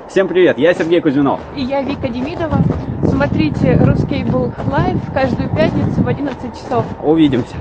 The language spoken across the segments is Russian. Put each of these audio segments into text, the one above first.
Всем привет, я Сергей Кузьминов. И я Вика Демидова. Смотрите Ruscable Live каждую пятницу в 11 часов. Увидимся.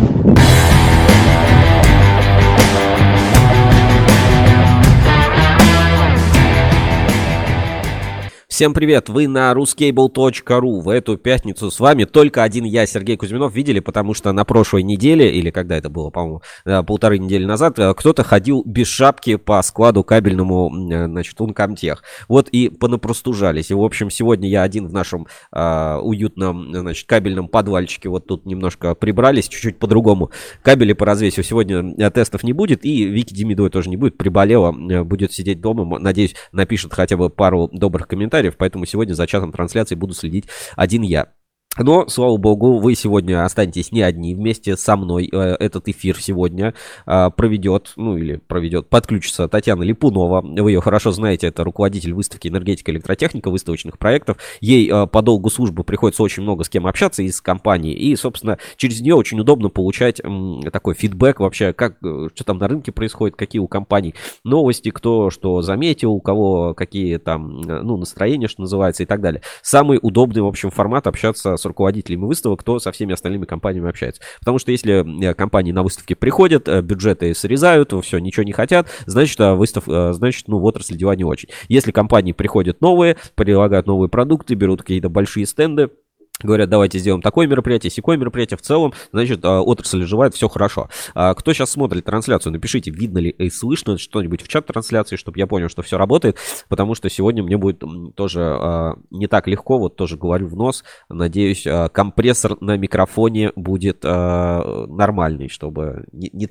Всем привет, вы на ruscable.ru. В эту пятницу с вами только один я, Сергей Кузьминов. Видели, потому что на прошлой неделе, или когда это было, по-моему, полторы недели назад, кто-то ходил без шапки по складу кабельному, значит, Uncomtech. Вот и понапростужались. И, в общем, сегодня я один в нашем уютном, значит, кабельном подвальчике. Вот тут немножко прибрались, чуть-чуть по-другому. Кабели по развесию сегодня тестов не будет, и Вики Демидовой тоже не будет. Приболела, будет сидеть дома. Надеюсь, напишет хотя бы пару добрых комментариев. Поэтому сегодня за чатом трансляции буду следить один я. Но, слава богу, вы сегодня останетесь не одни. Вместе со мной этот эфир сегодня подключится Татьяна Липунова. Вы ее хорошо знаете, это руководитель выставки «Энергетика, электротехника», выставочных проектов. Ей по долгу службы приходится очень много с кем общаться из компании. И, собственно, через нее очень удобно получать такой фидбэк вообще, что там на рынке происходит, какие у компаний новости, кто что заметил, у кого какие там настроения, что называется, и так далее. Самый удобный, в общем, формат общаться с руководителями выставок, кто со всеми остальными компаниями общается. Потому что если компании на выставке приходят, бюджеты срезают, все, ничего не хотят, значит, в отрасли дела не очень. Если компании приходят новые, предлагают новые продукты, берут какие-то большие стенды, говорят, давайте сделаем такое мероприятие, сякое мероприятие. В целом, значит, отрасль оживает, все хорошо. Кто сейчас смотрит трансляцию, напишите, видно ли и слышно что-нибудь в чат трансляции, чтобы я понял, что все работает, потому что сегодня мне будет тоже не так легко, вот тоже говорю в нос. Надеюсь, компрессор на микрофоне будет нормальный, чтобы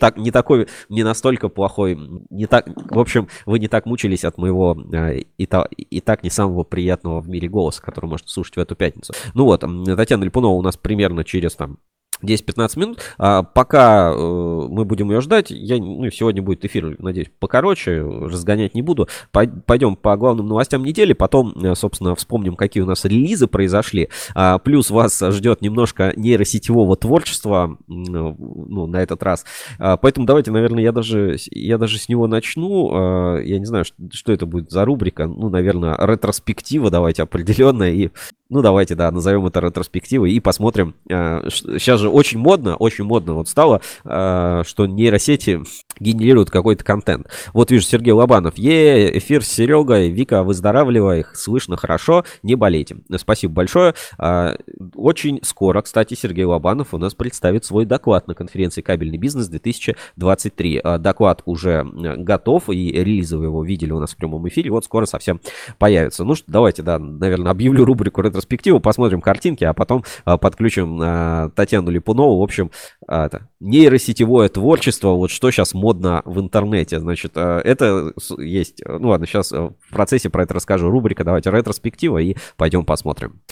не настолько плохой, в общем, вы не так мучились от моего и так не самого приятного в мире голоса, который можете слушать в эту пятницу. Ну вот, Татьяна Липунова у нас примерно через 10-15 минут. Пока мы будем ее ждать, сегодня будет эфир, надеюсь, покороче, разгонять не буду. Пойдем по главным новостям недели, потом, собственно, вспомним, какие у нас релизы произошли. Плюс вас ждет немножко нейросетевого творчества, на этот раз. Поэтому давайте, наверное, я даже с него начну. Я не знаю, что это будет за рубрика. Наверное, ретроспектива, давайте, определенная. И, давайте, назовем это ретроспективой и посмотрим. Сейчас же очень модно вот стало, что нейросети генерируют какой-то контент. Вот вижу, Сергей Лобанов. Эфир с Серегой. Вика, выздоравливай, слышно хорошо, не болейте. Спасибо большое. Очень скоро, кстати, Сергей Лобанов у нас представит свой доклад на конференции «Кабельный бизнес 2023». Доклад уже готов, и релизы вы его видели у нас в прямом эфире. Вот скоро совсем появится. Давайте, наверное, объявлю рубрику ретроспективу, посмотрим картинки, а потом подключим Татьяну Липунову. В общем, нейросетевое творчество, вот что сейчас модно в интернете. Значит, это есть... ладно, сейчас в процессе про это расскажу. Рубрика, давайте, ретроспектива, и пойдем посмотрим.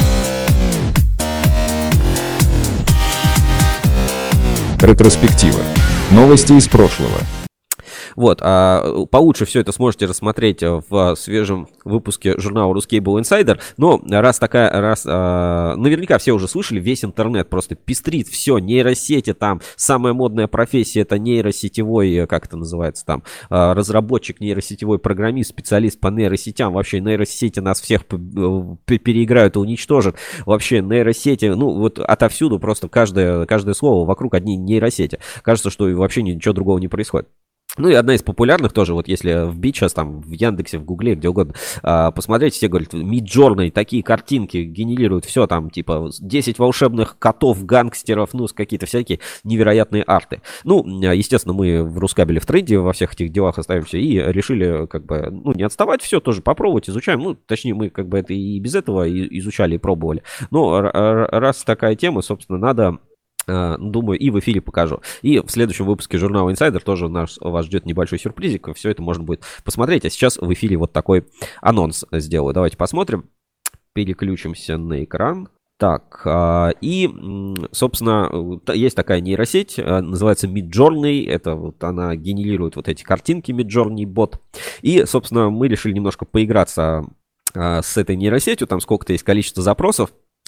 Ретроспектива. Новости из прошлого. Вот, получше все это сможете рассмотреть в свежем выпуске журнала Ruscable Insider. Но наверняка все уже слышали, весь интернет просто пестрит, все, нейросети, там самая модная профессия — это нейросетевой, как это называется там, разработчик, нейросетевой программист, специалист по нейросетям. Вообще нейросети нас всех переиграют и уничтожат. Вообще нейросети, вот отовсюду просто каждое слово вокруг одни нейросети. Кажется, что вообще ничего другого не происходит. И одна из популярных тоже, вот если вбить сейчас там в Яндексе, в Гугле, где угодно, посмотреть, все говорят, Midjourney, такие картинки генерируют, все там, типа, 10 волшебных котов, гангстеров, какие-то всякие невероятные арты. Естественно, мы в Рускабеле в тренде во всех этих делах остаемся и решили, не отставать, все тоже попробовать, изучаем. Точнее, мы это и без этого изучали и пробовали. Но раз такая тема, собственно, надо... Думаю, и в эфире покажу. И в следующем выпуске журнала Insider тоже вас ждет небольшой сюрпризик. Все это можно будет посмотреть. А сейчас в эфире вот такой анонс сделаю. Давайте посмотрим. Переключимся на экран. Так, и, собственно, есть такая нейросеть, называется Midjourney. Это вот она генерирует вот эти картинки, Midjourney бот. И, собственно, мы решили немножко поиграться с этой нейросетью. Там сколько-то есть количество запросов.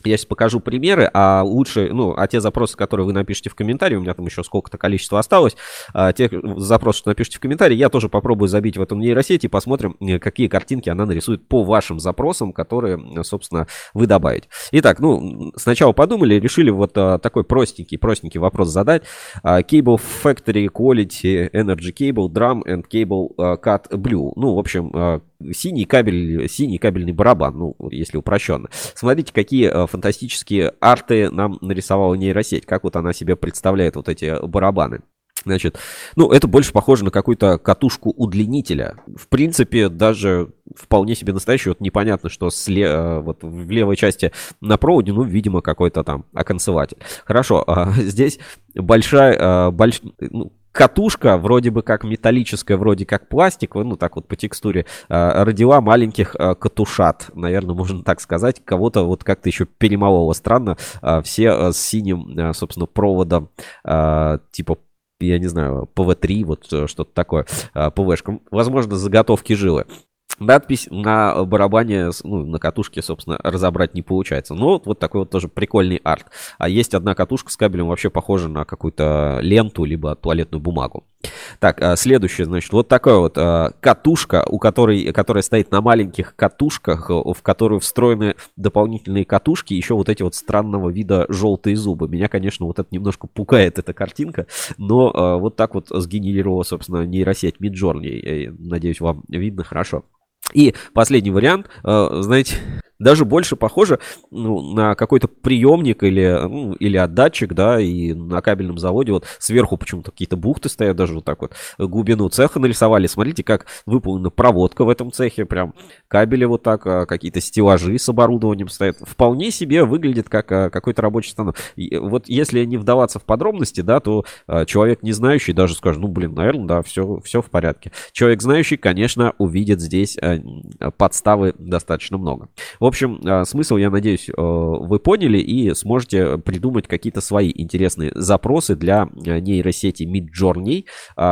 Я сейчас покажу примеры, а лучше, ну, а те запросы, которые вы напишите в комментарии, у меня там еще сколько-то количества осталось, те запросы, что напишите в комментарии, я тоже попробую забить в эту нейросеть и посмотрим, какие картинки она нарисует по вашим запросам, которые, собственно, вы добавите. Итак, ну, сначала подумали, решили вот такой простенький вопрос задать. Cable Factory Quality Energy Cable Drum and Cable Cut Blue. Ну, в общем, синий кабельный барабан, ну, если упрощенно. Смотрите, какие фантастические арты нам нарисовала нейросеть, как вот она себе представляет вот эти барабаны. Значит, ну, это больше похоже на какую-то катушку удлинителя. В принципе, даже вполне себе настоящий. Вот непонятно, что вот в левой части на проводе, ну, видимо, какой-то там оконцеватель. Хорошо, здесь большая, катушка, вроде бы как металлическая, вроде как пластик, ну так вот по текстуре, родила маленьких катушат, наверное, можно так сказать. Кого-то вот как-то еще перемололо странно. Все с синим, собственно, проводом, типа, я не знаю, ПВ-3, вот что-то такое, ПВшка. Возможно, заготовки жилы. Надпись на барабане, ну, на катушке, собственно, разобрать не получается. Но вот такой вот тоже прикольный арт. А есть одна катушка с кабелем, вообще похожа на какую-то ленту, либо туалетную бумагу. Так, следующее, значит, вот такая вот катушка, которая стоит на маленьких катушках, в которую встроены дополнительные катушки, еще вот эти вот странного вида желтые зубы. Меня, конечно, вот это немножко пугает, эта картинка, но вот так вот сгенерировала, собственно, нейросеть Midjourney. Надеюсь, вам видно хорошо. И последний вариант, знаете, даже больше похоже, ну, на какой-то приемник или отдатчик, да, и на кабельном заводе вот сверху почему-то какие-то бухты стоят, даже вот так вот глубину цеха нарисовали. Смотрите, как выполнена проводка в этом цехе, прям кабели вот так, какие-то стеллажи с оборудованием стоят. Вполне себе выглядит как какой-то рабочий станок. И вот если не вдаваться в подробности, да, то человек не знающий даже скажет, ну, блин, наверное, да, все в порядке. Человек знающий, конечно, увидит здесь подставы достаточно много. В общем, смысл, я надеюсь, вы поняли и сможете придумать какие-то свои интересные запросы для нейросети Midjourney.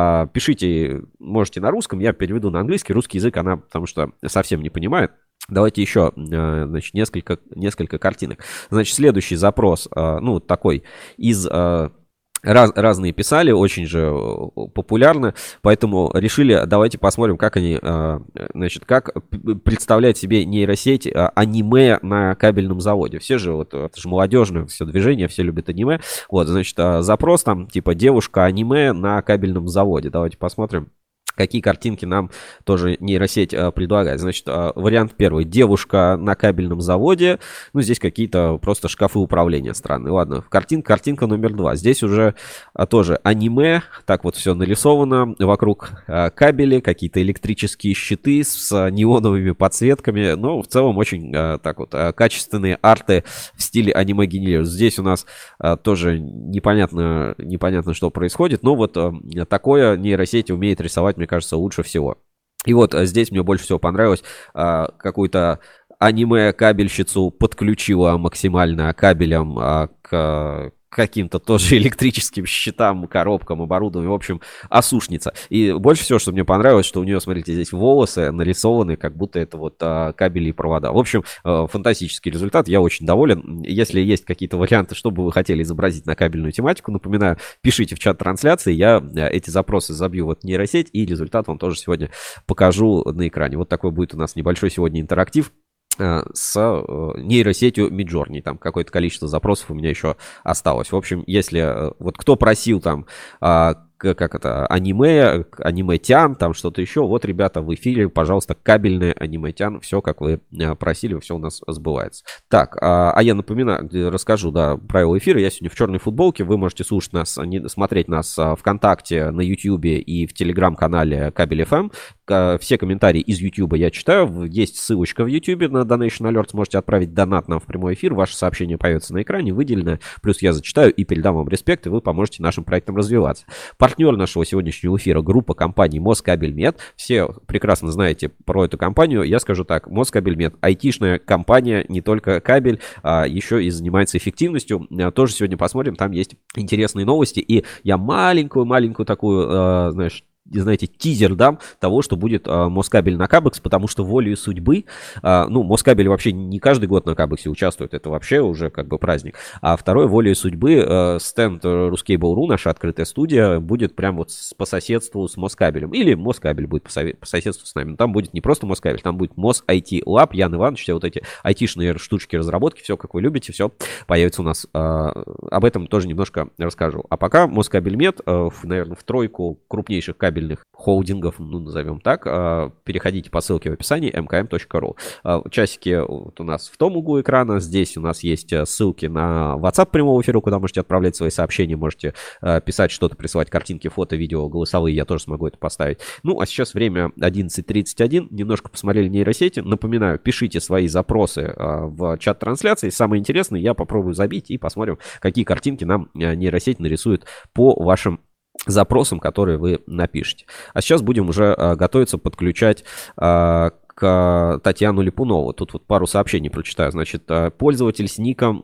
Пишите, можете на русском, я переведу на английский. Русский язык она, потому что совсем не понимает. Давайте еще, значит, несколько картинок. Значит, следующий запрос, ну, такой из... Разные писали, очень же популярно, поэтому решили, давайте посмотрим, как они, значит, как представляет себе нейросеть аниме на кабельном заводе. Все же, вот, это же молодежное все движение, все любят аниме. Вот, значит, запрос там, типа, девушка аниме на кабельном заводе. Давайте посмотрим, какие картинки нам тоже нейросеть предлагает. Значит, вариант первый. Девушка на кабельном заводе. Ну, здесь какие-то просто шкафы управления странные. Ладно, картинка номер 2. Здесь уже тоже аниме. Так вот все нарисовано. Вокруг кабели, какие-то электрические щиты с неоновыми подсветками. Но в целом очень так вот качественные арты в стиле аниме генерируют. Здесь у нас тоже непонятно, что происходит. Но вот такое нейросеть умеет рисовать, мне кажется, лучше всего. И вот здесь мне больше всего понравилось, какую-то аниме-кабельщицу подключила максимально кабелем к каким-то тоже электрическим щитам, коробкам, оборудованию, в общем, осушница. И больше всего, что мне понравилось, что у нее, смотрите, здесь волосы нарисованы, как будто это вот кабели и провода. В общем, фантастический результат, я очень доволен. Если есть какие-то варианты, что бы вы хотели изобразить на кабельную тематику, напоминаю, пишите в чат трансляции, я эти запросы забью в нейросеть, и результат вам тоже сегодня покажу на экране. Вот такой будет у нас небольшой сегодня интерактив с нейросетью Midjourney. Там какое-то количество запросов у меня еще осталось. В общем, если вот кто просил там как это, аниме-тян, там что-то еще. Вот, ребята, в эфире, пожалуйста, кабельное аниме-тян. Все, как вы просили, все у нас сбывается. Так, я напоминаю, расскажу, да, правила эфира. Я сегодня в черной футболке. Вы можете слушать нас, смотреть нас ВКонтакте, на Ютьюбе и в Телеграм-канале Кабель FM. Все комментарии из Ютьюба я читаю. Есть ссылочка в Ютьюбе на Donation Alert. Сможете отправить донат нам в прямой эфир. Ваше сообщение появится на экране, выделенное. Плюс я зачитаю и передам вам респект, и вы поможете нашим проектам развиваться. Партнер нашего сегодняшнего эфира — группа компаний Москабельмет. Все прекрасно знаете про эту компанию. Я скажу так: Москабельмет — айтишная компания, не только кабель, а еще и занимается эффективностью. Тоже сегодня посмотрим, там есть интересные новости. И я маленькую такую, знаешь, знаете, тизер дам того, что будет Москабель на Кабекс, потому что волею судьбы, ну, Москабель вообще не каждый год на Кабексе участвует, это вообще уже как бы праздник. А второй, волею судьбы, стенд Ruskable.ru, наша открытая студия, будет прям вот по соседству с Москабелем. Или Москабель будет по соседству с нами. Но там будет не просто Москабель, там будет Мос IT Lab, Ян Иванович, все вот эти айтишные штучки, разработки, все как вы любите, все появится у нас. Об этом тоже немножко расскажу. А пока Москабельмет, наверное, в тройку крупнейших кабельных холдингов, ну, назовем так, переходите по ссылке в описании mkm.ru. Часики вот у нас в том углу экрана, здесь у нас есть ссылки на WhatsApp прямого эфира, куда можете отправлять свои сообщения, можете писать что-то, присылать картинки, фото, видео, голосовые, я тоже смогу это поставить. Ну, а сейчас время 11:31, немножко посмотрели нейросети. Напоминаю, пишите свои запросы в чат трансляции. Самое интересное, я попробую забить и посмотрим, какие картинки нам нейросеть нарисует по вашим запросам, которые вы напишете. А сейчас будем уже готовиться подключать к Татьяну Липунову. Тут вот пару сообщений прочитаю. Значит, пользователь с ником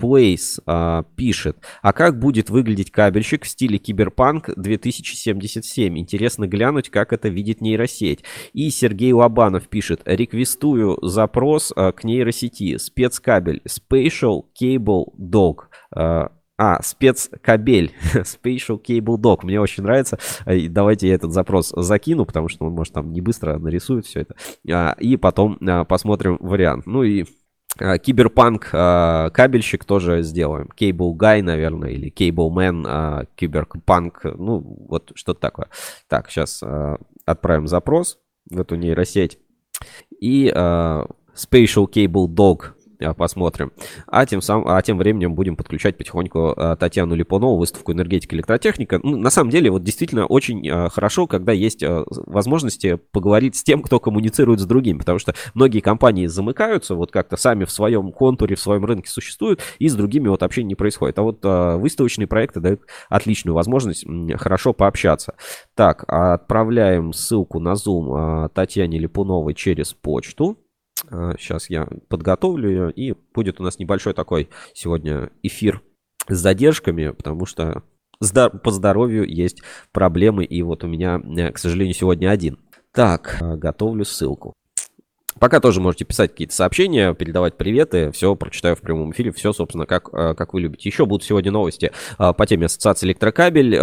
Place пишет: а как будет выглядеть кабельщик в стиле Киберпанк 2077? Интересно глянуть, как это видит нейросеть. И Сергей Лобанов пишет: реквестую запрос к нейросети. Спецкабель Spatial Cable Dog. Спецкабель, Spatial Cable Dog. Мне очень нравится. Давайте я этот запрос закину, потому что он, может, там не быстро нарисует все это. И потом посмотрим вариант. Ну и Киберпанк кабельщик тоже сделаем. Cable Guy, наверное, или Cable Man, Киберпанк. Ну, вот что-то такое. Так, сейчас отправим запрос в эту нейросеть. И Spatial Cable Dog посмотрим. А тем временем будем подключать потихоньку Татьяну Липунову, выставку «Энергетика, электротехника». Ну, на самом деле, вот действительно очень хорошо, когда есть возможности поговорить с тем, кто коммуницирует с другим, потому что многие компании замыкаются, вот как-то сами в своем контуре, в своем рынке существуют, и с другими вот общение не происходит. А вот выставочные проекты дают отличную возможность хорошо пообщаться. Так, отправляем ссылку на Zoom Татьяне Липуновой через почту. Сейчас я подготовлю ее, и будет у нас небольшой такой сегодня эфир с задержками, потому что по здоровью есть проблемы, и вот у меня, к сожалению, сегодня один. Так, готовлю ссылку. Пока тоже можете писать какие-то сообщения, передавать приветы, все прочитаю в прямом эфире, все, собственно, как вы любите. Еще будут сегодня новости по теме Ассоциации Электрокабель.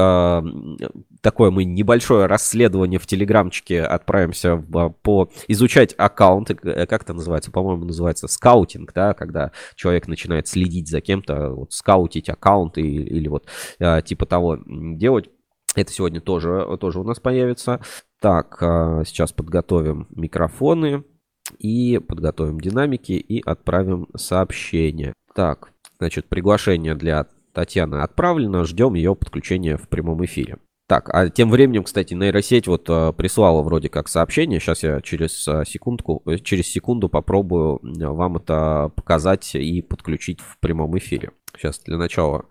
Такое мы небольшое расследование в Телеграмчике отправимся изучать аккаунты, как это называется, по-моему, называется скаутинг, да, когда человек начинает следить за кем-то, вот, скаутить аккаунты или вот типа того делать. Это сегодня тоже у нас появится. Так, сейчас подготовим микрофоны. И подготовим динамики и отправим сообщение. Так, значит, приглашение для Татьяны отправлено. Ждем ее подключения в прямом эфире. Так, а тем временем, кстати, нейросеть вот прислала вроде как сообщение. Сейчас я через секунду попробую вам это показать и подключить в прямом эфире. Сейчас для начала.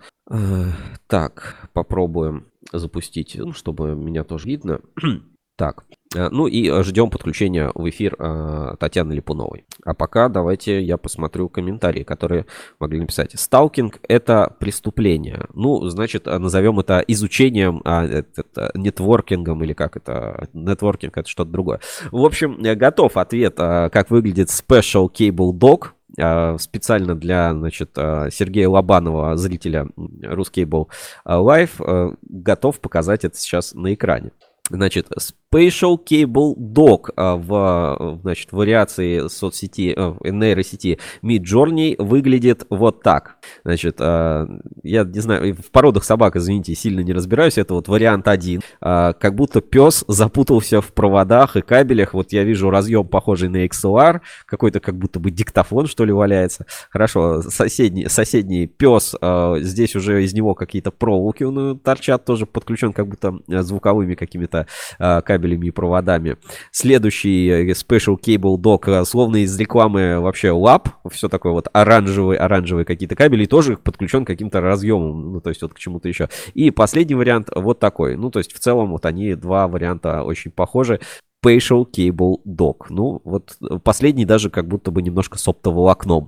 Так, попробуем запустить, чтобы меня тоже видно. Так, ну и ждем подключения в эфир Татьяны Липуновой. А пока давайте я посмотрю комментарии, которые могли написать. Сталкинг — это преступление. Ну, значит, назовем это изучением, нетворкингом, или как это? Нетворкинг — это что-то другое. В общем, готов ответ, как выглядит Special Cable Dog. Специально для, значит, Сергея Лобанова, зрителя Ruskable Live, готов показать это сейчас на экране. Значит, Spatial Cable Dog в вариации соцсети, нейросети Midjourney выглядит вот так. Значит, я не знаю, в породах собак, извините, сильно не разбираюсь, это вот вариант 1. Как будто пес запутался в проводах и кабелях. Вот я вижу разъем, похожий на XLR, какой-то как будто бы диктофон, что ли, валяется. Хорошо, соседний пес, здесь уже из него какие-то проволоки торчат, тоже подключен как будто звуковыми какими-то кабелями и проводами. Следующий Special Cable Dog, словно из рекламы вообще лап, все такое вот оранжевые какие-то кабели, тоже подключен каким-то разъемом, ну, то есть вот к чему-то еще. И последний вариант вот такой. Ну, то есть в целом вот они, два варианта очень похожи. Spatial Cable Dog. Ну, вот последний даже как будто бы немножко с оптоволокном.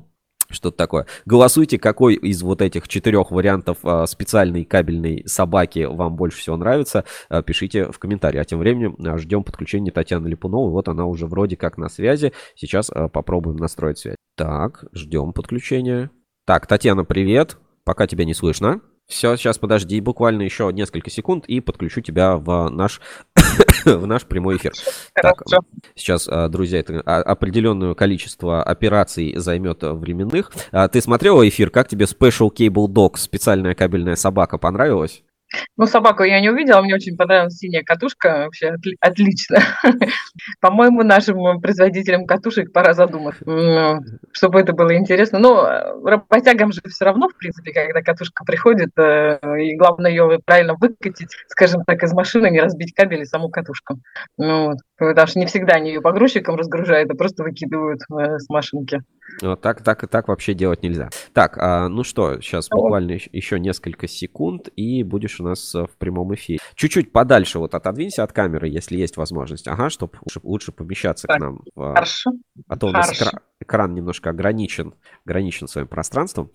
Что-то такое. Голосуйте, какой из вот этих 4 вариантов специальной кабельной собаки вам больше всего нравится. Пишите в комментарии. А тем временем ждем подключения Татьяны Липуновой. Вот она уже вроде как на связи. Сейчас попробуем настроить связь. Так, ждем подключения. Так, Татьяна, привет. Пока тебя не слышно. Все, сейчас подожди, буквально еще несколько секунд и подключу тебя в наш, в наш прямой эфир. Так, сейчас, друзья, это определенное количество операций займет временных. Ты смотрела эфир? Как тебе Special Cable Dog, специальная кабельная собака, понравилась? Ну, собаку я не увидела, мне очень понравилась синяя катушка, вообще отлично. По-моему, нашим производителям катушек пора задуматься, чтобы это было интересно. Но работягам же все равно, в принципе, когда катушка приходит, и главное ее правильно выкатить, скажем так, из машины, не разбить кабель и саму катушку. Ну, вот. Потому что не всегда они ее погрузчиком разгружают, а просто выкидывают с машинки. Вот так вообще делать нельзя. Так, ну что, сейчас буквально еще несколько секунд, и будешь у нас в прямом эфире. Чуть-чуть подальше вот отодвинься от камеры, если есть возможность. Ага, чтобы лучше помещаться так, к нам. Хорошо. А то у нас экран немножко ограничен своим пространством.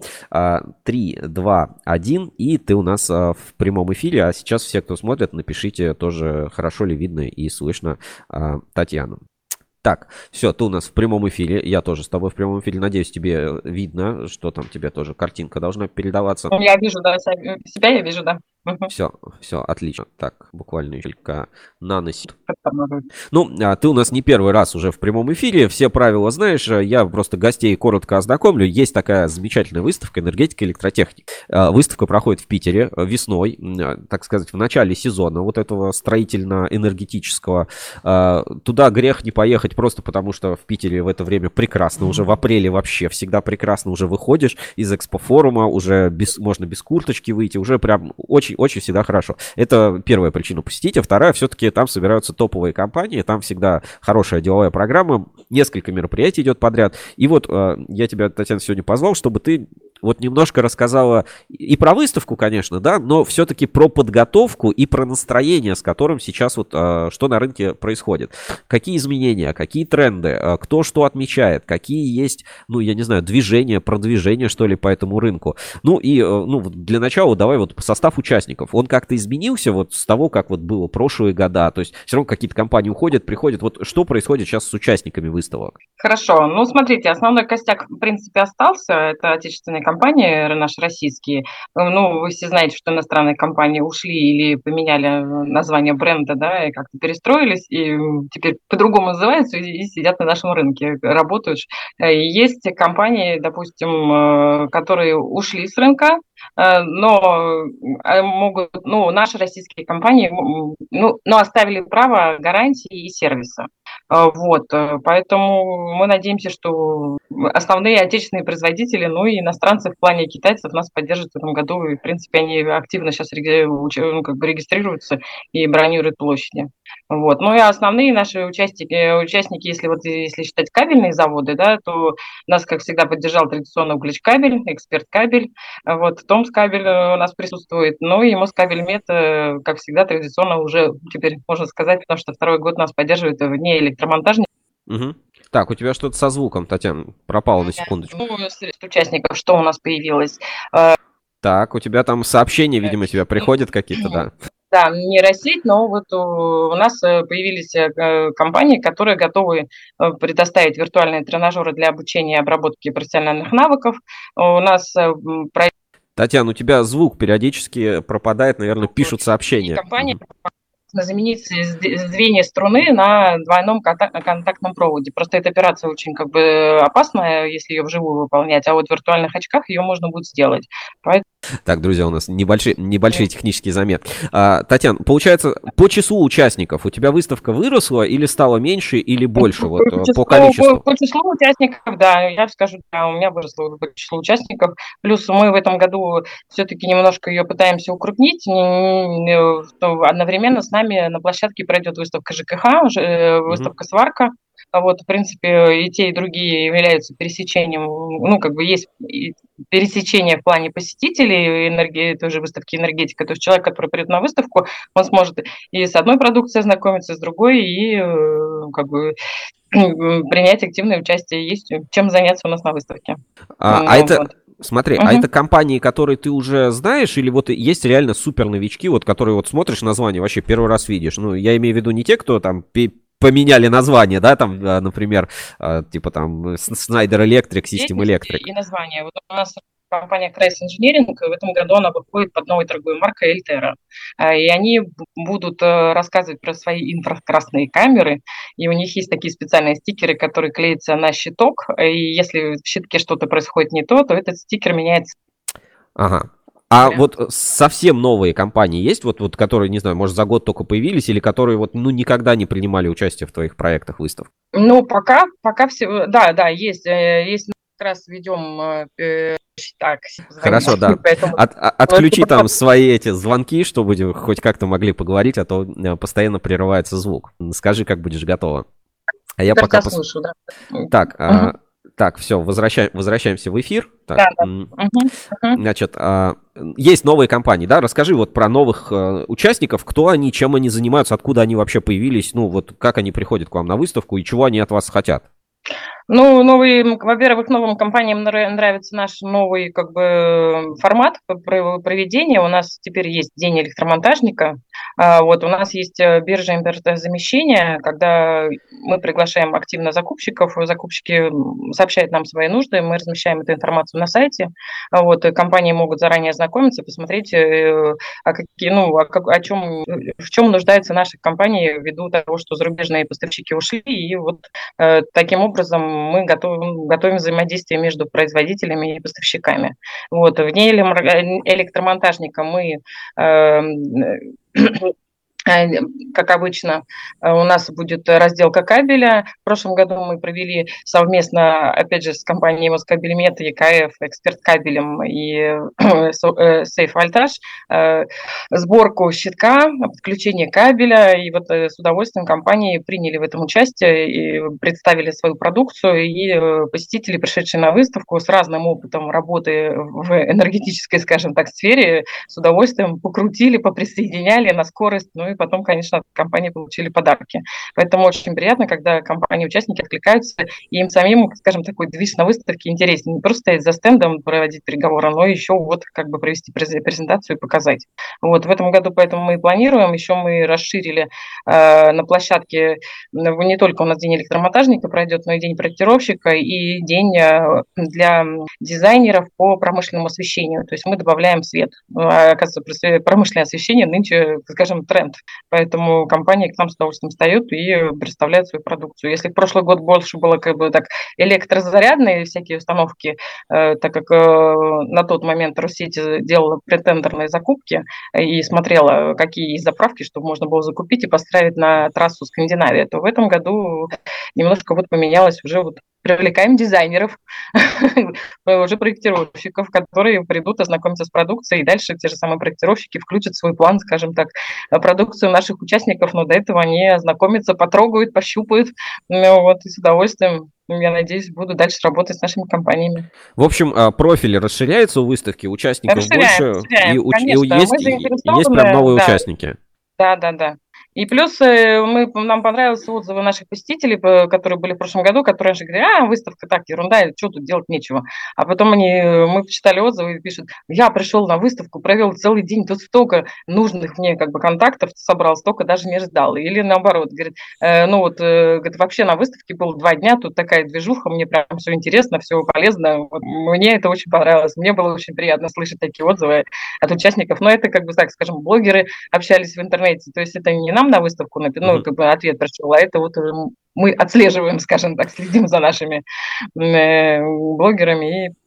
3, 2, 1, и ты у нас в прямом эфире. А сейчас все, кто смотрит, напишите тоже, хорошо ли видно и слышно Татьяну. Так, все, ты у нас в прямом эфире, я тоже с тобой в прямом эфире. Надеюсь, тебе видно, что там тебе тоже картинка должна передаваться. Я вижу, да, себя я вижу, да. Все, отлично. Так, буквально несколько наносекунд. Ну, ты у нас не первый раз уже в прямом эфире, все правила знаешь, я просто гостей коротко ознакомлю. Есть такая замечательная выставка «Энергетика и электротехника». Выставка проходит в Питере весной, так сказать, в начале сезона вот этого строительно-энергетического. Туда грех не поехать просто потому, что в Питере в это время прекрасно, уже в апреле вообще всегда прекрасно уже выходишь из экспофорума, уже можно без курточки выйти, уже прям очень всегда хорошо. Это первая причина посетить. А вторая, все-таки там собираются топовые компании, там всегда хорошая деловая программа, несколько мероприятий идет подряд. И вот я тебя, Татьяна, сегодня позвал, чтобы ты вот немножко рассказала и про выставку, конечно, да, но все-таки про подготовку и про настроение, с которым сейчас вот что на рынке происходит. Какие изменения, какие тренды, кто что отмечает, какие есть, ну, я не знаю, движения, продвижения, что ли, по этому рынку. Ну, и, для начала давай вот состав участников. Он как-то изменился вот с того, как вот было прошлые года? То есть все равно какие-то компании уходят, приходят. Вот что происходит сейчас с участниками выставок? Хорошо. Ну, смотрите, основной костяк, в принципе, остался. Это отечественные компании, наши российские. Ну, вы все знаете, что иностранные компании ушли или поменяли название бренда, да, и как-то перестроились, и теперь по-другому называются, и сидят на нашем рынке, работают. Есть компании, допустим, которые ушли с рынка, но могут, наши российские компании, но оставили право гарантии и сервиса. Вот, поэтому мы надеемся, что основные отечественные производители, ну и иностранцы в плане китайцев нас поддержат в этом году, и, в принципе, они активно сейчас регистрируются и бронируют площади. Вот. Ну и основные наши участники, если считать кабельные заводы, да, то нас, как всегда, поддержал традиционно Угличкабель, Эксперткабель, вот, Томскабель у нас присутствует, ну и Москабельмет, как всегда, традиционно уже теперь можно сказать, потому что второй год нас поддерживает вне электромонтажник. Угу. Так, у тебя что-то со звуком, Татьяна, пропало на секундочку. Ну, среди участников что у нас появилось? Так, у тебя там сообщения, видимо, тебе приходят какие-то, да? Да, нейросеть, но вот у нас появились компании, которые готовы предоставить виртуальные тренажеры для обучения и обработки профессиональных навыков. У нас Татьяна, у тебя звук периодически пропадает, наверное, пишут сообщения. Компания заменить звенья струны на двойном контактном проводе. Просто эта операция очень опасная, если ее вживую выполнять, а вот в виртуальных очках ее можно будет сделать. Поэтому... Так, друзья, у нас небольшие технические заметки. Татьяна, получается, по числу участников у тебя выставка выросла или стала меньше, или больше по количеству? По числу участников, да, я скажу, да, у меня выросло по числу участников. Плюс мы в этом году все-таки немножко ее пытаемся укрупнить. Одновременно с нами на площадке пройдет выставка ЖКХ, выставка «Сварка». Вот, в принципе, и те, и другие являются пересечением, ну, как бы есть пересечение в плане посетителей той же выставки «Энергетика». То есть человек, который придет на выставку, он сможет и с одной продукцией ознакомиться, и с другой, и как бы принять активное участие. Есть чем заняться у нас на выставке. Это, Вот. смотри, а это компании, которые ты уже знаешь, или вот есть реально супер новички, вот которые вот смотришь название, вообще первый раз видишь? Ну, я имею в виду не те, кто там поменяли название, да, там, например, типа там Schneider Electric, System Electric. И название. Вот у нас компания Крайс Инжиниринг, в этом году она выходит под новой торговой маркой Эльтера. И они будут рассказывать про свои инфракрасные камеры, и у них есть такие специальные стикеры, которые клеятся на щиток, и если в щитке что-то происходит не то, то этот стикер меняется. Ага. А вот совсем новые компании есть, вот которые, не знаю, может, за год только появились, или которые вот, ну, никогда не принимали участие в твоих проектах, выставках? Ну, пока все, да, есть, как раз ведем так. Хорошо, да. Поэтому... Отключи там свои эти звонки, чтобы хоть как-то могли поговорить, а то постоянно прерывается звук. Скажи, как будешь готова. А я пока слышу, да. Так, все, возвращаемся в эфир. Так, да. Значит, есть новые компании, да? Расскажи вот про новых участников, кто они, чем они занимаются, откуда они вообще появились, ну вот как они приходят к вам на выставку и чего они от вас хотят. Ну, во-первых, новым компаниям нравится наш новый как бы формат проведения. У нас теперь есть день электромонтажника. Вот, у нас есть биржа импортозамещения, когда мы приглашаем активно закупщиков, закупщики сообщают нам свои нужды, мы размещаем эту информацию на сайте. Вот, и компании могут заранее ознакомиться, посмотреть, в чем нуждаются наши компании ввиду того, что зарубежные поставщики ушли, и вот таким образом мы готовим взаимодействие между производителями и поставщиками. Вот. Вне электромонтажника мы как обычно, у нас будет разделка кабеля. В прошлом году мы провели совместно, опять же, с компанией Москабельмет, ЕКФ, Эксперт кабелем и Сейф Вольтаж, сборку щитка, подключение кабеля. И вот с удовольствием компании приняли в этом участие и представили свою продукцию. И посетители, пришедшие на выставку с разным опытом работы в энергетической, скажем так, сфере, с удовольствием покрутили, поприсоединяли на скорость, ну и потом, конечно, от компании получили подарки. Поэтому очень приятно, когда компании-участники откликаются, и им самим, скажем, такой движ на выставке интереснее. Не просто стоять за стендом, проводить переговоры, но еще вот как бы провести презентацию и показать. Вот в этом году поэтому мы и планируем. Еще мы расширили на площадке, не только у нас день электромонтажника пройдет, но и день проектировщика, и день для дизайнеров по промышленному освещению. То есть мы добавляем свет. Оказывается, промышленное освещение нынче, скажем, тренд. Поэтому компании к нам с удовольствием встают и представляют свою продукцию. Если в прошлый год больше было как бы так электрозарядные всякие установки, так как на тот момент Россеть делала претендерные закупки и смотрела, какие есть заправки, чтобы можно было закупить и поставить на трассу Скандинавия, то в этом году немножко вот поменялось, уже вот привлекаем дизайнеров, уже проектировщиков, которые придут ознакомиться с продукцией, и дальше те же самые проектировщики включат в свой план, скажем так, продукцию наших участников, но до этого они ознакомятся, потрогают, пощупают, вот, и с удовольствием, я надеюсь, буду дальше работать с нашими компаниями. В общем, профиль расширяется у выставки, участников больше, и есть прям новые участники. Да. И плюс нам понравились отзывы наших посетителей, которые были в прошлом году, которые же говорят, выставка так, ерунда, что тут делать нечего. А потом мы почитали отзывы и пишут, я пришел на выставку, провел целый день, тут столько нужных мне как бы контактов собрал, столько даже не ждал. Или наоборот, говорит, говорит, вообще на выставке было 2 дня, тут такая движуха, мне прям все интересно, все полезно. Вот, мне это очень понравилось, мне было очень приятно слышать такие отзывы от участников. Но это, как бы так скажем, блогеры общались в интернете, то есть это не нам на выставку, как бы ответ пришел, а это вот мы отслеживаем, скажем так, следим за нашими блогерами и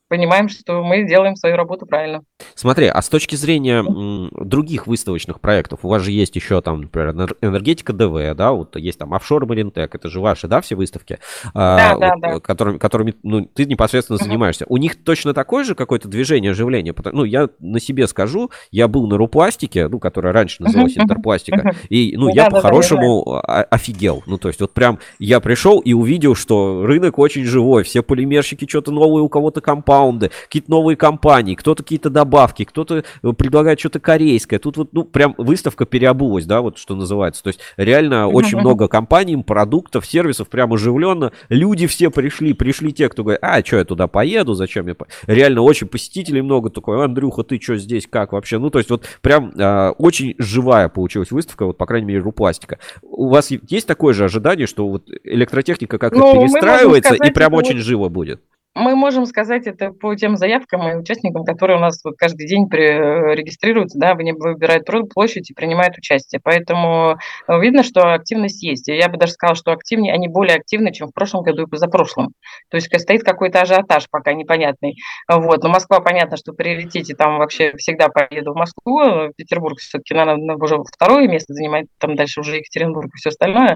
понимаем, что мы делаем свою работу правильно. Смотри, а с точки зрения других выставочных проектов, у вас же есть еще там, например, энергетика ДВ, да, вот есть там офшор Маринтек, это же ваши, да, все выставки, Да. которыми ну, ты непосредственно занимаешься. У них точно такое же какое-то движение, оживление? Ну, я на себе скажу, я был на Рупластике, ну, которая раньше называлась Интерпластика, и, ну, я по-хорошему офигел. Ну, то есть вот прям я пришел и увидел, что рынок очень живой, все полимерщики что-то новые, у кого-то компаунды, какие-то новые компании, кто-то какие-то добавки, кто-то предлагает что-то корейское. Тут вот, ну, прям выставка переобулась, да, вот что называется. То есть реально очень много компаний, продуктов, сервисов, прям оживленно. Люди все пришли те, кто говорит, что я туда поеду, зачем я реально очень посетителей много, такой, Андрюха, ты что здесь, как вообще? Ну, то есть вот прям очень живая получилась выставка, вот, по крайней мере, Рупластика. У вас есть такое же ожидание, что вот электротехника как-то перестраивается и прям очень живо будет? Мы можем сказать это по тем заявкам и участникам, которые у нас вот каждый день регистрируются, да, выбирают площадь и принимают участие. Поэтому видно, что активность есть. И я бы даже сказала, что активнее, они более активны, чем в прошлом году и позапрошлом. То есть стоит какой-то ажиотаж пока непонятный. Вот. Но Москва, понятно, что в приоритете, там вообще всегда поеду в Москву. Петербург все-таки, наверное, уже второе место занимает, там дальше уже Екатеринбург и все остальное.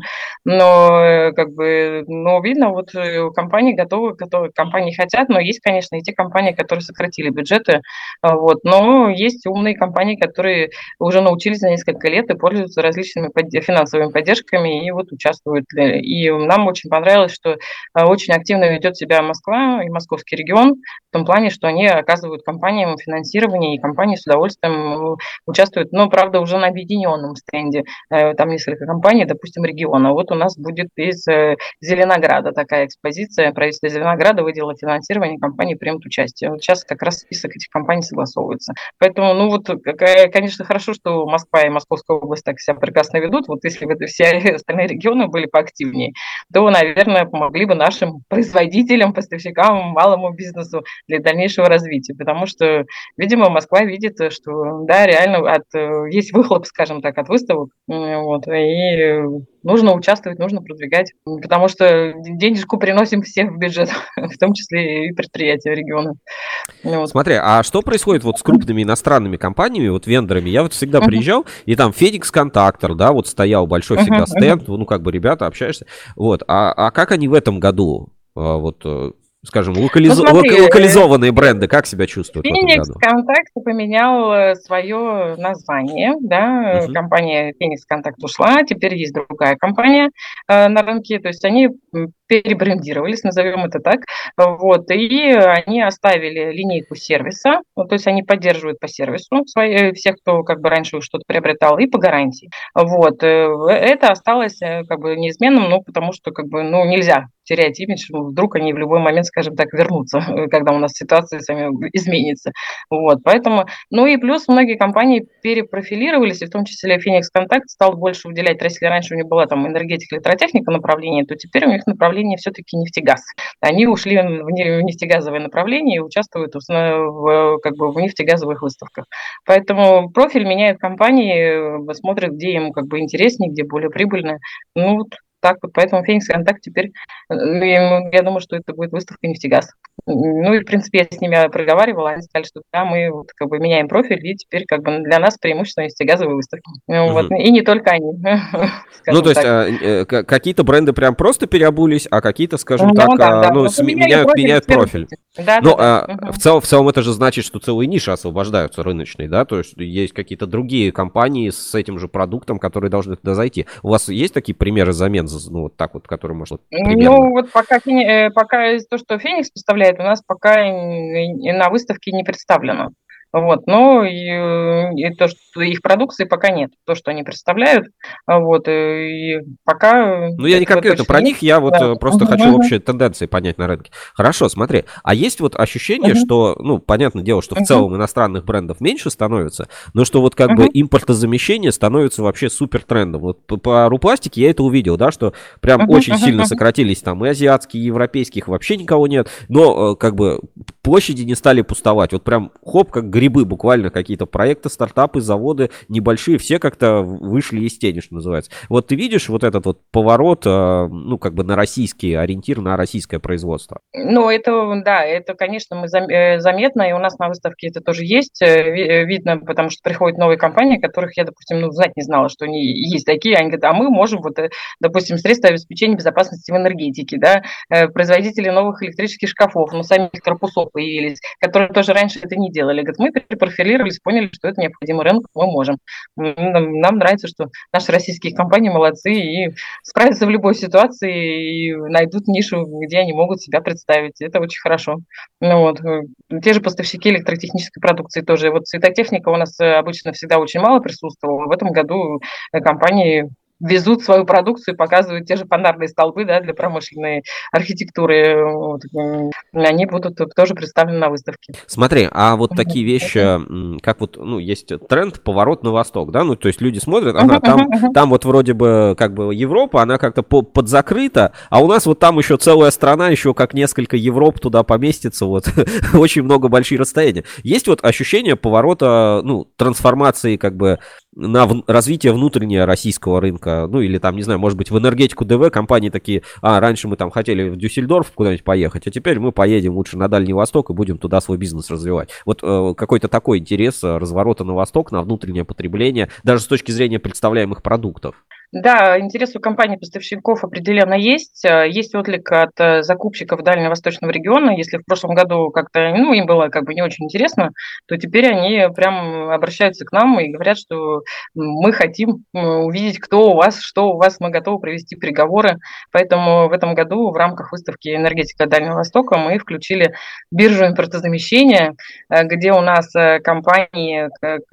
Но видно, вот компании готовы, компании хотят, но есть, конечно, и те компании, которые сократили бюджеты, вот, но есть умные компании, которые уже научились за несколько лет и пользуются различными финансовыми поддержками и вот участвуют. И нам очень понравилось, что очень активно ведет себя Москва и московский регион в том плане, что они оказывают компаниям финансирование, и компании с удовольствием участвуют, но, правда, уже на объединенном стенде. Там несколько компаний, допустим, региона. Вот у нас будет из Зеленограда такая экспозиция. Правительство Зеленограда выделило финансирование, компании примут участие. Вот сейчас как раз список этих компаний согласовывается. Поэтому, конечно, хорошо, что Москва и Московская область так себя прекрасно ведут. Вот если бы все остальные регионы были поактивнее, то, наверное, помогли бы нашим производителям, поставщикам, малому бизнесу для дальнейшего развития. Потому что, видимо, Москва видит, что, да, реально есть выхлоп, скажем так, от выставок. Вот, и нужно участвовать, нужно продвигать, потому что денежку приносим все в бюджет, в том числе и предприятия региона. Вот. Смотри, а что происходит вот с крупными иностранными компаниями, вот вендорами? Я вот всегда приезжал, и там Феникс Контактор, да, вот стоял большой всегда стенд, ну, как бы ребята общаешься, вот. А как они в этом году, скажем, локализованные бренды, как себя чувствуют в этом Феникс году? Контакт поменял свое название, да, компания Феникс Контакт ушла, теперь есть другая компания на рынке, то есть они перебрендировались, назовем это так, вот, и они оставили линейку сервиса, то есть они поддерживают по сервису всех, кто как бы раньше что-то приобретал, и по гарантии. Вот, это осталось как бы неизменным, потому что как бы, нельзя терять имидж, вдруг они в любой момент, скажем так, вернутся, когда у нас ситуация с вами изменится. Вот, поэтому, и плюс многие компании перепрофилировались, и в том числе Phoenix Contact стал больше уделять, если раньше у них была там энергетика, электротехника направление, то теперь у них направление все-таки нефтегаз. Они ушли в нефтегазовое направление и участвуют в нефтегазовых выставках. Поэтому профиль меняют компании, смотрят, где им как бы интереснее, где более прибыльно. Так вот, поэтому Феникс Контакт теперь, я думаю, что это будет выставка нефтегаз. И, в принципе, я с ними проговаривала, они сказали, что да, мы меняем профиль, и теперь как бы для нас преимущество нефтегазовые выставки. Вот, и не только они. То есть какие-то бренды прям просто переобулись, а какие-то, скажем так, меняют профиль. В целом это же значит, что целые ниши освобождаются рыночные, да? То есть есть какие-то другие компании с этим же продуктом, которые должны туда зайти. У вас есть такие примеры замен, которые можно примерно? Пока то, что Феникс поставляет, у нас пока на выставке не представлено. Вот, и то, что их продукции пока нет, то, что они представляют, вот, и пока... я не конкретно про них, я просто хочу общие тенденции понять на рынке. Хорошо, смотри, а есть вот ощущение, что, понятное дело, что в целом иностранных брендов меньше становится, но что вот как бы импортозамещение становится вообще супер трендом. Вот по Рупластике я это увидел, да, что прям очень сильно сократились там и азиатские, и европейских вообще никого нет, но как бы площади не стали пустовать. Вот прям хоп, как грибы буквально, какие-то проекты, стартапы, заводы небольшие, все как-то вышли из тени, что называется. Вот ты видишь вот этот вот поворот, ну, как бы на российский ориентир, на российское производство? Ну, это, да, это, конечно, заметно, и у нас на выставке это тоже есть, видно, потому что приходят новые компании, которых я, допустим, ну, знать не знала, что они есть такие, они говорят, а мы можем, вот, допустим, средства обеспечения безопасности в энергетике, да, производители новых электрических шкафов, ну, самих корпусов появились, которые тоже раньше это не делали. Говорят, мы перепрофилировались, поняли, что это необходимо рынку, мы можем. Нам нравится, что наши российские компании молодцы и справятся в любой ситуации и найдут нишу, где они могут себя представить. Это очень хорошо. Ну, вот. Те же поставщики электротехнической продукции тоже. Вот светотехника у нас обычно всегда очень мало присутствовала. В этом году компании везут свою продукцию, показывают те же фонарные столбы, да, для промышленной архитектуры. Вот. Они будут тоже представлены на выставке. Смотри, а вот такие вещи, как вот, ну, есть тренд поворот на восток, да, ну, то есть люди смотрят, ага, там вот вроде бы как бы Европа, она как-то подзакрыта, а у нас вот там еще целая страна, еще как несколько Европ туда поместится, вот, очень много большие расстояния. Есть вот ощущение поворота, ну, трансформации как бы на развитие внутреннего российского рынка, ну или там, не знаю, может быть, в энергетику ДВ компании такие, раньше мы там хотели в Дюссельдорф куда-нибудь поехать, а теперь мы поедем лучше на Дальний Восток и будем туда свой бизнес развивать. Вот какой-то такой интерес разворота на восток, на внутреннее потребление, даже с точки зрения представляемых продуктов. Да, интерес у компаний-поставщиков определенно есть. Есть отклик от закупщиков Дальневосточного региона. Если в прошлом году как-то, ну, им было как бы не очень интересно, то теперь они прям обращаются к нам и говорят, что мы хотим увидеть, кто у вас, что у вас, мы готовы провести переговоры. Поэтому в этом году в рамках выставки «Энергетика Дальнего Востока» мы включили биржу импортозамещения, где у нас компании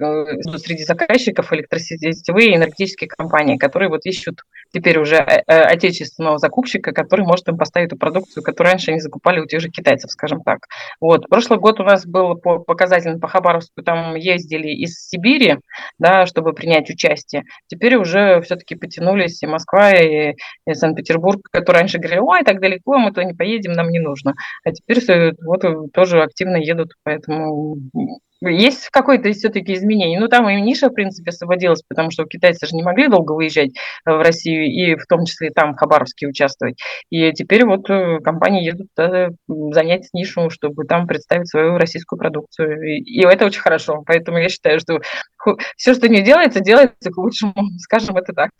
среди заказчиков электросетевые энергетические компании, которые вот ищут теперь уже отечественного закупщика, который может им поставить эту продукцию, которую раньше они закупали у тех же китайцев, скажем так. Вот. Прошлый год у нас был показательный по Хабаровску, там ездили из Сибири, да, чтобы принять участие. Теперь уже все-таки потянулись и Москва, и Санкт-Петербург, которые раньше говорили, ой, так далеко, мы туда не поедем, нам не нужно. А теперь вот тоже активно едут, поэтому... Есть какое-то все-таки изменение. Ну, там и ниша, в принципе, освободилась, потому что китайцы же не могли долго выезжать в Россию, и в том числе и там, в Хабаровске, участвовать. И теперь вот компании едут занять нишу, чтобы там представить свою российскую продукцию. И это очень хорошо. Поэтому я считаю, что все, что не делается, делается к лучшему. Скажем это так.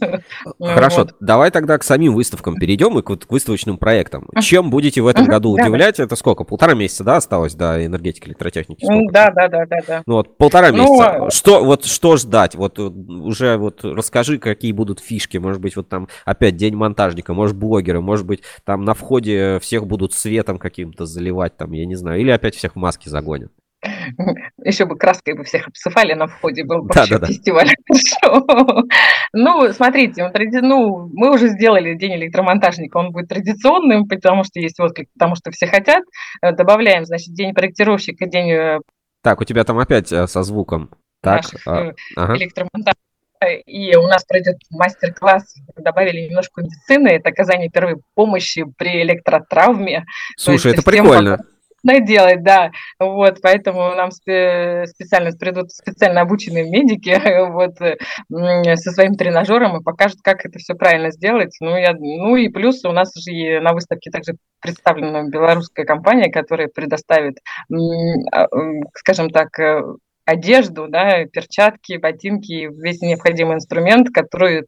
Хорошо, давай тогда к самим выставкам перейдем и к выставочным проектам. Чем будете в этом году удивлять? Это сколько? 1,5 месяца, да, осталось до энергетики, электротехники? Да. Ну вот 1,5 месяца. Что ждать? Вот уже вот расскажи, какие будут фишки. Может быть, вот там опять день монтажника, может, блогеры, может быть, там на входе всех будут светом каким-то заливать, там, я не знаю, или опять всех в маски загонят. Еще бы краской бы всех обсыпали на входе, был бы вообще фестиваль. Хорошо. Ну, смотрите, мы уже сделали день электромонтажника, он будет традиционным, потому что есть отклик, потому что все хотят. Добавляем, значит, день проектировщика, день... Так, у тебя там опять со звуком. Так, электромонтажа. И у нас пройдет мастер-класс, добавили немножко медицины, это оказание первой помощи при электротравме. Слушай, это прикольно. Делать, да. Вот, поэтому нам специально придут специально обученные медики вот, со своим тренажером и покажут, как это все правильно сделать. Ну и плюс у нас же на выставке также представлена белорусская компания, которая предоставит, скажем так, одежду, да, перчатки, ботинки, весь необходимый инструмент, который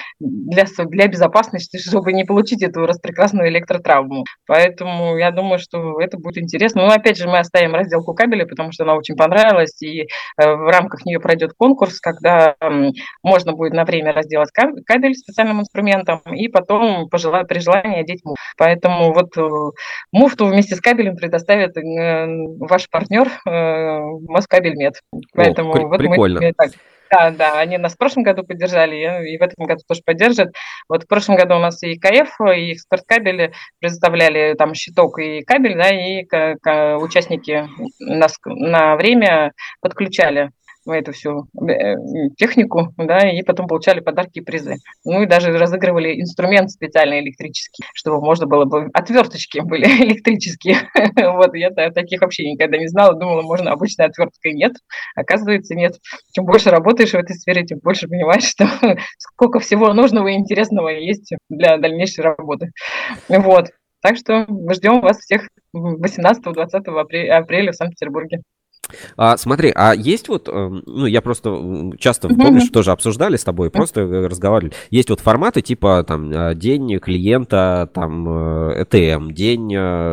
для безопасности, чтобы не получить эту распрекрасную электротравму. Поэтому я думаю, что это будет интересно. Но опять же, мы оставим разделку кабеля, потому что она очень понравилась, и в рамках нее пройдет конкурс, когда можно будет на время разделать кабель специальным инструментом, и потом при желании одеть муфту. Поэтому вот муфту вместе с кабелем предоставит ваш партнер Москабельмет. Поэтому прикольно. Да, они нас в прошлом году поддержали, и в этом году тоже поддержат. Вот в прошлом году у нас и КФ, и экспорткабели предоставляли там щиток и кабель, да, и участники нас на время подключали эту всю технику, да, и потом получали подарки и призы. Ну и даже разыгрывали инструмент специальный электрический, чтобы можно было бы... Отверточки были электрические. Вот, я таких вообще никогда не знала. Думала, можно обычной отверткой. Нет, оказывается, нет. Чем больше работаешь в этой сфере, тем больше понимаешь, что сколько всего нужного и интересного есть для дальнейшей работы. Вот. Так что ждем вас всех 18-20 апреля в Санкт-Петербурге. Смотри, а есть вот, ну, я просто часто, помнишь, тоже обсуждали с тобой, просто разговаривали. Есть вот форматы типа там День клиента, там ЭТМ, День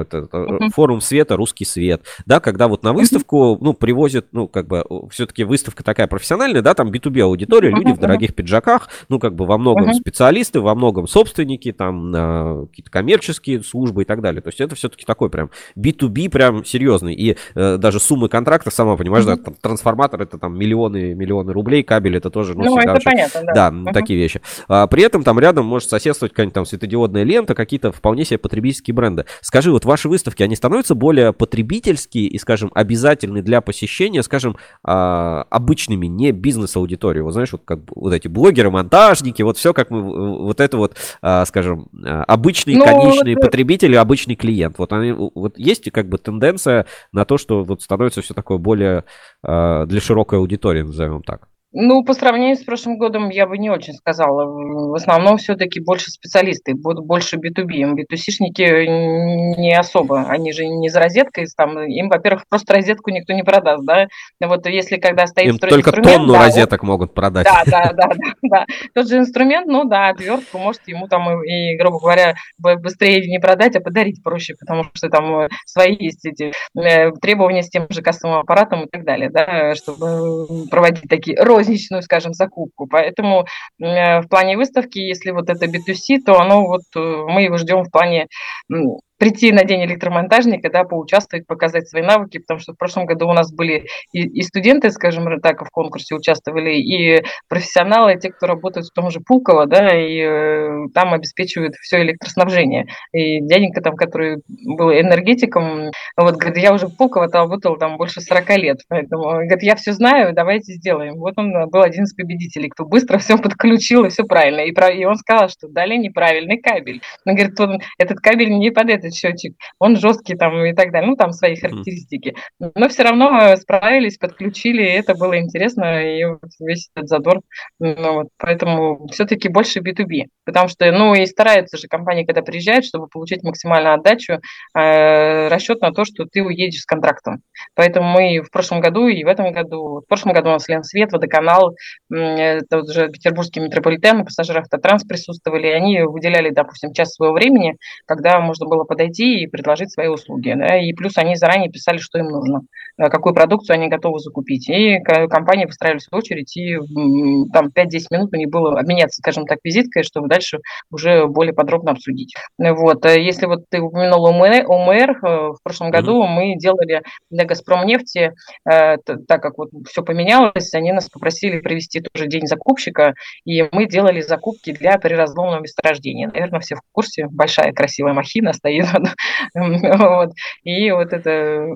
форум света, русский свет, да, когда вот на выставку, ну, привозят, ну, как бы, все-таки выставка такая профессиональная, да, там B2B аудитория, люди в дорогих пиджаках, ну, как бы во многом специалисты, во многом собственники, там какие-то коммерческие службы и так далее. То есть это все-таки такой прям B2B прям серьезный. И даже суммы контрактов, сама понимаешь, да, там, трансформатор это там миллионы рублей, кабель это тоже, ну, всегда это очень, понятно, да. Такие вещи. При этом там рядом может соседствовать какая-нибудь там светодиодная лента, какие-то вполне себе потребительские бренды. Скажи, вот ваши выставки, они становятся более потребительские и, скажем, обязательны для посещения, скажем, обычными, не бизнес-аудиторией? Вот знаешь, вот как вот эти блогеры, монтажники, вот все как мы, вот это вот, скажем, обычный конечный потребитель и обычный клиент. Вот, вот есть как бы тенденция на то, что вот становится все такое более для широкой аудитории, назовем так. Ну, по сравнению с прошлым годом, я бы не очень сказала. В основном все-таки больше специалисты, больше B2B. B2C-шники не особо. Они же не за розеткой. Там, им, во-первых, просто розетку никто не продаст. Да? Вот если когда стоит им только тонну розеток могут продать. Да. Тот же инструмент, ну да, отвертку, может, ему там и, грубо говоря, быстрее не продать, а подарить проще, потому что там свои есть эти требования с тем же кассовым аппаратом и так далее, да, чтобы проводить такие розничную, скажем, закупку. Поэтому в плане выставки, если вот это B2C, то оно вот мы его ждем в плане прийти на день электромонтажника, да, поучаствовать, показать свои навыки, потому что в прошлом году у нас были и студенты, скажем так, в конкурсе участвовали, и профессионалы, те, кто работает в том же Пулково, да, и там обеспечивают все электроснабжение. И дяденька там, который был энергетиком, вот, говорит, я уже в Пулково работал там больше 40 лет, поэтому, говорит, я все знаю, давайте сделаем. Вот он был один из победителей, кто быстро все подключил, и все правильно. И он сказал, что дали неправильный кабель. Он говорит, этот кабель не под этот счетчик, он жесткий там и так далее, ну там свои характеристики. Но все равно справились, подключили, и это было интересно, и вот весь этот задор. Ну, вот, поэтому все-таки больше B2B, потому что, ну и стараются же компании, когда приезжают, чтобы получить максимальную отдачу, расчет на то, что ты уедешь с контрактом. Поэтому мы в прошлом году и в этом году, в прошлом году у нас Ленсвет, Водоканал, это уже Петербургский метрополитен, Пассажироавтотранс присутствовали, и они выделяли, допустим, час своего времени, когда можно было подойти и предложить свои услуги. Да, и плюс они заранее писали, что им нужно, какую продукцию они готовы закупить. И компании выстраивались в очередь, и там 5-10 минут у них было обменяться, скажем так, визиткой, чтобы дальше уже более подробно обсудить. Вот. Если вот ты упомянул ОМР, в прошлом году мы делали для «Газпромнефти», так как вот все поменялось, они нас попросили провести тоже день закупщика, и мы делали закупки для приразломного месторождения. Наверное, все в курсе, большая красивая махина стоит. Вот. И вот это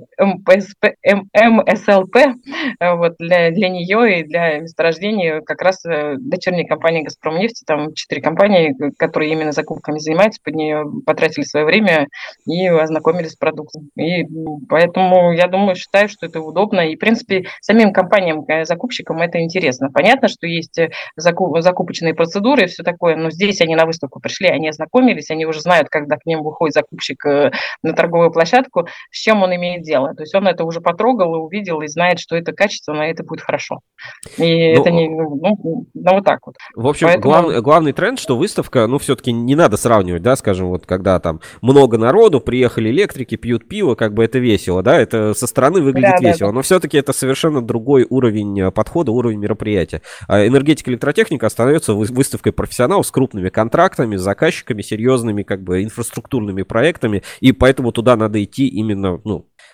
МСЛП, вот для нее и для месторождения как раз дочерней компании «Газпромнефти», там 4 компании, которые именно закупками занимаются, под нее потратили свое время и ознакомились с продукцией. И поэтому я думаю, считаю, что это удобно. И, в принципе, самим компаниям, закупщикам это интересно. Понятно, что есть закупочные процедуры и все такое, но здесь они на выставку пришли, они ознакомились, они уже знают, когда к ним выходит закупщик на торговую площадку, с чем он имеет дело. То есть он это уже потрогал и увидел, и знает, что это качественно, и это будет хорошо. И это не... вот так вот. В общем, поэтому... главный тренд, что выставка, ну, все-таки не надо сравнивать, да, скажем, вот когда там много народу, приехали электрики, пьют пиво, как бы это весело, да, это со стороны выглядит весело, но все-таки это совершенно другой уровень подхода, уровень мероприятия. А энергетика, электротехника остается выставкой профессионалов с крупными контрактами, с заказчиками, серьезными, как бы, инфраструктурными проектами, и поэтому туда надо идти именно, ну,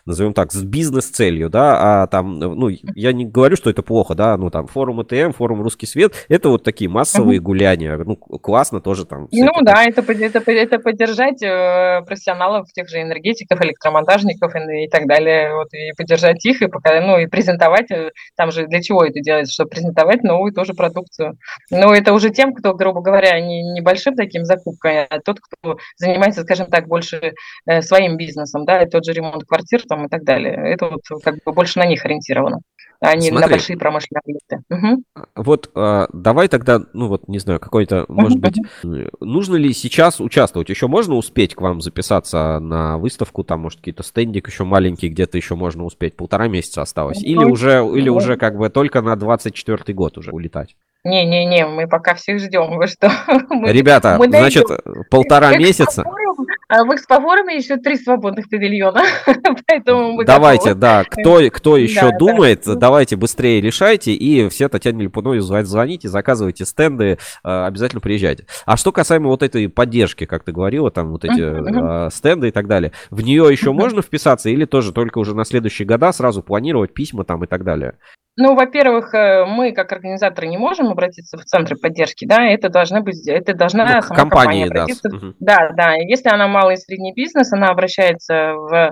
назовем так, с бизнес-целью, да, а там, ну, я не говорю, что это плохо, да, ну, там, форум ЭТМ, форум Русский Свет, это вот такие массовые гуляния, ну, классно тоже там. Ну да, это поддержать профессионалов, тех же энергетиков, электромонтажников и так далее, вот, и поддержать их, и пока, ну, и презентовать, там же для чего это делается, чтобы презентовать новую тоже продукцию. Но это уже тем, кто, грубо говоря, не небольшим таким закупкой, а тот, кто занимается, скажем так, больше своим бизнесом, да, и тот же ремонт квартир там и так далее. Это вот как бы больше на них ориентировано, а не на Смотри, большие промышленные объекты. Мгм. вот давай тогда, ну вот, не знаю, какой-то, может быть, нужно ли сейчас участвовать? Еще можно успеть к вам записаться на выставку? Там, может, какие-то стендик еще маленькие, где-то еще можно успеть? 1,5 месяца осталось? Или уже как бы только на 24-й год уже улетать? Не, мы пока всех ждем. Вы что? Ребята, Мы значит, найдем. 1,5 месяца. В экспофоруме еще 3 свободных павильона, поэтому мы Давайте, готовы. да, кто еще Да. думает, давайте быстрее решайте, и все Татьяне Липуновой звоните, заказывайте стенды, обязательно приезжайте. А что касаемо вот этой поддержки, как ты говорила, там вот эти стенды и так далее, в нее еще можно вписаться или тоже только уже на следующие года сразу планировать письма там и так далее? Ну, во-первых, мы как организаторы не можем обратиться в центры поддержки, да, это должна К сама компания компании, да. обратиться. Да, если она малый и средний бизнес, она обращается в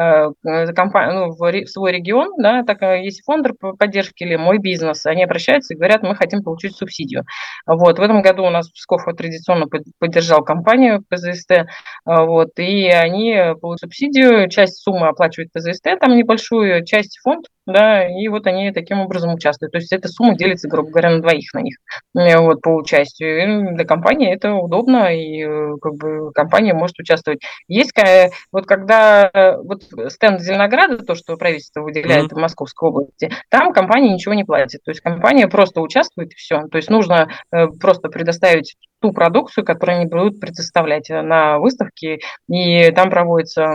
в свой регион, да, так есть фонд поддержки или мой бизнес, они обращаются и говорят, мы хотим получить субсидию. Вот, в этом году у нас Псков традиционно поддержал компанию ПЗСТ, вот, и они получают субсидию, часть суммы оплачивает ПЗСТ, там небольшую, часть фонд, да, и вот они таким образом участвуют. То есть эта сумма делится, грубо говоря, на двоих на них, вот, по участию. И для компании это удобно, и как бы компания может участвовать. Есть, вот когда вот стенд Зеленограда, то, что правительство выделяет в Московской области, там компания ничего не платит. То есть компания просто участвует и все. То есть нужно просто предоставить ту продукцию, которую они будут предоставлять на выставке, и там проводится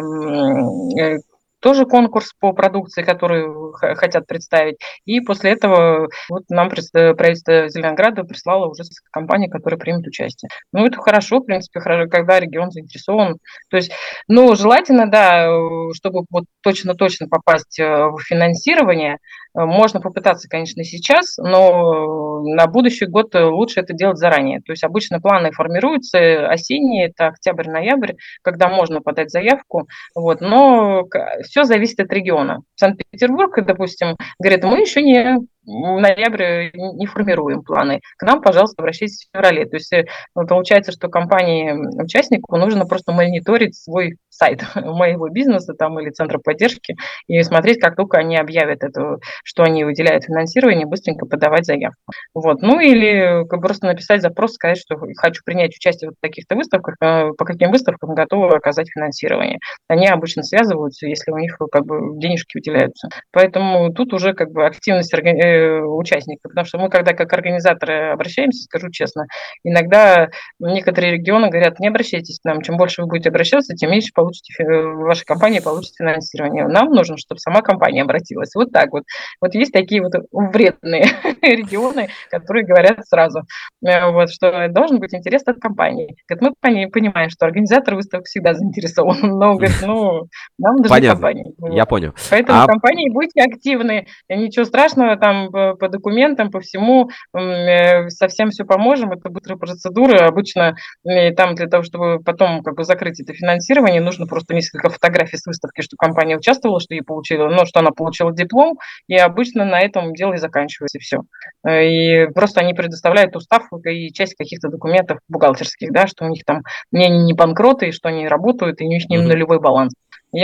тоже конкурс по продукции, которую хотят представить. И после этого вот нам правительство Зеленограда прислало уже компании, которые примут участие. Ну, это хорошо, в принципе, когда регион заинтересован. То есть, ну, желательно, да, чтобы вот точно-точно попасть в финансирование, можно попытаться, конечно, сейчас, но на будущий год лучше это делать заранее. То есть обычно планы формируются осенние, это октябрь-ноябрь, когда можно подать заявку, вот, но все зависит от региона. Санкт-Петербург, допустим, говорит, мы еще не в ноябре не формируем планы. К нам, пожалуйста, обращайтесь в феврале. То есть получается, что компании-участнику нужно просто мониторить свой сайт моего бизнеса там, или центра поддержки и смотреть, как только они объявят это, что они выделяют финансирование, быстренько подавать заявку. Вот. Ну или просто написать запрос, сказать, что хочу принять участие в таких-то выставках, по каким выставкам готовы оказать финансирование. Они обычно связываются, если у них как бы денежки выделяются. Поэтому тут уже как бы активность участников, потому что мы, когда как организаторы обращаемся, скажу честно, иногда некоторые регионы говорят, не обращайтесь к нам, чем больше вы будете обращаться, тем меньше ваша компания получит финансирование. Нам нужно, чтобы сама компания обратилась. Вот так вот. Вот есть такие вот вредные регионы, которые говорят сразу, вот, что должен быть интерес от компании. Говорят, мы понимаем, что организатор выставок всегда заинтересован, но, говорит, нам нужны компании. Вот. Я понял. Поэтому компании будьте активны, ничего страшного, там по документам, по всему, совсем все поможем, это быстрая процедура, обычно там для того, чтобы потом как бы закрыть это финансирование, нужно просто несколько фотографий с выставки, что компания участвовала, что ей получила, что она получила диплом, и обычно на этом дело и заканчивается, и все. И просто они предоставляют устав и часть каких-то документов бухгалтерских, да, что у них там не банкроты, и что они работают, и у них не нулевой баланс.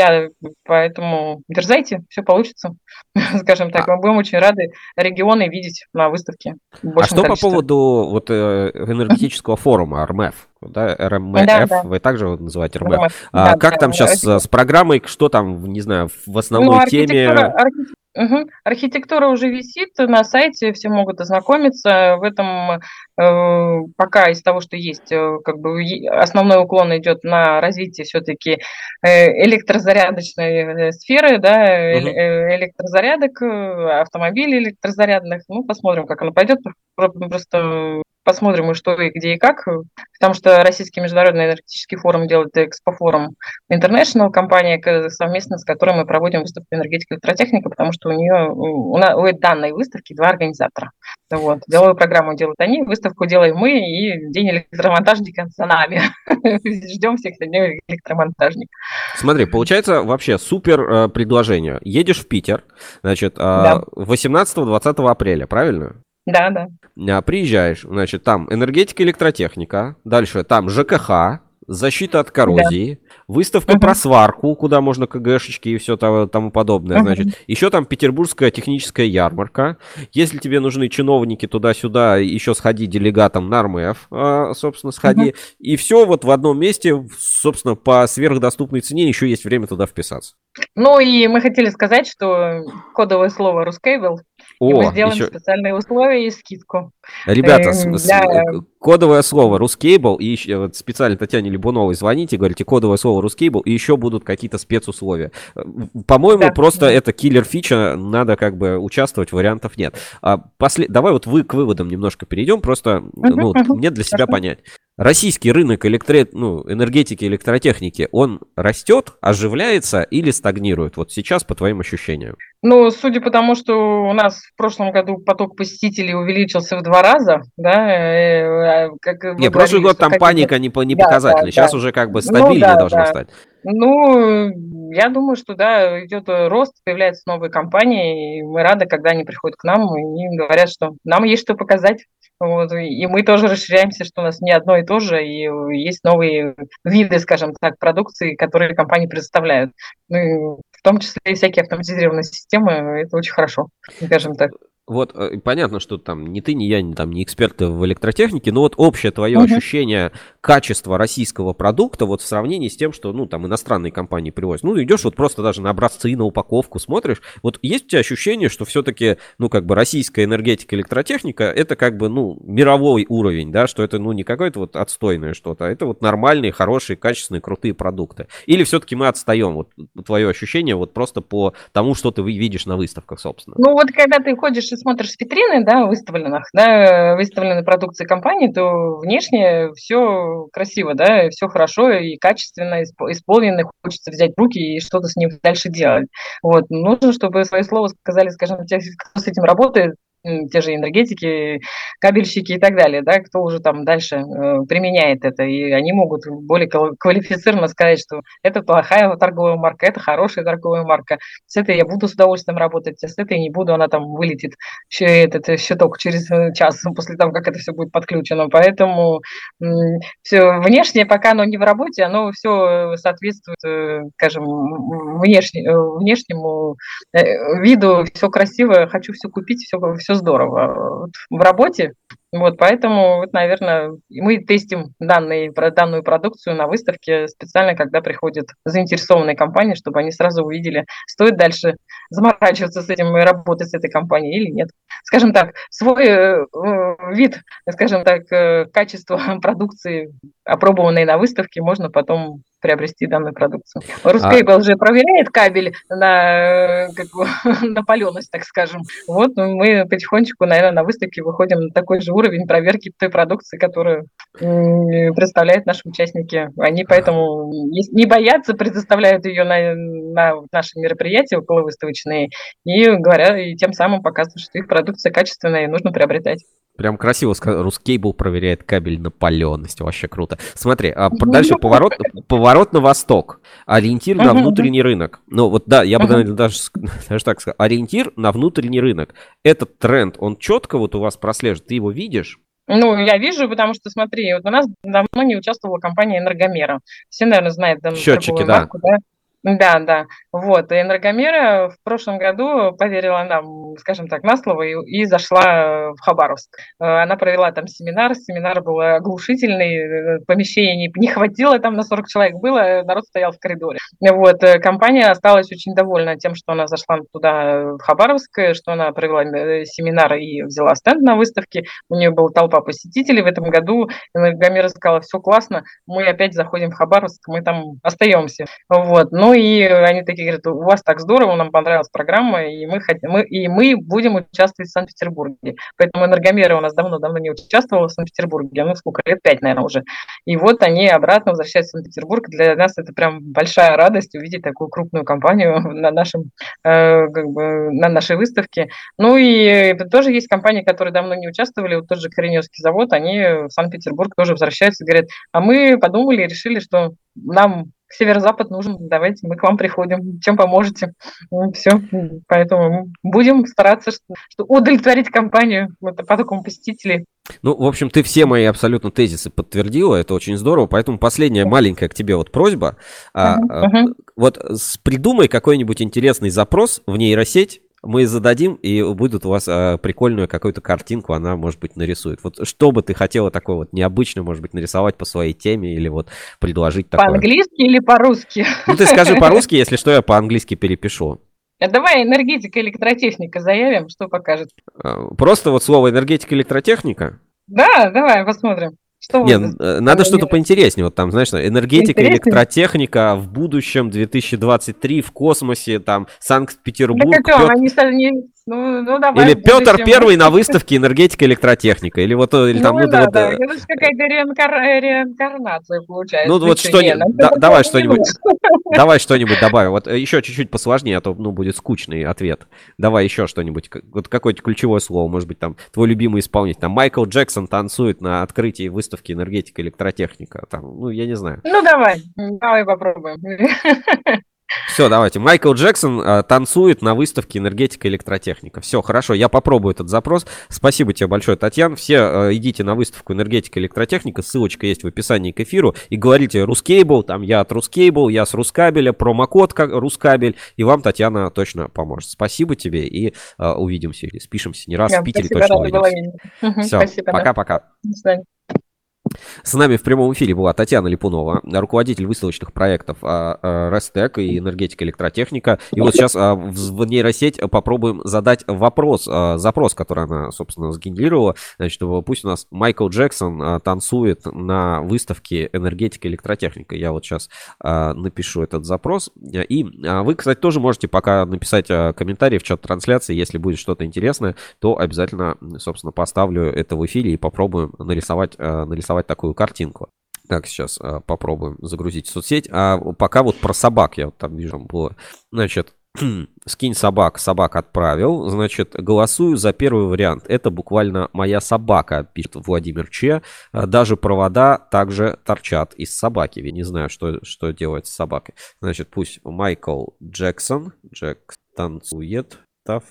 Поэтому дерзайте, все получится, скажем так. Мы будем очень рады регионы видеть на выставке. А что по поводу вот энергетического форума РМФ? Да, РМФ, да. Вы также его называете РМФ. Как там сейчас с программой, что там, не знаю, в основной теме? Архитектура уже висит на сайте, все могут ознакомиться. В этом пока из того, что есть, как бы основной уклон идет на развитие все-таки электрозарядочной сферы, да, электрозарядок, автомобилей электрозарядных. Ну, посмотрим, как оно пойдет. Просто посмотрим, и что, и где, и как, потому что Российский международный энергетический форум делает Экспофорум International, компания, совместно с которой мы проводим выставку «Энергетика и электротехника», потому что у данной выставки два организатора. Вот. Деловую программу делают они, выставку делаем мы, и День электромонтажника за нами. Ждем всех на день электромонтажника. Смотри, получается вообще супер предложение. Едешь в Питер, значит, Да. 18-20 апреля, правильно? Да, да. Приезжаешь, значит, там энергетика, электротехника, дальше там ЖКХ, защита от коррозии, выставка Мгм. про сварку, куда можно КГшечки и все тому подобное, Мгм. значит. Еще там Петербургская техническая ярмарка. Если тебе нужны чиновники туда-сюда, еще сходи делегатом на РМФ, собственно, сходи. И все вот в одном месте, собственно, по сверхдоступной цене еще есть время туда вписаться. Ну и мы хотели сказать, что кодовое слово «Рускейбл», и мы О, сделаем еще... специальные условия и скидку. Ребята, Для... кодовое слово «Рускейбл», и еще вот специально Татьяне Либуновой звоните, говорите кодовое слово «Рускейбл», и еще будут какие-то спецусловия. По-моему, Да. просто это киллер-фича, надо как бы участвовать, вариантов нет. Давай вот к выводам немножко перейдем, просто ну, мне для себя Хорошо. понять. Российский рынок энергетики, электротехники, он растет, оживляется или стагнирует? Вот сейчас, по твоим ощущениям. Ну, судя по тому, что у нас в прошлом году поток посетителей увеличился в 2 раза, да, как вы Не, прошлый говорили, год что там какие-то... паника не Да, показательная, сейчас да. уже как бы Ну стабильнее да, должно да. стать. Ну, я думаю, что да, идет рост, появляются новые компании, и мы рады, когда они приходят к нам и говорят, что нам есть что показать. Вот, и мы тоже расширяемся, что у нас не одно и то же, и есть новые виды, скажем так, продукции, которые компании предоставляют. Ну, и в том числе и всякие автоматизированные системы, это очень хорошо, скажем так. Вот понятно, что там ни ты, ни я, не эксперты в электротехнике, но вот общее твое Мгм. ощущение качества российского продукта вот в сравнении с тем, что, ну, там иностранные компании привозят. Ну, идешь вот просто даже на образцы, на упаковку смотришь. Вот есть у тебя ощущение, что все-таки, ну, как бы российская энергетика, электротехника, это как бы, ну, мировой уровень, да, что это, ну, не какое-то вот отстойное что-то, а это вот нормальные, хорошие, качественные, крутые продукты. Или все-таки мы отстаем? Вот твое ощущение вот просто по тому, что ты видишь на выставках, собственно. Ну вот когда ты ходишь и смотришь с витрины, да, выставленной продукции компании, то внешне все красиво, да, все хорошо и качественно исполнено, хочется взять в руки и что-то с ним дальше делать. Вот. Нужно, чтобы свое слово сказали, скажем, те, кто с этим работает, те же энергетики, кабельщики и так далее, да, кто уже там дальше применяет это, и они могут более квалифицированно сказать, что это плохая торговая марка, это хорошая торговая марка, с этой я буду с удовольствием работать, а с этой не буду, она там вылетит, этот счеток через час после того, как это все будет подключено. Поэтому все внешнее, пока оно не в работе, оно все соответствует, скажем, внешнему виду, все красиво, хочу все купить, все здорово. Вот в работе, вот, поэтому, вот, наверное, мы тестим данную продукцию на выставке специально, когда приходят заинтересованные компании, чтобы они сразу увидели, стоит дальше заморачиваться с этим и работать с этой компанией или нет. Скажем так, свой вид, скажем так, качество продукции, опробованной на выставке, можно потом приобрести данную продукцию. Рускейбл же проверяет кабель на, на паленость, так скажем. Вот мы потихонечку, наверное, на выставке выходим на такой же уровень проверки той продукции, которую представляют наши участники. Они поэтому не боятся, предоставляют ее на наши мероприятия околовыставочные и говорят, и тем самым показывают, что их продукция качественная и нужно приобретать. Прям красиво сказал. Рускейбл проверяет кабель на паленость. Вообще круто. Смотри, дальше поворот на восток. Ориентир на внутренний рынок. Ну вот да, я бы даже так сказал. Ориентир на внутренний рынок. Этот тренд, он четко вот у вас прослеживает. Ты его видишь? Ну, я вижу, потому что, смотри, вот у нас давно не участвовала компания «Энергомера». Все, наверное, знают данную Счетчики, торговую марку, да? Да, да. Вот. И «Энергомера» в прошлом году поверила нам, скажем так, на слово и зашла в Хабаровск. Она провела там семинар. Семинар был оглушительный. Помещений не хватило, там на 40 человек было, народ стоял в коридоре. Вот. Компания осталась очень довольна тем, что она зашла туда, в Хабаровск, что она провела семинар и взяла стенд на выставке. У нее была толпа посетителей. В этом году «Энергомера» сказала, все классно, мы опять заходим в Хабаровск, мы там остаемся. Вот. Ну, Ну и они такие говорят, у вас так здорово, нам понравилась программа, и мы будем участвовать в Санкт-Петербурге. Поэтому Энергомера у нас давно-давно не участвовала в Санкт-Петербурге, ну сколько, лет 5, наверное, уже. И вот они обратно возвращаются в Санкт-Петербург. Для нас это прям большая радость увидеть такую крупную компанию на нашей выставке. Ну и тоже есть компании, которые давно не участвовали, вот тот же Кореневский завод, они в Санкт-Петербург тоже возвращаются и говорят, а мы подумали и решили, что нам северо-запад нужен, давайте мы к вам приходим, чем поможете. Все, поэтому будем стараться удовлетворить компанию, потоком посетителей. Ну, в общем, ты все мои абсолютно тезисы подтвердила, это очень здорово, поэтому последняя маленькая к тебе вот просьба. Вот придумай какой-нибудь интересный запрос в нейросеть, мы зададим, и будет у вас прикольную какую-то картинку, она, может быть, нарисует. Вот что бы ты хотела такое вот необычное, может быть, нарисовать по своей теме или вот предложить такое? По-английски или по-русски? Ну, ты скажи по-русски, если что, я по-английски перепишу. Давай энергетика, электротехника заявим, что покажет. Просто вот слово энергетика, электротехника? Да, давай посмотрим. Нет, надо что-то поинтереснее. Вот там, знаешь, энергетика, электротехника в будущем, 2023, в космосе, там, Санкт-Петербург. Давай, или Петр Первый на выставке энергетика, электротехника. Или вот, или там, это же какая-то реинкарнация получается. Ну, вот что-нибудь, давай что-нибудь. Давай что-нибудь добавим. Вот еще чуть-чуть посложнее, а то, будет скучный ответ. Давай еще что-нибудь. Вот какое-то ключевое слово, может быть, там, твой любимый исполнитель. Там, Майкл Джексон танцует на открытии выставки энергетика, электротехника. Там, я не знаю. Ну, давай попробуем. Все, давайте. Майкл Джексон танцует на выставке энергетика, электротехника. Все, хорошо, я попробую этот запрос. Спасибо тебе большое, Татьяна. Все идите на выставку энергетика, электротехника. Ссылочка есть в описании к эфиру. И говорите Рускейбл, там я от Рускейбл, я с Рускабеля, промокод как Рускабель. И вам Татьяна точно поможет. Спасибо тебе и увидимся или спишемся не раз. В Питере точно увидимся. Все, пока-пока. До свидания. С нами в прямом эфире была Татьяна Липунова, руководитель выставочных проектов Рестек и энергетика, электротехника. И вот сейчас в нейросеть попробуем задать запрос, который она, собственно, сгенерировала. Значит, пусть у нас Майкл Джексон танцует на выставке энергетика, электротехника. Я вот сейчас напишу этот запрос. И вы, кстати, тоже можете пока написать комментарий в чат трансляции. Если будет что-то интересное, то обязательно, собственно, поставлю это в эфире и попробуем нарисовать такую картинку. Так, сейчас попробуем загрузить в соцсеть. А пока вот про собак я вот там вижу было. Значит, скинь собак отправил. Значит, голосую за первый вариант. Это буквально моя собака, пишет Владимир Че. Даже провода также торчат из собаки. Я не знаю, что делать с собакой. Значит, пусть Майкл Джексон танцует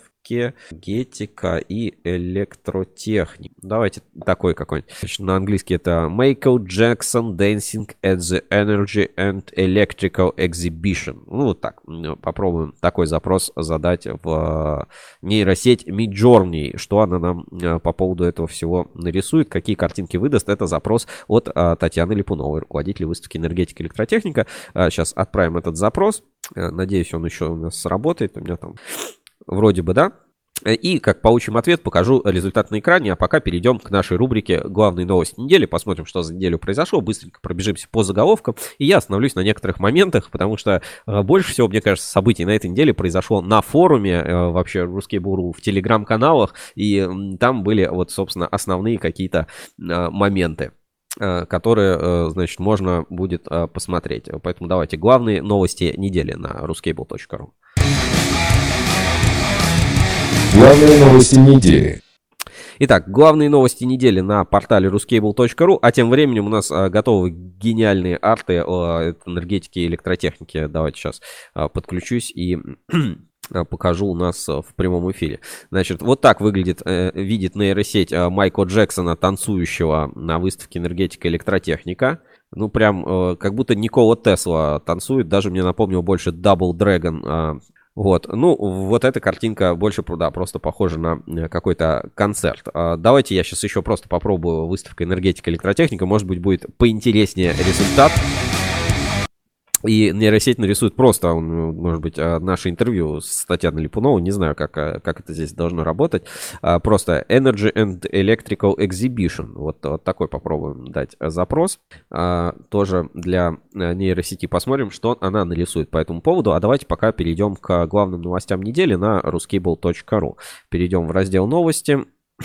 энергетика и электротехника. Давайте такой какой-нибудь. Значит, на английский это Michael Jackson Dancing at the Energy and Electrical Exhibition. Ну, вот так. Попробуем такой запрос задать в нейросеть Midjourney. Что она нам по поводу этого всего нарисует, какие картинки выдаст. Это запрос от Татьяны Липуновой, руководителя выставки энергетика и электротехника. Сейчас отправим этот запрос. Надеюсь, он еще у нас сработает. У меня там вроде бы, да. И как получим ответ, покажу результат на экране. А пока перейдем к нашей рубрике «Главные новости недели». Посмотрим, что за неделю произошло. Быстренько пробежимся по заголовкам. И я остановлюсь на некоторых моментах, потому что больше всего, мне кажется, событий на этой неделе произошло на форуме, вообще Ruskable.ru, в телеграм-каналах. И там были вот, собственно, основные какие-то моменты, которые, значит, можно будет посмотреть. Поэтому давайте главные новости недели на ruskable.ru. Главные новости недели. Итак, главные новости недели на портале ruskable.ru. А тем временем у нас готовы гениальные арты о энергетике и электротехнике. Давайте сейчас подключусь и покажу у нас в прямом эфире. Значит, вот так видит нейросеть Майкла Джексона, танцующего на выставке энергетика и электротехника. Ну, прям как будто Никола Тесла танцует. Даже мне напомнил больше Double Dragon. Вот, ну, вот эта картинка больше, да, просто похожа на какой-то концерт. Давайте я сейчас еще просто попробую выставка энергетика, электротехника. Может быть, будет поинтереснее результат. И нейросеть нарисует просто, может быть, наше интервью с Татьяной Липуновой, не знаю, как это здесь должно работать, просто Energy and Electrical Exhibition, вот такой попробуем дать запрос, тоже для нейросети, посмотрим, что она нарисует по этому поводу, а давайте пока перейдем к главным новостям недели на ruscable.ru, перейдем в раздел новости.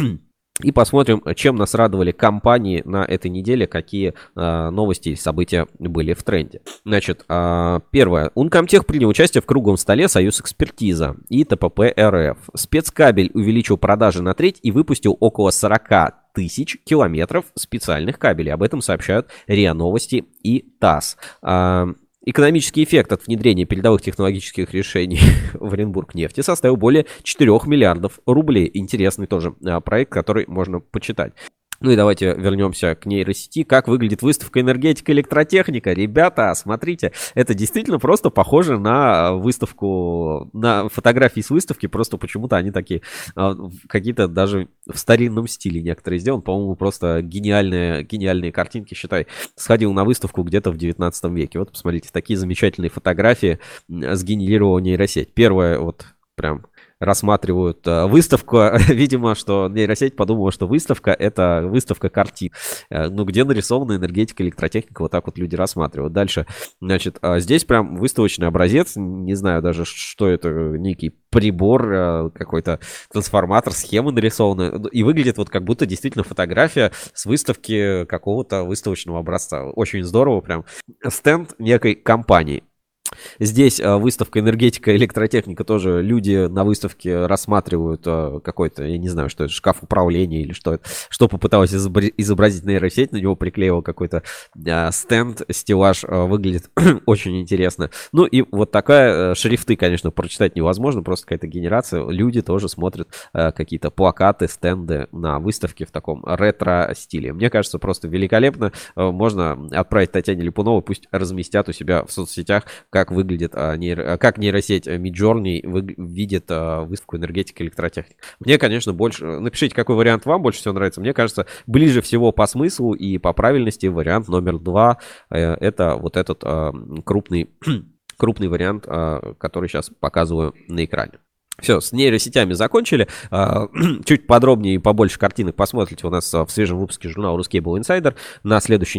И посмотрим, чем нас радовали компании на этой неделе, какие новости и события были в тренде. Значит, первое. Uncomtech принял участие в круглом столе «Союз экспертиза» и ТПП РФ. Спецкабель увеличил продажи на треть и выпустил около 40 тысяч километров специальных кабелей. Об этом сообщают РИА Новости и ТАСС. Экономический эффект от внедрения передовых технологических решений в Оренбург-нефти составил более 4 миллиардов рублей. Интересный тоже проект, который можно почитать. Ну и давайте вернемся к нейросети. Как выглядит выставка «Энергетика, электротехника». Ребята, смотрите, это действительно просто похоже на выставку, на фотографии с выставки. Просто почему-то они такие, какие-то даже в старинном стиле некоторые сделаны. По-моему, просто гениальные картинки, считай. Сходил на выставку где-то в 19 веке. Вот посмотрите, такие замечательные фотографии сгенерировала нейросеть. Первая вот прям... рассматривают выставку. Видимо, что нейросеть подумала, что выставка — это выставка картин. Ну, где нарисована энергетика, электротехника, вот так вот люди рассматривают. Дальше, значит, здесь прям выставочный образец. Не знаю даже, что это, некий прибор, какой-то трансформатор, схема нарисована. И выглядит вот как будто действительно фотография с выставки какого-то выставочного образца. Очень здорово прям. Стенд некой компании. Здесь выставка «Энергетика, электротехника», тоже люди на выставке рассматривают какой-то, я не знаю, что это, шкаф управления или что это, что попыталась изобразить нейросеть, на него приклеивал какой-то стенд, стеллаж, выглядит очень интересно. Ну и вот такая, шрифты, конечно, прочитать невозможно, просто какая-то генерация, люди тоже смотрят какие-то плакаты, стенды на выставке в таком ретро-стиле. Мне кажется, просто великолепно, можно отправить Татьяне Липуновой, пусть разместят у себя в соцсетях, как выглядит как нейросеть Midjourney видит выставку «Энергетика, электротехника». Мне, конечно, больше... Напишите, какой вариант вам больше всего нравится. Мне кажется, ближе всего по смыслу и по правильности вариант номер 2. Это вот этот крупный вариант, который сейчас показываю на экране. Все, с нейросетями закончили. Чуть подробнее и побольше картинок посмотрите у нас в свежем выпуске журнала Ruscable Insider на следующей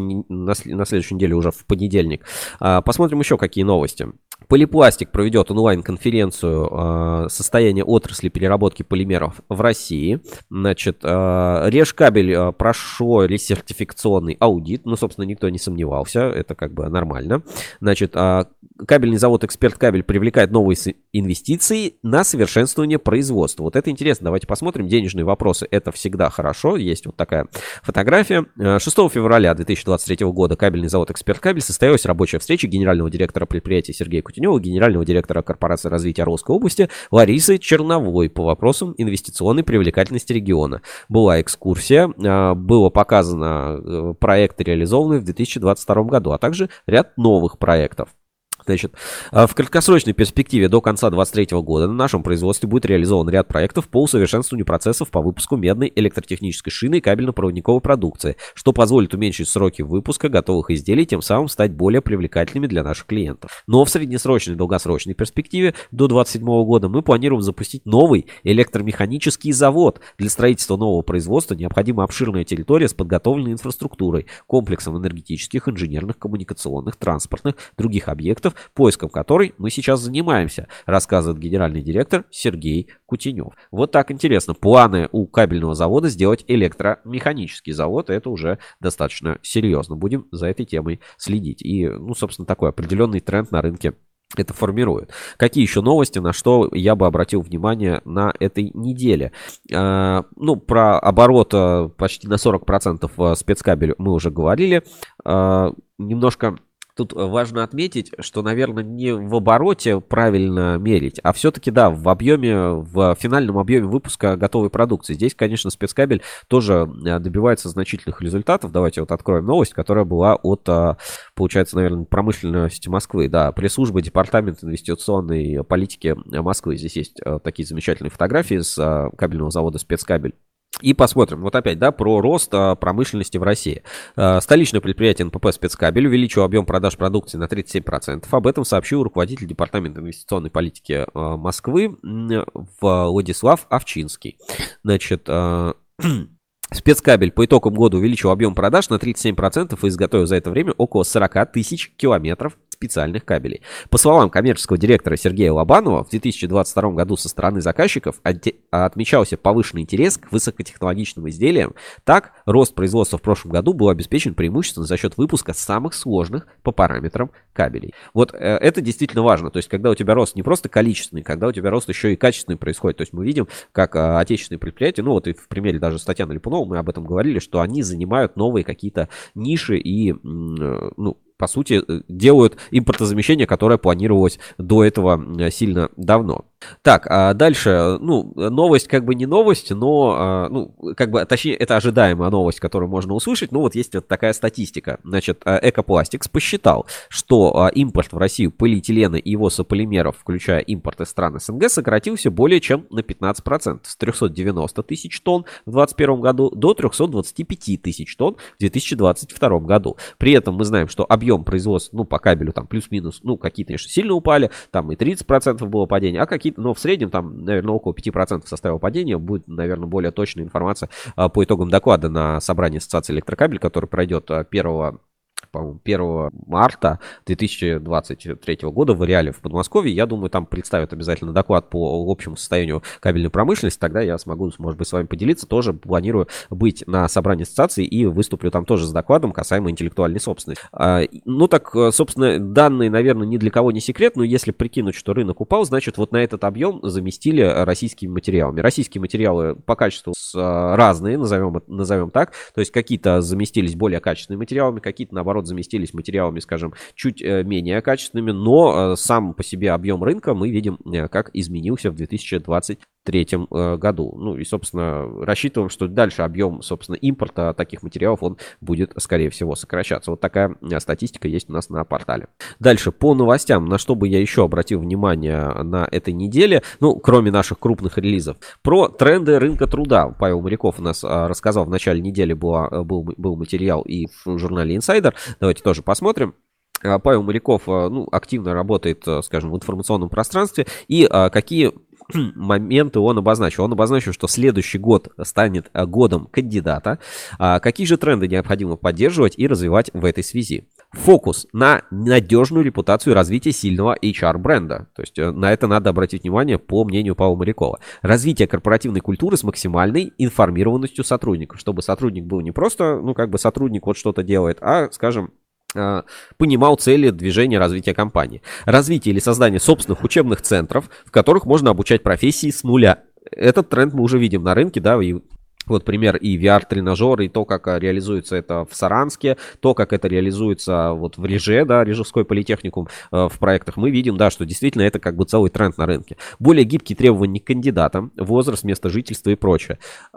неделе, уже в понедельник. Посмотрим еще какие новости. Полипластик проведет онлайн-конференцию «Состояние отрасли переработки полимеров в России». Значит, Режкабель прошло ресертификационный аудит. Ну, собственно, никто не сомневался. Это как бы нормально. Значит, кабельный завод «Эксперт Кабель» привлекает новые инвестиции на совершенствование производства. Вот это интересно. Давайте посмотрим. Денежные вопросы — это всегда хорошо. Есть вот такая фотография. 6 февраля 2023 года кабельный завод «Эксперт Кабель» состоялась рабочая встреча генерального директора предприятия Сергея Кутенева, генерального директора корпорации развития Орловской области Ларисы Черновой по вопросам инвестиционной привлекательности региона. Была экскурсия, было показано проекты, реализованные в 2022 году, а также ряд новых проектов. Значит, в краткосрочной перспективе до конца 2023 года на нашем производстве будет реализован ряд проектов по усовершенствованию процессов по выпуску медной электротехнической шины и кабельно-проводниковой продукции, что позволит уменьшить сроки выпуска готовых изделий, тем самым стать более привлекательными для наших клиентов. Но в среднесрочной и долгосрочной перспективе до 2027 года мы планируем запустить новый электромеханический завод. Для строительства нового производства необходима обширная территория с подготовленной инфраструктурой, комплексом энергетических, инженерных, коммуникационных, транспортных, других объектов, поиском которой мы сейчас занимаемся, рассказывает генеральный директор Сергей Кутенев. Вот так интересно. Планы у кабельного завода сделать электромеханический завод. Это уже достаточно серьезно. Будем за этой темой следить. И, ну, собственно, такой определенный тренд на рынке это формирует. Какие еще новости, на что я бы обратил внимание на этой неделе? Ну, про оборот почти на 40% спецкабель мы уже говорили. Немножко... Тут важно отметить, что, наверное, не в обороте правильно мерить, а все-таки, да, в объеме, в финальном объеме выпуска готовой продукции. Здесь, конечно, спецкабель тоже добивается значительных результатов. Давайте вот откроем новость, которая была от, получается, наверное, промышленности Москвы. Да, пресс-служба Департамента инвестиционной политики Москвы. Здесь есть такие замечательные фотографии с кабельного завода «Спецкабель». И посмотрим, вот опять, да, про рост промышленности в России. Столичное предприятие НПП «Спецкабель» увеличило объем продаж продукции на 37%. Об этом сообщил руководитель Департамента инвестиционной политики Москвы Владислав Овчинский. Значит, Спецкабель по итогам года увеличил объем продаж на 37% и изготовил за это время около 40 тысяч километров специальных кабелей. По словам коммерческого директора Сергея Лобанова, в 2022 году со стороны заказчиков отмечался повышенный интерес к высокотехнологичным изделиям. Так, рост производства в прошлом году был обеспечен преимущественно за счет выпуска самых сложных по параметрам кабелей. Вот это действительно важно. То есть, когда у тебя рост не просто количественный, когда у тебя рост еще и качественный происходит. То есть, мы видим, как отечественные предприятия, ну вот и в примере даже с Татьяной Липуновой мы об этом говорили, что они занимают новые какие-то ниши и, ну, по сути, делают импортозамещение, которое планировалось до этого сильно давно. Так, а дальше, ну, новость как бы не новость, но, ну, как бы, точнее, это ожидаемая новость, которую можно услышать. Ну, вот есть вот такая статистика. Значит, Экопластикс посчитал, что импорт в Россию полиэтилена и его сополимеров, включая импорт из стран СНГ, сократился более чем на 15%. С 390 тысяч тонн в 2021 году до 325 тысяч тонн в 2022 году. При этом мы знаем, что объем производства, ну, по кабелю там плюс-минус, ну, какие-то, конечно, сильно упали, там и 30% было падение, а какие-то, но в среднем там, наверное, около 5% составило падение. Будет, наверное, более точная информация по итогам доклада на собрании Ассоциации Электрокабель, который пройдет 1 марта 2023 года в Реале в Подмосковье. Я думаю, там представят обязательно доклад по общему состоянию кабельной промышленности. Тогда я смогу, может быть, с вами поделиться. Тоже планирую быть на собрании ассоциации и выступлю там тоже с докладом касаемо интеллектуальной собственности. Ну так, собственно, данные, наверное, ни для кого не секрет, но если прикинуть, что рынок упал, значит, вот на этот объем заместили российскими материалами. Российские материалы по качеству разные, назовем так. То есть какие-то заместились более качественными материалами, какие-то, наоборот, заместились материалами, скажем, чуть менее качественными, но сам по себе объем рынка мы видим, как изменился в 2023 году. Ну и, собственно, рассчитываем, что дальше объем, собственно, импорта таких материалов, он будет, скорее всего, сокращаться. Вот такая статистика есть у нас на портале. Дальше, по новостям, на что бы я еще обратил внимание на этой неделе, ну, кроме наших крупных релизов, про тренды рынка труда. Павел Моряков у нас рассказал, в начале недели был материал и в журнале Insider. Давайте тоже посмотрим. Павел Моряков, ну, активно работает, скажем, в информационном пространстве. И какие моменты он обозначил? Он обозначил, что следующий год станет годом кандидата. Какие же тренды необходимо поддерживать и развивать в этой связи? Фокус на надежную репутацию и развитие сильного HR-бренда. То есть на это надо обратить внимание по мнению Павла Морякова. Развитие корпоративной культуры с максимальной информированностью сотрудников. Чтобы сотрудник был не просто, ну, как бы сотрудник вот что-то делает, а, скажем, понимал цели движения развития компании. Развитие или создание собственных учебных центров, в которых можно обучать профессии с нуля. Этот тренд мы уже видим на рынке, да, и вот пример и VR-тренажеры, и то, как реализуется это в Саранске, то, как это реализуется вот в Реже, да, Рижевской политехникум в проектах, мы видим, да, что действительно это как бы целый тренд на рынке. Более гибкие требования к кандидатам, возраст, место жительства и прочее.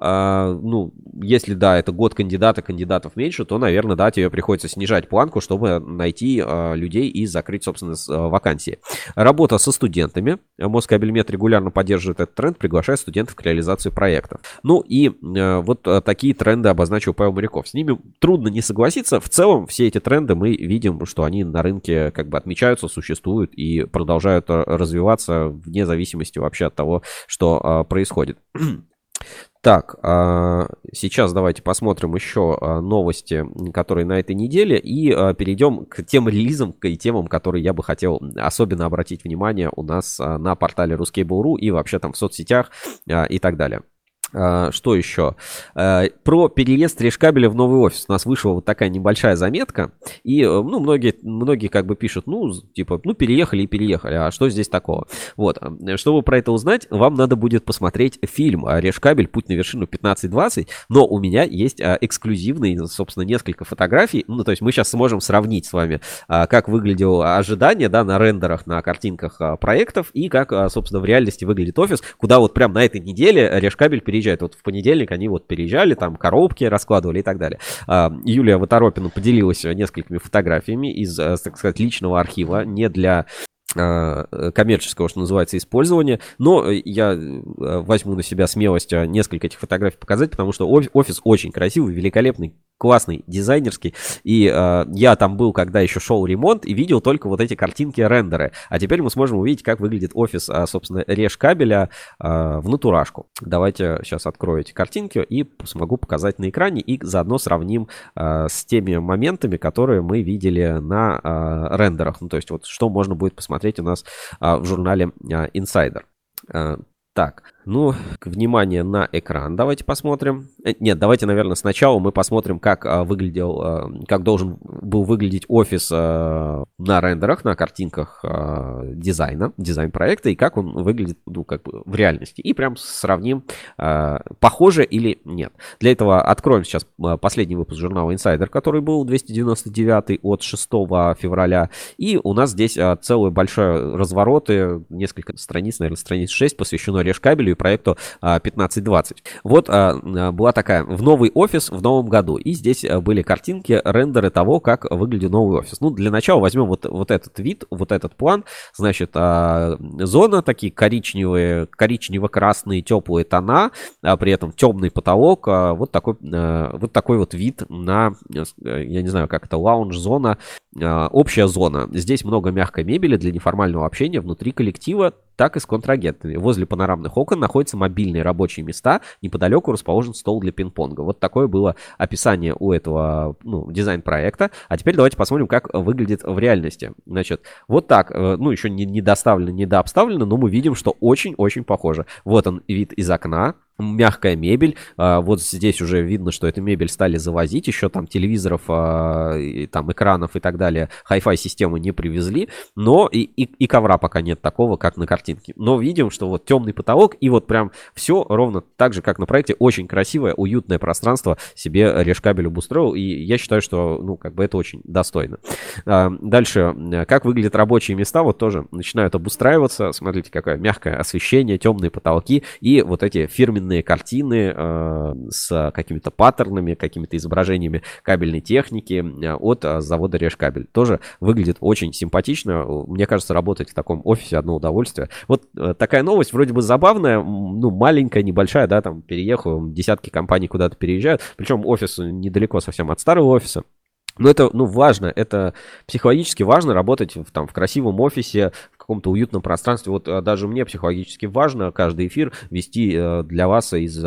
Ну, если, да, это год кандидата, кандидатов меньше, то, наверное, да, тебе приходится снижать планку, чтобы найти людей и закрыть, собственно, вакансии. Работа со студентами. Москабельмет регулярно поддерживает этот тренд, приглашая студентов к реализации проектов. Ну и вот такие тренды обозначил Павел Моряков. С ними трудно не согласиться. В целом все эти тренды мы видим, что они на рынке как бы отмечаются, существуют и продолжают развиваться вне зависимости вообще от того, что происходит. Так, сейчас давайте посмотрим еще новости, которые на этой неделе, и перейдем к тем релизам и темам, которые я бы хотел особенно обратить внимание у нас на портале Ruskable.ru и вообще там в соцсетях и так далее. Что еще? Про переезд Решкабеля в новый офис. У нас вышла вот такая небольшая заметка. И, ну, многие как бы пишут, ну, типа, ну, переехали и переехали. А что здесь такого? Вот. Чтобы про это узнать, вам надо будет посмотреть фильм Решкабель. Путь на вершину 15-20. Но у меня есть эксклюзивные, собственно, несколько фотографий. Ну, то есть мы сейчас сможем сравнить с вами, как выглядело ожидание, да, на рендерах, на картинках проектов. И как, собственно, в реальности выглядит офис, куда вот прям на этой неделе Решкабель переезжает. Вот в понедельник они вот переезжали, там коробки раскладывали и так далее. Юлия Воторопина поделилась несколькими фотографиями из, так сказать, личного архива, не для коммерческого, что называется, использования. Но я возьму на себя смелость несколько этих фотографий показать, потому что офис очень красивый, великолепный, классный, дизайнерский. И я там был, когда еще шел ремонт, и видел только вот эти картинки-рендеры. А теперь мы сможем увидеть, как выглядит офис, собственно, Решкабеля в натурашку. Давайте сейчас открою эти картинки и смогу показать на экране, и заодно сравним с теми моментами, которые мы видели на рендерах. Ну, то есть вот что можно будет посмотреть у нас в журнале Insider. Так, ну, внимание на экран давайте посмотрим. Нет, давайте, наверное, сначала мы посмотрим, как как должен был выглядеть офис на рендерах, на картинках дизайн-проекта, и как он выглядит, ну, как бы в реальности. И прям сравним, похоже или нет. Для этого откроем сейчас последний выпуск журнала Insider, который был 299 от 6 февраля. И у нас здесь целый большой разворот, несколько страниц, наверное, страниц 6, посвящено Решкабелю и проекту 1520. Вот была такая: в новый офис в новом году. И здесь были картинки, рендеры того, как выглядит новый офис. Ну, для начала возьмем вот этот вид, вот этот план. Значит, зона, такие коричнево-красные теплые тона, при этом темный потолок. Вот такой вот вид на, я не знаю, как это, лаунж-зона, общая зона. Здесь много мягкой мебели для неформального общения внутри коллектива, так и с контрагентами. Возле панорамных окон находятся мобильные рабочие места, неподалеку расположен стол для пинг-понга. Вот такое было описание у этого, ну, дизайн-проекта. А теперь давайте посмотрим, как выглядит в реальности. Значит, вот так, ну, еще не доставлено, не дообставлено, но мы видим, что очень-очень похоже. Вот он, вид из окна. Мягкая мебель. Вот здесь уже видно, что эту мебель стали завозить. Еще там телевизоров, там экранов и так далее, Hi-Fi системы не привезли. Но и ковра пока нет такого, как на картинке. Но видим, что вот темный потолок, и вот прям все ровно так же, как на проекте. Очень красивое, уютное пространство себе Решкабель обустроил. И я считаю, что, ну, как бы это очень достойно. Дальше, как выглядят рабочие места, вот тоже начинают обустраиваться. Смотрите, какое мягкое освещение, темные потолки и вот эти фирменные картины с какими-то паттернами, какими-то изображениями кабельной техники от завода Решкабель. Тоже выглядит очень симпатично. Мне кажется, работать в таком офисе одно удовольствие. Вот такая новость, вроде бы забавная, ну, маленькая, небольшая, да, там переехал, десятки компаний куда-то переезжают, причем офис недалеко совсем от старого офиса. Но это, ну, важно, это психологически важно работать в красивом офисе, в каком-то уютном пространстве. Вот даже мне психологически важно каждый эфир вести для вас из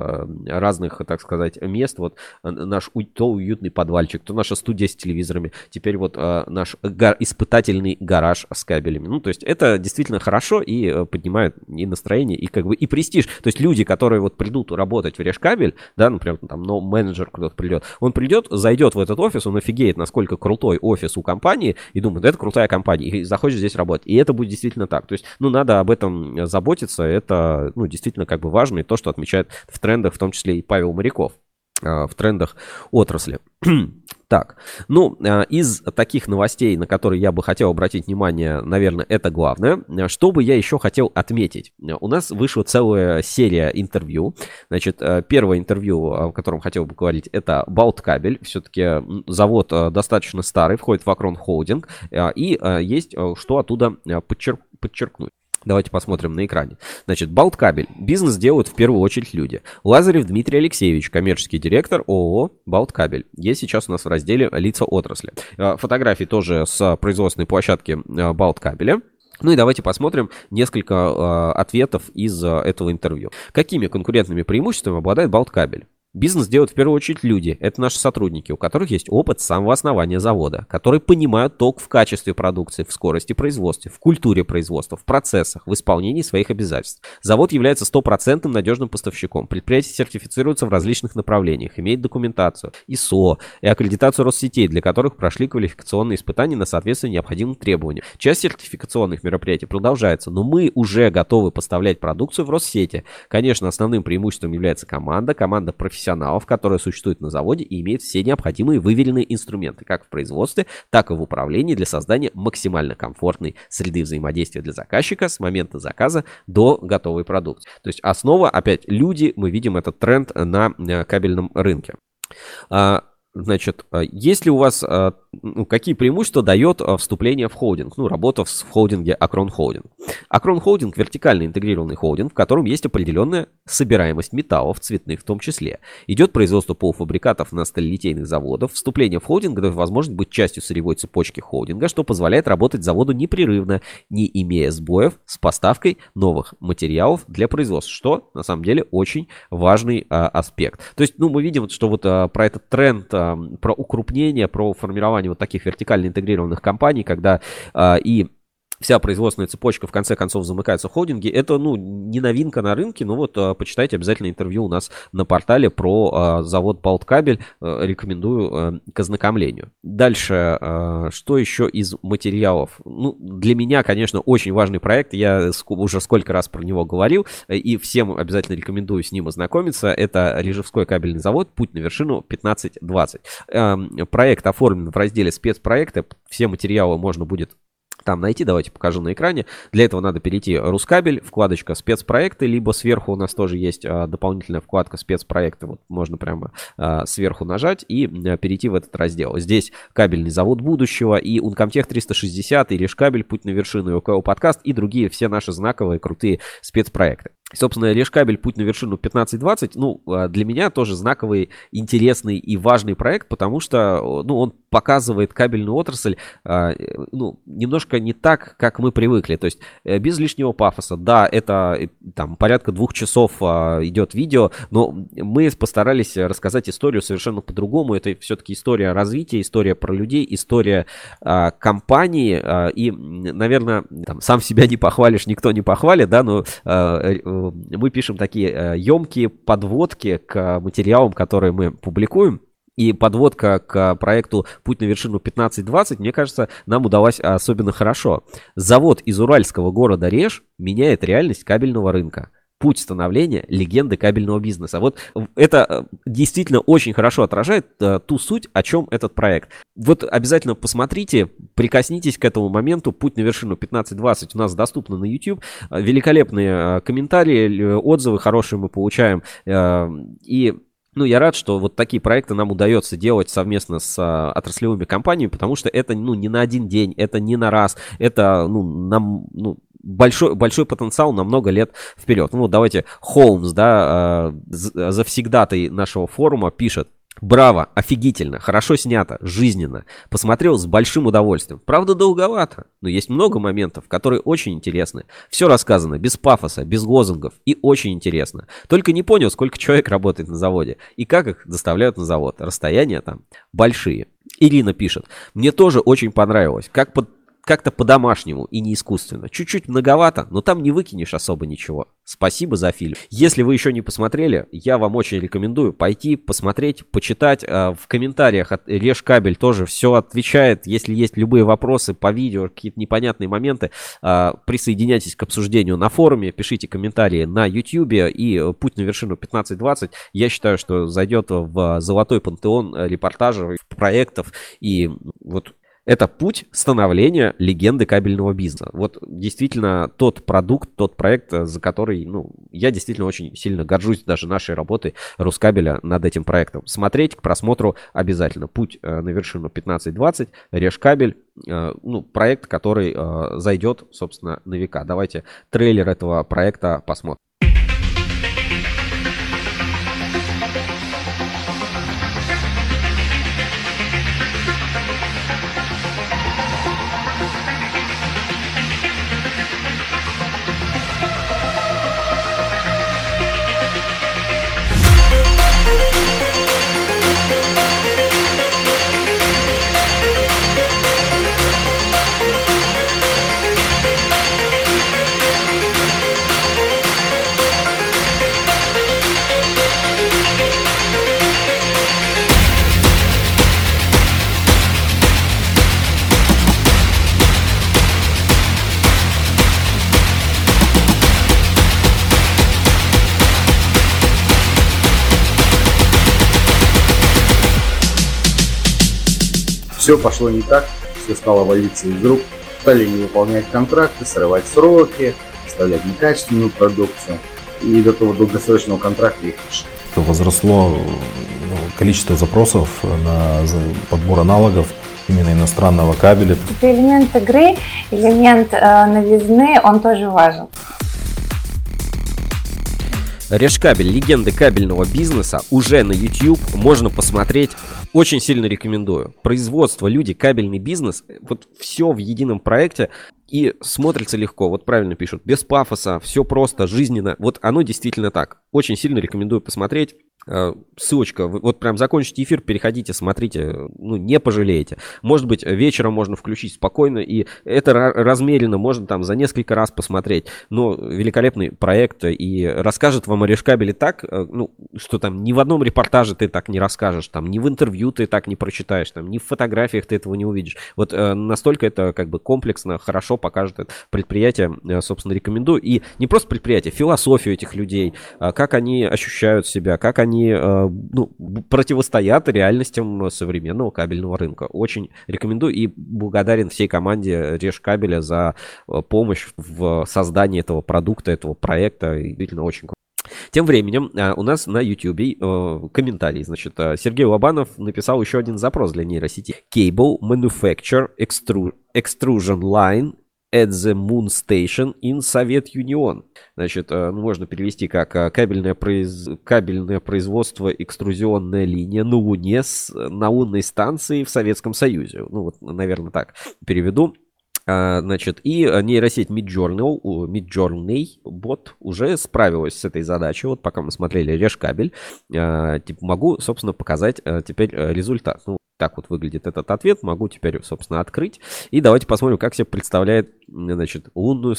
разных, так сказать, мест. Вот наш то уютный подвальчик, то наша студия с телевизорами, теперь вот наш испытательный гараж с кабелями. Ну, то есть это действительно хорошо и поднимает и настроение, и как бы и престиж. То есть люди, которые вот придут работать в Решкабель, да, например, там, но менеджер кто-то придет, он придет, зайдет в этот офис, он офигеет, насколько крутой офис у компании, и думает, это крутая компания, и захочет здесь работать. И это будет действительно так. То есть, ну, надо об этом заботиться, это, ну, действительно как бы важно, и то, что отмечает в трендах, в том числе и Павел Моряков, в трендах отрасли. Так, ну, из таких новостей, на которые я бы хотел обратить внимание, наверное, это главное. Что бы я еще хотел отметить? У нас вышла целая серия интервью. Значит, первое интервью, о котором хотел бы говорить, это Балткабель. Все-таки завод достаточно старый, входит в Акрон Холдинг, и есть что оттуда подчеркнуть. Давайте посмотрим на экране. Значит, Балткабель. Бизнес делают в первую очередь люди. Лазарев Дмитрий Алексеевич, коммерческий директор ООО «Балткабель». Есть сейчас у нас в разделе «Лица отрасли». Фотографии тоже с производственной площадки Балткабеля. Ну и давайте посмотрим несколько ответов из этого интервью. Какими конкурентными преимуществами обладает Балткабель? Бизнес делают в первую очередь люди. Это наши сотрудники, у которых есть опыт с самого основания завода, которые понимают толк в качестве продукции, в скорости производства, в культуре производства, в процессах, в исполнении своих обязательств. Завод является 100% надежным поставщиком. Предприятие сертифицируется в различных направлениях, имеет документацию, ИСО и аккредитацию Россетей, для которых прошли квалификационные испытания на соответствие необходимым требованиям. Часть сертификационных мероприятий продолжается, но мы уже готовы поставлять продукцию в Россети. Конечно, основным преимуществом является команда профессионалов, которые существуют на заводе и имеют все необходимые выверенные инструменты, как в производстве, так и в управлении для создания максимально комфортной среды взаимодействия для заказчика с момента заказа до готовой продукции. То есть основа, опять, люди, мы видим этот тренд на кабельном рынке. Значит, есть ли у вас, какие преимущества дает вступление в холдинг, работа в холдинге Acron Holding? Acron Holding — вертикально интегрированный холдинг, в котором есть определенная собираемость металлов, цветных в том числе. Идет производство полуфабрикатов на сталелитейных заводах. Вступление в холдинг дает возможность быть частью сырьевой цепочки холдинга, что позволяет работать заводу непрерывно, не имея сбоев с поставкой новых материалов для производства, что на самом деле очень важный аспект. То есть, мы видим, что вот про этот тренд, про укрупнение, про формирование вот таких вертикально интегрированных компаний, когда и вся производственная цепочка в конце концов замыкается в холдинге, это, не новинка на рынке, но вот почитайте обязательно интервью у нас на портале про завод Балткабель, рекомендую к ознакомлению. Дальше, что еще из материалов? Для меня, конечно, очень важный проект, я уже сколько раз про него говорил, и всем обязательно рекомендую с ним ознакомиться, это Рижевской кабельный завод «Путь на вершину 1520». Проект оформлен в разделе «Спецпроекты», все материалы можно будет там найти, давайте покажу на экране. Для этого надо перейти Рускабель, вкладочка спецпроекты, либо сверху у нас тоже есть дополнительная вкладка спецпроекты. Вот можно прямо сверху нажать и перейти в этот раздел. Здесь кабельный завод будущего, и Uncomtech 360, и Рижкабель, Путь на вершину, и ОКО подкаст, и другие все наши знаковые крутые спецпроекты. Собственно, Рижкабель, Путь на вершину 1520, для меня тоже знаковый, интересный и важный проект, потому что, он показывает кабельную отрасль, немножко не так, как мы привыкли, то есть без лишнего пафоса. Да, это там порядка 2 часов идет видео, но мы постарались рассказать историю совершенно по-другому. Это все-таки история развития, история про людей, история компании, и, наверное, сам себя не похвалишь, никто не похвалит, да, но мы пишем такие емкие подводки к материалам, которые мы публикуем. И подводка к проекту «Путь на вершину 1520», мне кажется, нам удалась особенно хорошо. Завод из уральского города Реж меняет реальность кабельного рынка. Путь становления легенды кабельного бизнеса. Вот это действительно очень хорошо отражает ту суть, о чем этот проект. Вот обязательно посмотрите, прикоснитесь к этому моменту. «Путь на вершину 1520» у нас доступно на YouTube. Великолепные комментарии, отзывы хорошие мы получаем. И я рад, что вот такие проекты нам удается делать совместно с отраслевыми компаниями, потому что это не на один день, это не на раз, это нам большой потенциал на много лет вперед. Давайте Холмс, да, завсегдатай нашего форума, пишет: «Браво, офигительно, хорошо снято, жизненно. Посмотрел с большим удовольствием. Правда, долговато, но есть много моментов, которые очень интересны. Все рассказано без пафоса, без лозунгов и очень интересно. Только не понял, сколько человек работает на заводе и как их доставляют на завод. Расстояния там большие». Ирина пишет: «Мне тоже очень понравилось. Как-то по-домашнему и не искусственно. Чуть-чуть многовато, но там не выкинешь особо ничего. Спасибо за фильм». Если вы еще не посмотрели, я вам очень рекомендую пойти посмотреть, почитать. В комментариях от Рижкабель тоже все отвечает. Если есть любые вопросы по видео, какие-то непонятные моменты, присоединяйтесь к обсуждению на форуме, пишите комментарии на YouTube. И «Путь на вершину 1520», я считаю, что зайдет в золотой пантеон репортажей, проектов. И вот это путь становления легенды кабельного бизнеса. Вот действительно тот продукт, тот проект, за который, я действительно очень сильно горжусь даже нашей работой Рускабеля над этим проектом. Смотреть к просмотру обязательно. «Путь на вершину 1520», Рижкабель, проект, который зайдет, собственно, на века. Давайте трейлер этого проекта посмотрим. Все пошло не так, все стало валиться из рук, стали не выполнять контракты, срывать сроки, поставлять некачественную продукцию, и до того долгосрочного контракта их лишили. Возросло количество запросов на подбор аналогов именно иностранного кабеля. Это элемент игры, элемент новизны, он тоже важен. Решкабель, легенды кабельного бизнеса, уже на YouTube можно посмотреть. Очень сильно рекомендую. Производство, люди, кабельный бизнес, вот все в едином проекте. И смотрится легко, вот правильно пишут, без пафоса, все просто, жизненно. Вот оно действительно так. Очень сильно рекомендую посмотреть. Ссылочка, вот прям закончите эфир, переходите, смотрите, ну не пожалеете. Может быть, вечером можно включить спокойно, и это размеренно, можно там за несколько раз посмотреть. Но великолепный проект, и расскажет вам о Решкабеле так, ну, что там ни в одном репортаже ты так не расскажешь, там ни в интервью ты так не прочитаешь, там ни в фотографиях ты этого не увидишь. Вот настолько это как бы комплексно, хорошо покажет это предприятие, собственно, рекомендую. И не просто предприятие, философию этих людей, как они ощущают себя, как они противостоят реальностям современного кабельного рынка. Очень рекомендую и благодарен всей команде Решкабеля за помощь в создании этого продукта, этого проекта. И действительно очень круто. Тем временем у нас на YouTube комментарий. Значит, Сергей Лобанов написал еще один запрос для нейросети. Cable Manufacture Extrusion Line at the Moon Station in Soviet Union. Значит, можно перевести как кабельное производство, экструзионная линия на Луне на лунной станции в Советском Союзе. Ну, вот, наверное, так переведу. Значит, и нейросеть Midjourney бот уже справилась с этой задачей. Вот пока мы смотрели Решкабель, могу, собственно, показать теперь результат. Ну, так вот выглядит этот ответ. Могу теперь, собственно, открыть. И давайте посмотрим, как себе представляет, значит, лунную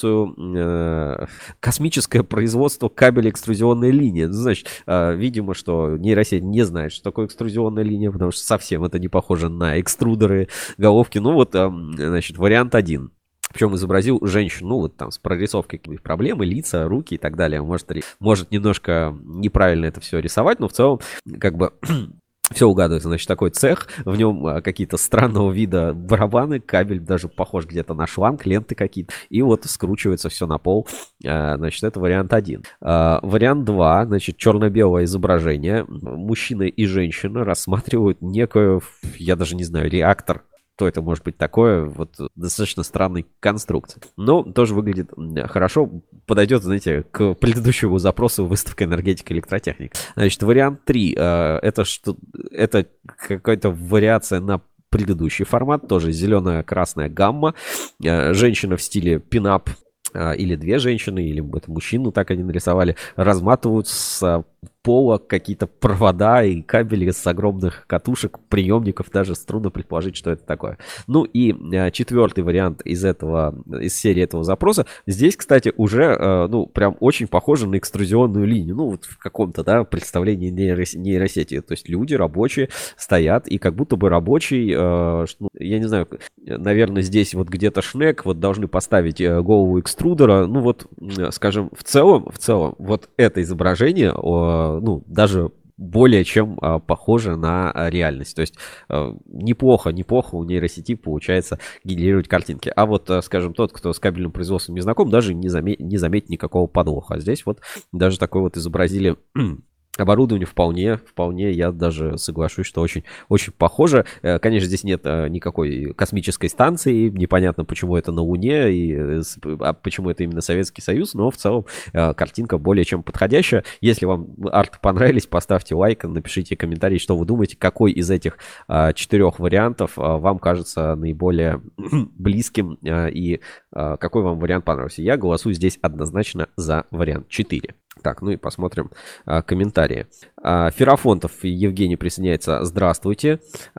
станцию, космическое производство кабеля экструзионной линии. Ну, значит, видимо, что нейросеть не знает, что такое экструзионная линия, потому что совсем это не похоже на экструдеры, головки. Ну вот, значит, вариант 1. Причем изобразил женщину, ну вот там с прорисовкой каких-то проблемы, лица, руки и так далее. Может немножко неправильно это все рисовать, но в целом как бы... Все угадывается, значит, такой цех, в нем какие-то странного вида барабаны, кабель даже похож где-то на шланг, ленты какие-то, и вот скручивается все на пол, значит, это вариант 1. Вариант 2, значит, черно-белое изображение, мужчина и женщина рассматривают некую, я даже не знаю, реактор. Что это может быть такое? Вот достаточно странной конструкции. Но тоже выглядит хорошо. Подойдет, знаете, к предыдущему запросу выставка энергетика и электротехника. Значит, вариант 3. Это какая-то вариация на предыдущий формат. Тоже зеленая-красная гамма. Женщина в стиле пинап. Или две женщины, или это мужчину так они нарисовали, разматывают с пола какие-то провода и кабели с огромных катушек, приемников, даже трудно предположить, что это такое. Ну и четвертый вариант из серии этого запроса. Здесь, кстати, уже, ну, прям очень похоже на экструзионную линию. Ну, вот в каком-то, да, представлении нейросети. То есть люди рабочие стоят, и как будто бы рабочий, ну, я не знаю, наверное, здесь вот где-то шнек, вот должны поставить голову экструдера. Ну, вот, скажем, в целом, вот это изображение, ну, даже более чем похоже на реальность. То есть неплохо у нейросети получается генерировать картинки. А вот, скажем, тот, кто с кабельным производством не знаком, даже не заметит никакого подвоха. А здесь вот даже такой вот изобразили... Оборудование вполне, я даже соглашусь, что очень, очень похоже. Конечно, здесь нет никакой космической станции, непонятно, почему это на Луне, почему это именно Советский Союз, но в целом картинка более чем подходящая. Если вам арты понравились, поставьте лайк, напишите комментарий, что вы думаете, какой из этих 4 вариантов вам кажется наиболее близким и какой вам вариант понравился. Я голосую здесь однозначно за вариант 4. Так, ну и посмотрим комментарии. Ферафонтов Евгений присоединяется. Здравствуйте.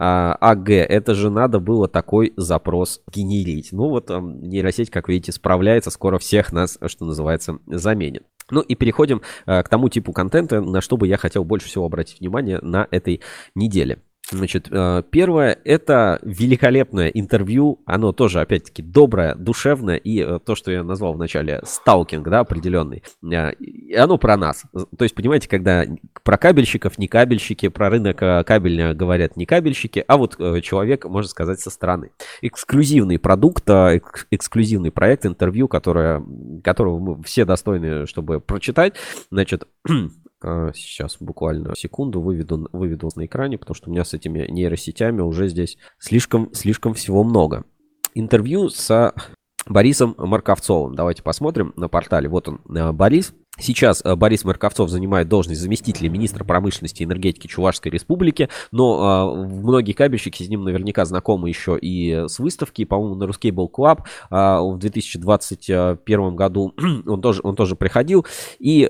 АГ, это же надо было такой запрос генерить. Ну вот нейросеть, как видите, справляется. Скоро всех нас, что называется, заменит. Ну и переходим к тому типу контента, на что бы я хотел больше всего обратить внимание на этой неделе. Значит, первое, это великолепное интервью, оно тоже, опять-таки, доброе, душевное, и то, что я назвал вначале сталкинг, да, определенный, оно про нас. То есть, понимаете, когда про кабельщиков не кабельщики, про рынок кабельня говорят не кабельщики, а вот человек, можно сказать, со стороны. Эксклюзивный продукт, эксклюзивный проект, интервью, которого мы все достойны, чтобы прочитать. Значит, Сейчас буквально секунду выведу на экране, потому что у меня с этими нейросетями уже здесь слишком всего много. Интервью с Борисом Марковцовым. Давайте посмотрим на портале. Вот он, Борис. Сейчас Борис Марковцов занимает должность заместителя министра промышленности и энергетики Чувашской Республики, но многие кабельщики с ним наверняка знакомы еще и с выставки, по-моему, на Ruscable Club в 2021 году он тоже приходил, и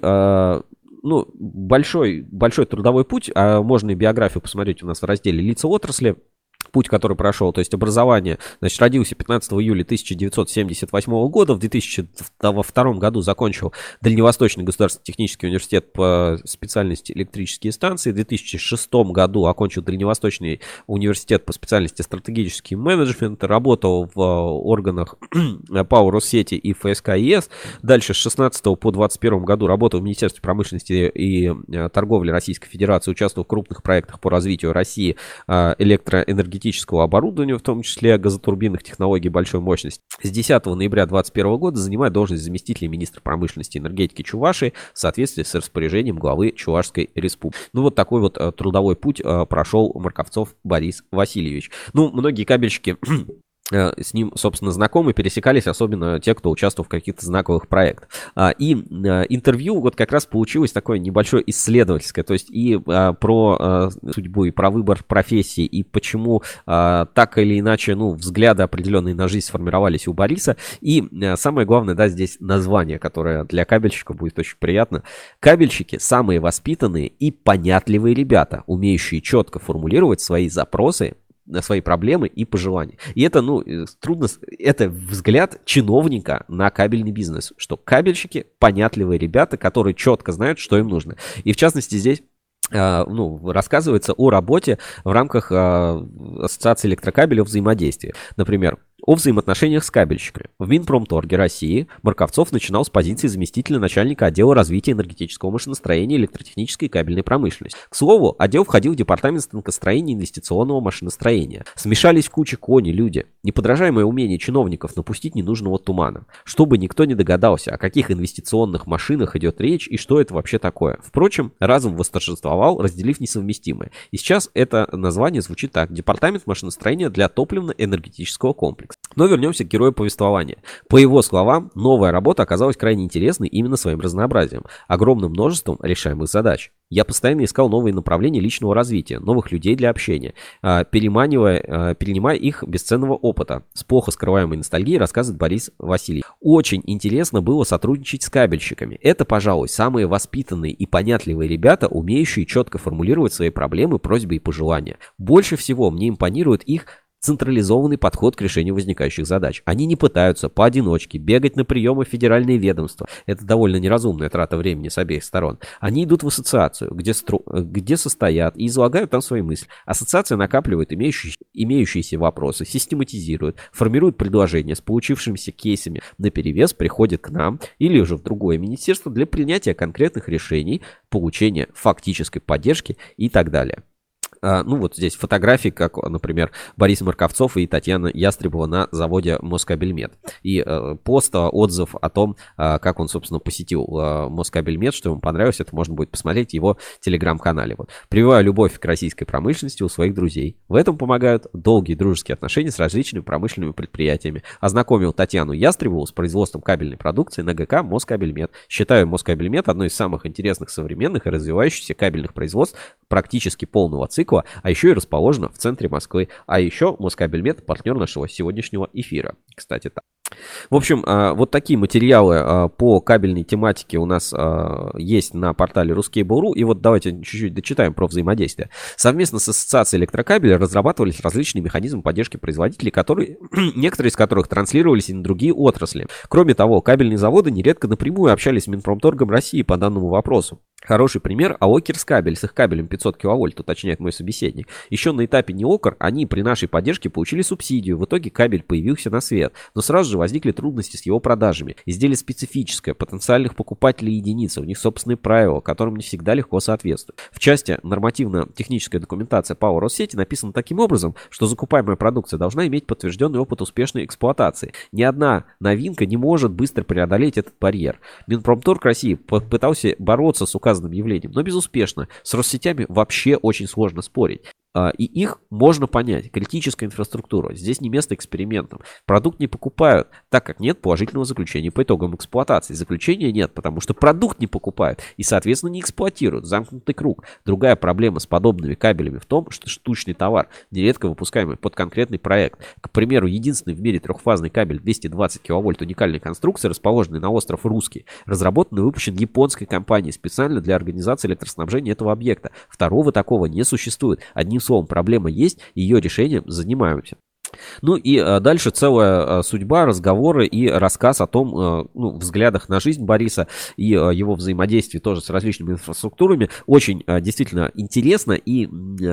большой трудовой путь, можно и биографию посмотреть у нас в разделе «Лица отрасли». Путь, который прошел, то есть образование, значит, родился 15 июля 1978 года, в 2002 году закончил Дальневосточный государственный технический университет по специальности электрические станции, в 2006 году окончил Дальневосточный университет по специальности стратегический менеджмент, работал в органах ПАО Россети и ФСК ЕС, дальше с 16 по 21 году работал в Министерстве промышленности и торговли Российской Федерации, участвовал в крупных проектах по развитию России электроэнергетического оборудования, в том числе газотурбинных технологий большой мощности. С 10 ноября 2021 года занимает должность заместителя министра промышленности и энергетики Чувашии в соответствии с распоряжением главы Чувашской Республики. Вот такой вот трудовой путь прошел Марковцов Борис Васильевич. Многие кабельщики с ним, собственно, знакомы, пересекались, особенно те, кто участвовал в каких-то знаковых проектах. И интервью вот как раз получилось такое небольшое исследовательское, то есть и про судьбу, и про выбор профессии, и почему так или иначе, взгляды определенные на жизнь сформировались у Бориса. И самое главное, здесь название, которое для кабельщиков будет очень приятно. Кабельщики — самые воспитанные и понятливые ребята, умеющие четко формулировать свои запросы, на свои проблемы и пожелания. И это, трудно, это взгляд чиновника на кабельный бизнес, что кабельщики — понятливые ребята, которые четко знают, что им нужно. И в частности здесь рассказывается о работе в рамках Ассоциации электрокабелей взаимодействия. Например, о взаимоотношениях с кабельщиками. В Минпромторге России Марковцов начинал с позиции заместителя начальника отдела развития энергетического машиностроения, электротехнической и кабельной промышленности. К слову, отдел входил в департамент станкостроения и инвестиционного машиностроения. Смешались в куче кони люди. Неподражаемое умение чиновников напустить ненужного тумана, чтобы никто не догадался, о каких инвестиционных машинах идет речь и что это вообще такое. Впрочем, разум восторжествовал, разделив несовместимое. И сейчас это название звучит так: Департамент машиностроения для топливно-энергетического комплекса. Но вернемся к герою повествования. По его словам, новая работа оказалась крайне интересной именно своим разнообразием, огромным множеством решаемых задач. Я постоянно искал новые направления личного развития, новых людей для общения, перенимая их бесценного опыта. С плохо скрываемой ностальгией рассказывает Борис Васильевич. Очень интересно было сотрудничать с кабельщиками. Это, пожалуй, самые воспитанные и понятливые ребята, умеющие четко формулировать свои проблемы, просьбы и пожелания. Больше всего мне импонирует их централизованный подход к решению возникающих задач. Они не пытаются поодиночке бегать на приемы в федеральные ведомства. Это довольно неразумная трата времени с обеих сторон. Они идут в ассоциацию, где состоят и излагают там свои мысли. Ассоциация накапливает имеющиеся вопросы, систематизирует, формирует предложения с получившимися кейсами, наперевес приходит к нам или уже в другое министерство для принятия конкретных решений, получения фактической поддержки и так далее. Вот здесь фотографии, как, например, Борис Марковцов и Татьяна Ястребова на заводе Москабельмет. И отзыв о том, как он, собственно, посетил Москабельмет, что ему понравилось, это можно будет посмотреть в его телеграм-канале. Прививаю любовь к российской промышленности у своих друзей. В этом помогают долгие дружеские отношения с различными промышленными предприятиями. Ознакомил Татьяну Ястребову с производством кабельной продукции на ГК Москабельмет. Считаю Москабельмет одной из самых интересных, современных и развивающихся кабельных производств практически полного цикла, а еще и расположена в центре Москвы. А еще Москабельмет — партнер нашего сегодняшнего эфира. Кстати, так. В общем, вот такие материалы по кабельной тематике у нас есть на портале Ruscable.ru. И вот давайте чуть-чуть дочитаем про взаимодействие. Совместно с Ассоциацией электрокабеля разрабатывались различные механизмы поддержки производителей, некоторые из которых транслировались и на другие отрасли. Кроме того, кабельные заводы нередко напрямую общались с Минпромторгом России по данному вопросу. Хороший пример — АО «Кирскабель» с их кабелем 500 киловольт, уточняет мой собеседник. Еще на этапе НЕОКР они при нашей поддержке получили субсидию. В итоге кабель появился на свет. Но сразу же позже возникли трудности с его продажами. Изделие специфическое, потенциальных покупателей единицы, у них собственные правила, которым не всегда легко соответствуют. В части нормативно-техническая документация ПАО Россети написана таким образом, что закупаемая продукция должна иметь подтвержденный опыт успешной эксплуатации. Ни одна новинка не может быстро преодолеть этот барьер. Минпромторг России пытался бороться с указанным явлением, но безуспешно. С Россетями вообще очень сложно спорить. И их можно понять. Критическая инфраструктура. Здесь не место экспериментам. Продукт не покупают, так как нет положительного заключения по итогам эксплуатации. Заключения нет, потому что продукт не покупают и, соответственно, не эксплуатируют. Замкнутый круг. Другая проблема с подобными кабелями в том, что штучный товар, нередко выпускаемый под конкретный проект. К примеру, единственный в мире трехфазный кабель 220 кВт уникальной конструкции, расположенный на остров Русский, разработан и выпущен японской компанией специально для организации электроснабжения этого объекта. Второго такого не существует. Одним словом, проблема есть, ее решением занимаемся. Ну и дальше целая судьба, разговоры и рассказ о том, взглядах на жизнь Бориса и его взаимодействии тоже с различными инфраструктурами. Очень действительно интересно. И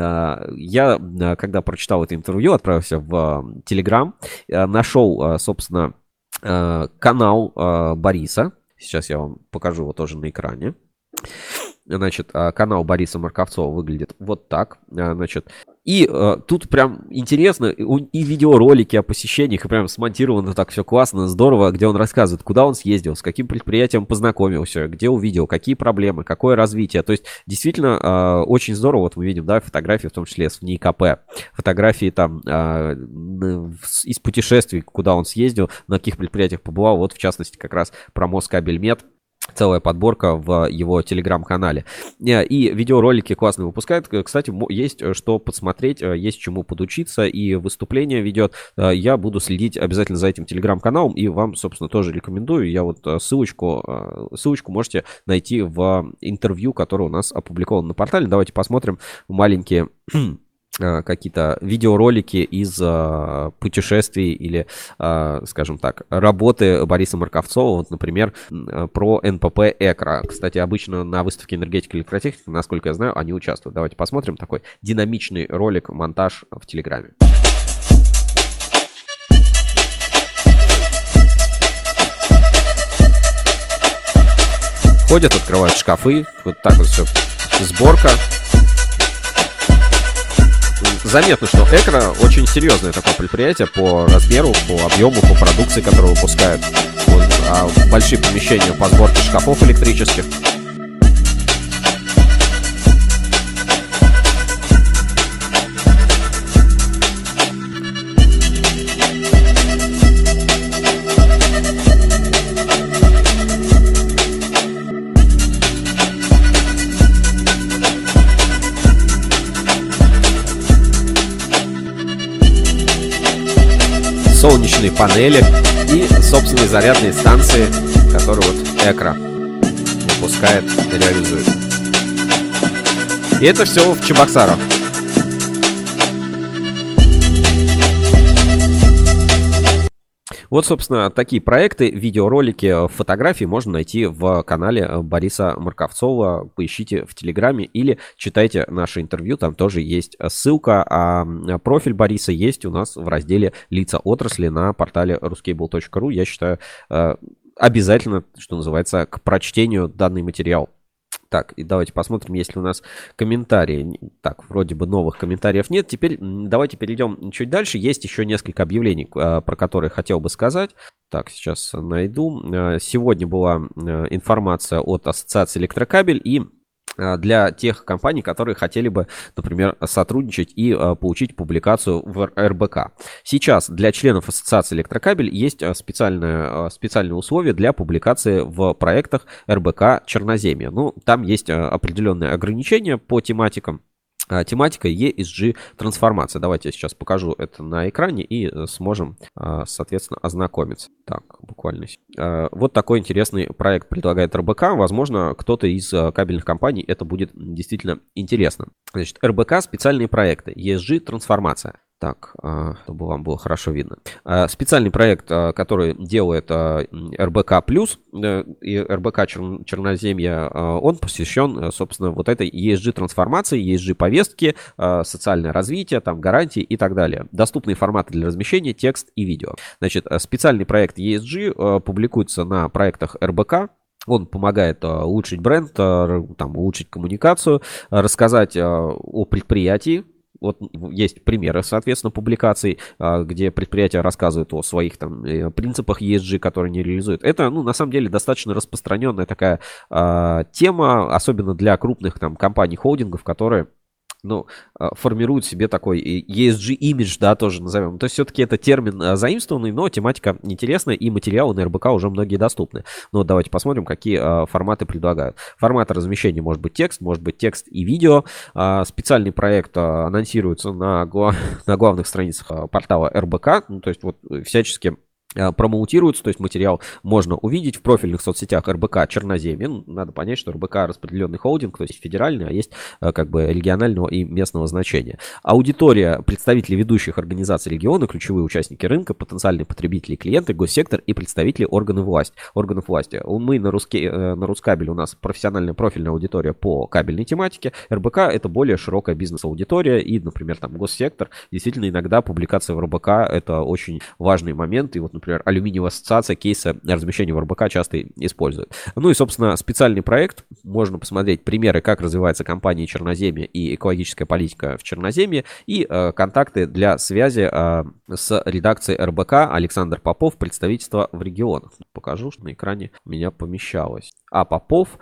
я, когда прочитал это интервью, отправился в Telegram, нашел, собственно, канал Бориса. Сейчас я вам покажу его тоже на экране. Значит, канал Бориса Марковцова выглядит вот так. Значит, и тут прям интересно, и видеоролики о посещениях, и прям смонтировано так все классно, здорово, где он рассказывает, куда он съездил, с каким предприятием познакомился, где увидел, какие проблемы, какое развитие. То есть, действительно, очень здорово. Вот мы видим, да, фотографии, в том числе с НИИКП, фотографии там из путешествий, куда он съездил, на каких предприятиях побывал. Вот, в частности, как раз про Москабельмет. Целая подборка в его телеграм-канале. И видеоролики классно выпускает. Кстати, есть что подсмотреть, есть чему подучиться. И выступление ведет. Я буду следить обязательно за этим телеграм-каналом. И вам, собственно, тоже рекомендую. Я вот ссылочку можете найти в интервью, которое у нас опубликовано на портале. Давайте посмотрим маленькие какие-то видеоролики из путешествий или, скажем так, работы Бориса Марковцова, вот, например, про НПП «Экра». Кстати, обычно на выставке энергетики и электротехники, насколько я знаю, они участвуют. Давайте посмотрим такой динамичный ролик, монтаж в Телеграме. Ходят, открывают шкафы, вот так вот все, сборка. Заметно, что Экра очень серьезное такое предприятие по размеру, по объему, по продукции, которую выпускают. Вот, большие помещения по сборке шкафов электрических. Солнечные панели и собственные зарядные станции, которые вот Экра выпускает и реализует. И это все в Чебоксарах. Вот, собственно, такие проекты, видеоролики, фотографии можно найти в канале Бориса Марковцова. Поищите в Телеграме или читайте наше интервью, там тоже есть ссылка. А профиль Бориса есть у нас в разделе «Лица отрасли» на портале ruscable.ru. Я считаю, обязательно, что называется, к прочтению данный материал. Так, и давайте посмотрим, есть ли у нас комментарии. Так, вроде бы новых комментариев нет. Теперь давайте перейдем чуть дальше. Есть еще несколько объявлений, про которые хотел бы сказать. Так, сейчас найду. Сегодня была информация от Ассоциации Электрокабель и для тех компаний, которые хотели бы, например, сотрудничать и получить публикацию в РБК. Сейчас для членов Ассоциации Электрокабель есть специальные условия для публикации в проектах РБК Черноземья. Ну, там есть определенные ограничения по тематикам. Тематика ESG трансформация. Давайте я сейчас покажу это на экране и сможем, соответственно, ознакомиться. Так, буквально. Вот такой интересный проект предлагает РБК. Возможно, кто-то из кабельных компаний это будет действительно интересно. Значит, РБК специальные проекты. ESG трансформация. Так, чтобы вам было хорошо видно. Специальный проект, который делает РБК+, и РБК Черноземья, он посвящен, собственно, вот этой ESG-трансформации, ESG-повестке, социальное развитие, там, гарантии и так далее. Доступные форматы для размещения, текст и видео. Значит, специальный проект ESG публикуется на проектах РБК. Он помогает улучшить бренд, там, улучшить коммуникацию, рассказать о предприятии. Вот есть примеры, соответственно, публикаций, где предприятия рассказывают о своих там принципах ESG, которые они реализуют. Это, ну, на самом деле, достаточно распространенная такая тема, особенно для крупных там компаний-холдингов, которые, ну, формируют себе такой ESG-имидж, да, тоже назовем. То есть все-таки это термин заимствованный, но тематика интересная, и материалы на РБК уже многие доступны. Но давайте посмотрим, какие форматы предлагают. Форматы размещения может быть текст и видео. Специальный проект анонсируется на главных страницах портала РБК, ну, то есть вот всячески промоутируется, то есть материал можно увидеть в профильных соцсетях РБК Черноземье. Надо понять, что РБК распределенный холдинг, то есть федеральный, а есть как бы регионального и местного значения. Аудитория представителей ведущих организаций региона, ключевые участники рынка, потенциальные потребители, клиенты, госсектор и представители органов власти. Мы на Рускабель, у нас профессиональная профильная аудитория по кабельной тематике. РБК это более широкая бизнес-аудитория, и, например, там госсектор. Действительно, иногда публикация в РБК это очень важный момент, и вот, например, алюминиевая ассоциация кейса размещения в РБК часто использует. Ну и, собственно, специальный проект. Можно посмотреть примеры, как развивается компания Черноземье и экологическая политика в Черноземье, и контакты для связи с редакцией РБК. Александр Попов, представительство в регионах. Покажу, что на экране у меня помещалось. Попов,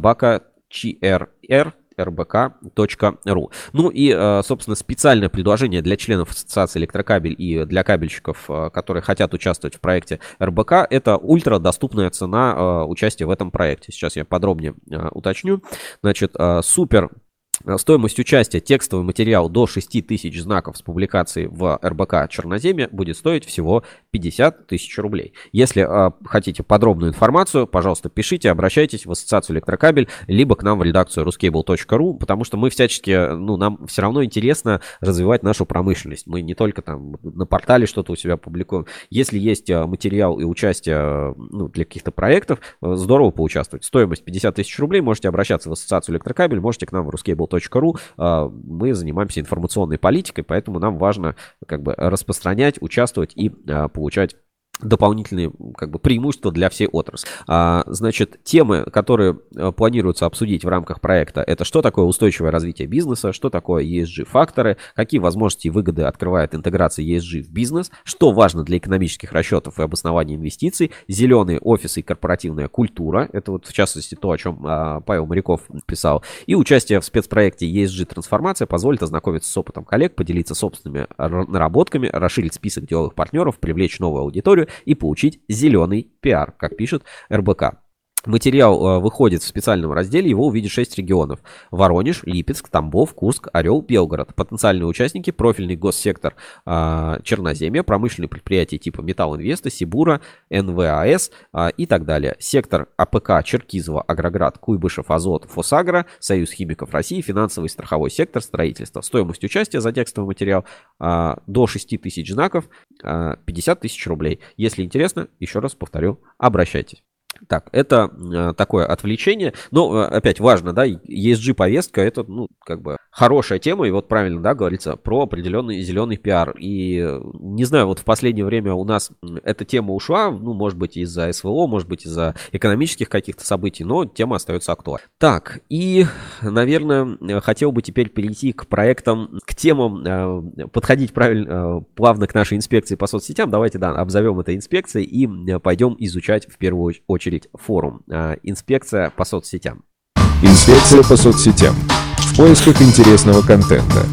@CRR rbk.ru. Ну и, собственно, специальное предложение для членов Ассоциации Электрокабель и для кабельщиков, которые хотят участвовать в проекте РБК, это ультрадоступная цена участия в этом проекте. Сейчас я подробнее уточню. Значит, супер. Стоимость участия, текстовый материал до 6000 знаков с публикацией в РБК Черноземье будет стоить всего 50 тысяч рублей. Если хотите подробную информацию, пожалуйста, пишите, обращайтесь в Ассоциацию Электрокабель, либо к нам в редакцию ruscable.ru, потому что мы всячески, ну, нам все равно интересно развивать нашу промышленность. Мы не только там на портале что-то у себя публикуем. Если есть материал и участие, ну, для каких-то проектов, здорово поучаствовать. Стоимость 50 тысяч рублей, можете обращаться в Ассоциацию Электрокабель, можете к нам в ruscable.ru. Мы занимаемся информационной политикой, поэтому нам важно как бы распространять, участвовать и получать дополнительные как бы преимущества для всей отрасли. Значит, темы, которые планируется обсудить в рамках проекта, это что такое устойчивое развитие бизнеса, что такое ESG-факторы, какие возможности и выгоды открывает интеграция ESG в бизнес, что важно для экономических расчетов и обоснования инвестиций, зеленые офисы и корпоративная культура, это вот в частности то, о чем Павел Моряков писал, и участие в спецпроекте ESG-трансформация позволит ознакомиться с опытом коллег, поделиться собственными наработками, расширить список деловых партнеров, привлечь новую аудиторию и получить зеленый пиар, как пишет РБК. Материал выходит в специальном разделе, его увидит 6 регионов. Воронеж, Липецк, Тамбов, Курск, Орел, Белгород. Потенциальные участники: профильный госсектор Черноземья, промышленные предприятия типа Металлинвеста, Сибура, НВАС и так далее. Сектор АПК Черкизово, Агроград, Куйбышев, Азот, Фосагро, Союз химиков России, финансовый и страховой сектор, строительство. Стоимость участия за текстовый материал до 6000 знаков 50 тысяч рублей. Если интересно, еще раз повторю, обращайтесь. Так, это такое отвлечение, но опять важно, да, ESG-повестка это, ну, как бы хорошая тема, и вот правильно, да, говорится про определенный зеленый пиар, и не знаю, вот в последнее время у нас эта тема ушла, ну, может быть, из-за СВО, может быть, из-за экономических каких-то событий, но тема остается актуальной. Так, и, наверное, хотел бы теперь перейти к проектам, к темам, подходить правильно, плавно к нашей инспекции по соцсетям. Давайте, да, обзовем это инспекцией и пойдем изучать в первую очередь форум. Инспекция по соцсетям. Инспекция по соцсетям. В поисках интересного контента.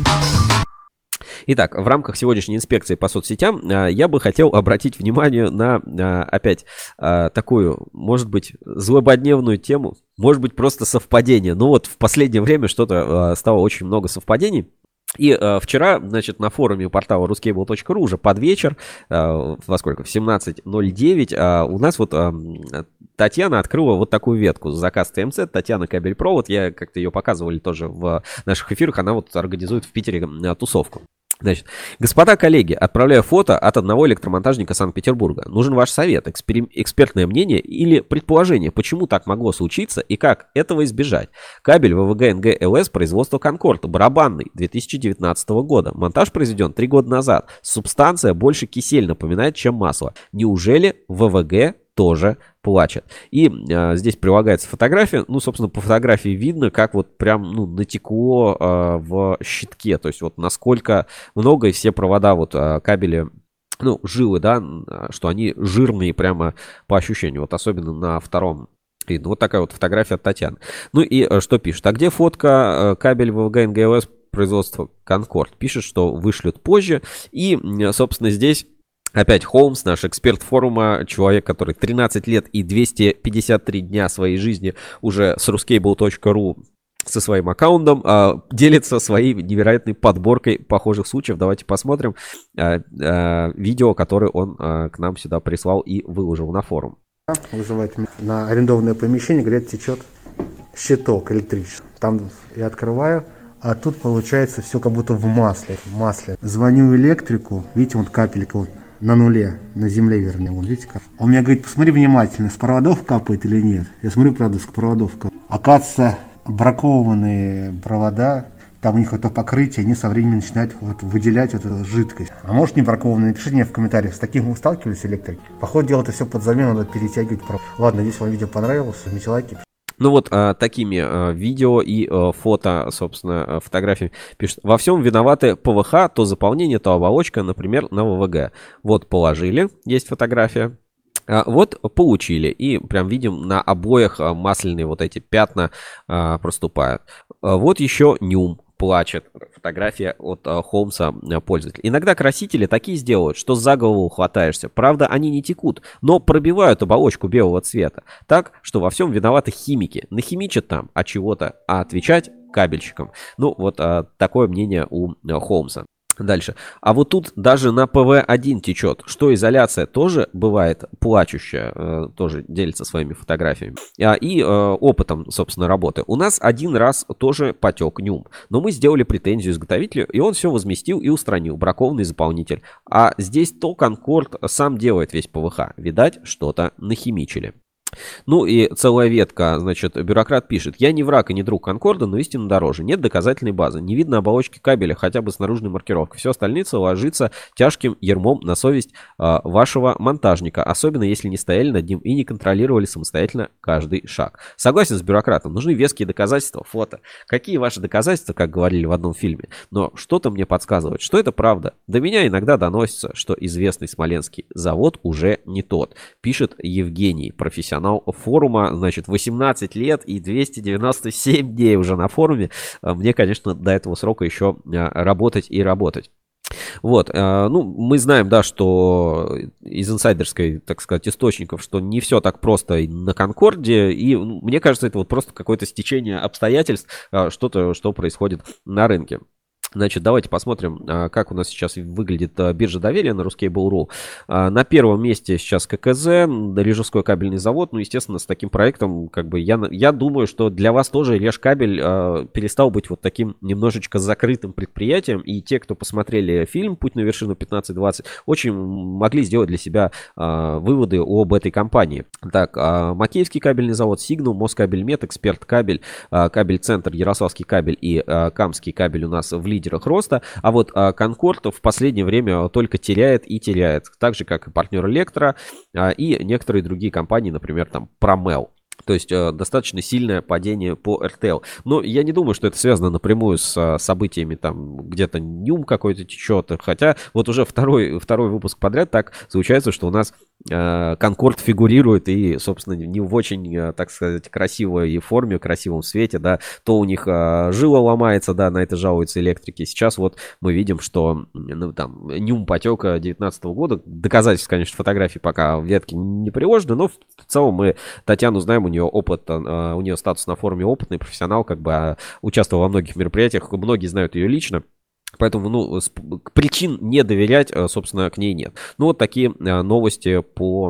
Итак, в рамках сегодняшней инспекции по соцсетям я бы хотел обратить внимание на опять такую, может быть, злободневную тему, может быть, просто совпадение. Но вот в последнее время что-то стало очень много совпадений. И вчера, значит, на форуме портала ruscable.ru уже под вечер, во сколько, в 17:09, у нас вот Татьяна открыла вот такую ветку. Заказ ТМЦ, Татьяна Кабель-Провод. Я как-то ее показывали тоже в наших эфирах. Она вот организует в Питере тусовку. Значит, господа коллеги, отправляю фото от одного электромонтажника Санкт-Петербурга. Нужен ваш совет, экспертное мнение или предположение, почему так могло случиться и как этого избежать. Кабель ВВГ НГ ЛС производства Конкорд, барабанный, 2019 года. Монтаж произведен 3 года назад. Субстанция больше кисель напоминает, чем масло. Неужели ВВГ тоже плачет? И здесь прилагается фотография. Ну, собственно, по фотографии видно, как вот прям, ну, натекло в щитке. То есть вот насколько много, и все провода, вот кабели, ну, жилы, да, что они жирные прямо по ощущению. Вот особенно на втором видно. Вот такая вот фотография от Татьяны. Ну и что пишет? А где фотка кабель ВВГ НГЛС производства Конкорд? Пишет, что вышлют позже. И, собственно, здесь опять Холмс, наш эксперт форума, человек, который 13 лет и 253 дня своей жизни уже с ruscable.ru со своим аккаунтом делится своей невероятной подборкой похожих случаев. Давайте посмотрим видео, которое он к нам сюда прислал и выложил на форум. Вызывает на арендованное помещение, говорят, течет щиток электрический. Там я открываю, а тут получается все как будто в масле. Звоню электрику, видите, вот капелька вот на нуле, на земле, вернее, вот видите как. Он мне говорит, посмотри внимательно, с проводов капает или нет. Я смотрю, правда, с проводов капает. Оказывается, бракованные провода, там у них это покрытие, они со временем начинают вот выделять вот эту жидкость. А может не бракованные, напишите мне в комментариях, с таким вы сталкивались электрики? Походу дела это все под замену, надо перетягивать провод. Ладно, надеюсь, вам видео понравилось, ставьте лайки. Ну вот такими видео и фото, собственно, фотографиями пишут. Во всем виноваты ПВХ, то заполнение, то оболочка, например, на ВВГ. Вот положили, есть фотография. Вот получили. И прям видим на обоях масляные вот эти пятна проступают. Вот еще Нюм плачет. Фотография от Холмса пользователя. Иногда красители такие сделают, что за голову хватаешься. Правда, они не текут, но пробивают оболочку белого цвета. Так, что во всем виноваты химики. Нахимичат там от чего-то, а отвечать кабельщикам. Ну, вот такое мнение у Холмса. Дальше. А вот тут даже на ПВ-1 течет. Что изоляция тоже бывает плачущая. Тоже делится своими фотографиями. И опытом, собственно, работы. У нас один раз тоже потек Нюм. Но мы сделали претензию изготовителю, и он все возместил и устранил. Бракованный заполнитель. А здесь то Конкорд сам делает весь ПВХ. Видать, что-то нахимичили. Ну и целая ветка, значит, бюрократ пишет. Я не враг и не друг Конкорда, но истинно дороже. Нет доказательной базы. Не видно оболочки кабеля, хотя бы с наружной маркировкой. Все остальное ложится тяжким ярмом на совесть вашего монтажника. Особенно, если не стояли над ним и не контролировали самостоятельно каждый шаг. Согласен с бюрократом. Нужны веские доказательства, фото. Какие ваши доказательства, как говорили в одном фильме? Но что-то мне подсказывает, что это правда. До меня иногда доносится, что известный смоленский завод уже не тот. Пишет Евгений, профессионал форума, значит, 18 лет и 297 дней уже на форуме. Мне, конечно, до этого срока еще работать и работать. Вот, ну, мы знаем, да, что из инсайдерской, так сказать, источников, что не все так просто и на Конкорде, и мне кажется, это вот просто какое-то стечение обстоятельств, что-то, что происходит на рынке. Значит, давайте посмотрим, как у нас сейчас выглядит биржа доверия на Ruscable.ru. На первом месте сейчас ККЗ, Рижской кабельный завод. Ну, естественно, с таким проектом, как бы, я думаю, что для вас тоже Режкабель перестал быть вот таким немножечко закрытым предприятием. И те, кто посмотрели фильм «Путь на вершину 15-20», очень могли сделать для себя выводы об этой компании. Так, Макеевский кабельный завод, Сигнал, Москабельмет, Эксперт кабель, Кабель-центр, Ярославский кабель и Камский кабель у нас в лидерах роста, а вот Конкорд в последнее время только теряет и теряет, так же как и партнер Электро и некоторые другие компании, например, там Промел. То есть достаточно сильное падение по РТЛ. Но я не думаю, что это связано напрямую с событиями, там где-то Нюм какой-то течет. Хотя вот уже второй выпуск подряд так случается, что у нас Конкорд фигурирует и, собственно, не в очень, так сказать, красивой форме, красивом свете, да. То у них жила ломается, да, на это жалуются электрики. Сейчас вот мы видим, что ну, там Нюм потека 2019 года. Доказательств, конечно, фотографий пока в ветке не приложено, но в целом мы Татьяну знаем, у нее опыт, у нее статус на форуме опытный профессионал, как бы участвовал во многих мероприятиях, многие знают ее лично. Поэтому, ну, причин не доверять, собственно, к ней нет. Ну, вот такие новости по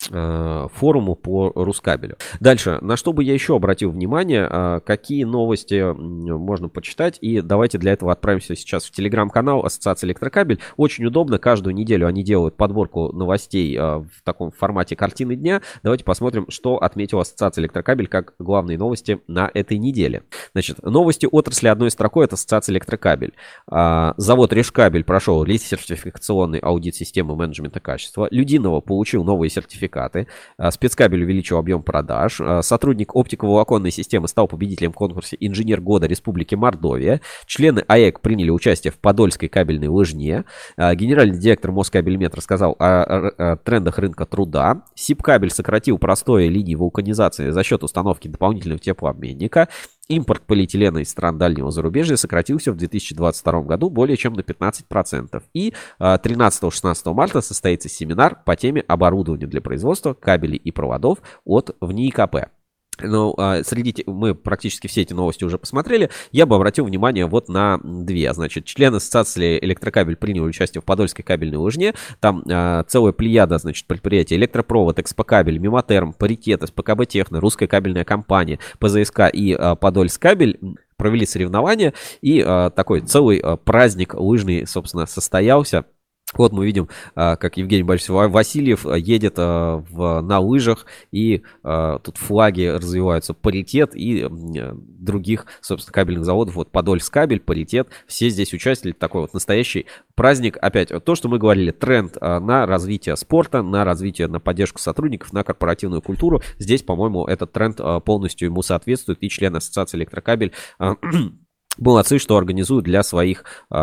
форуму по Рускабелю. Дальше, на что бы я еще обратил внимание, какие новости можно почитать, и давайте для этого отправимся сейчас в телеграм-канал Ассоциации Электрокабель. Очень удобно, каждую неделю они делают подборку новостей в таком формате картины дня. Давайте посмотрим, что отметила Ассоциация Электрокабель как главные новости на этой неделе. Значит, новости отрасли одной строкой от Ассоциации Электрокабель. Завод Решкабель прошел сертификационный аудит системы менеджмента качества. Людиново получил новые сертификаты. Спецкабель увеличил объем продаж. Сотрудник оптиковолоконной системы стал победителем в конкурсе «Инженер года Республики Мордовия». Члены АЭК приняли участие в Подольской кабельной лыжне. Генеральный директор Москабельмет рассказал о трендах рынка труда. Сибкабель сократил простое линии вулканизации за счет установки дополнительного теплообменника. Импорт полиэтилена из стран дальнего зарубежья сократился в 2022 году более чем на 15%. И 13-16 марта состоится семинар по теме оборудования для производства кабелей и проводов от ВНИИКП. Ну, мы практически все эти новости уже посмотрели. Я бы обратил внимание вот на две. Значит, члены Ассоциации Электрокабель приняли участие в Подольской кабельной лыжне. Там целая плеяда, значит, предприятий: Электропровод, Экспокабель, Мимотерм, Паритет, СПКБ Техно, Русская кабельная компания, ПЗСК и Подольскабель провели соревнования. И такой целый праздник лыжный, собственно, состоялся. Вот мы видим, как Евгений Борисович Васильев едет на лыжах, и тут флаги развиваются. Паритет и других, собственно, кабельных заводов. Вот Подольскабель, Паритет, все здесь участники. Такой вот настоящий праздник. Опять то, что мы говорили, тренд на развитие спорта, на развитие, на поддержку сотрудников, на корпоративную культуру. Здесь, по-моему, этот тренд полностью ему соответствует, и члены Ассоциации Электрокабель молодцы, что организуют для своих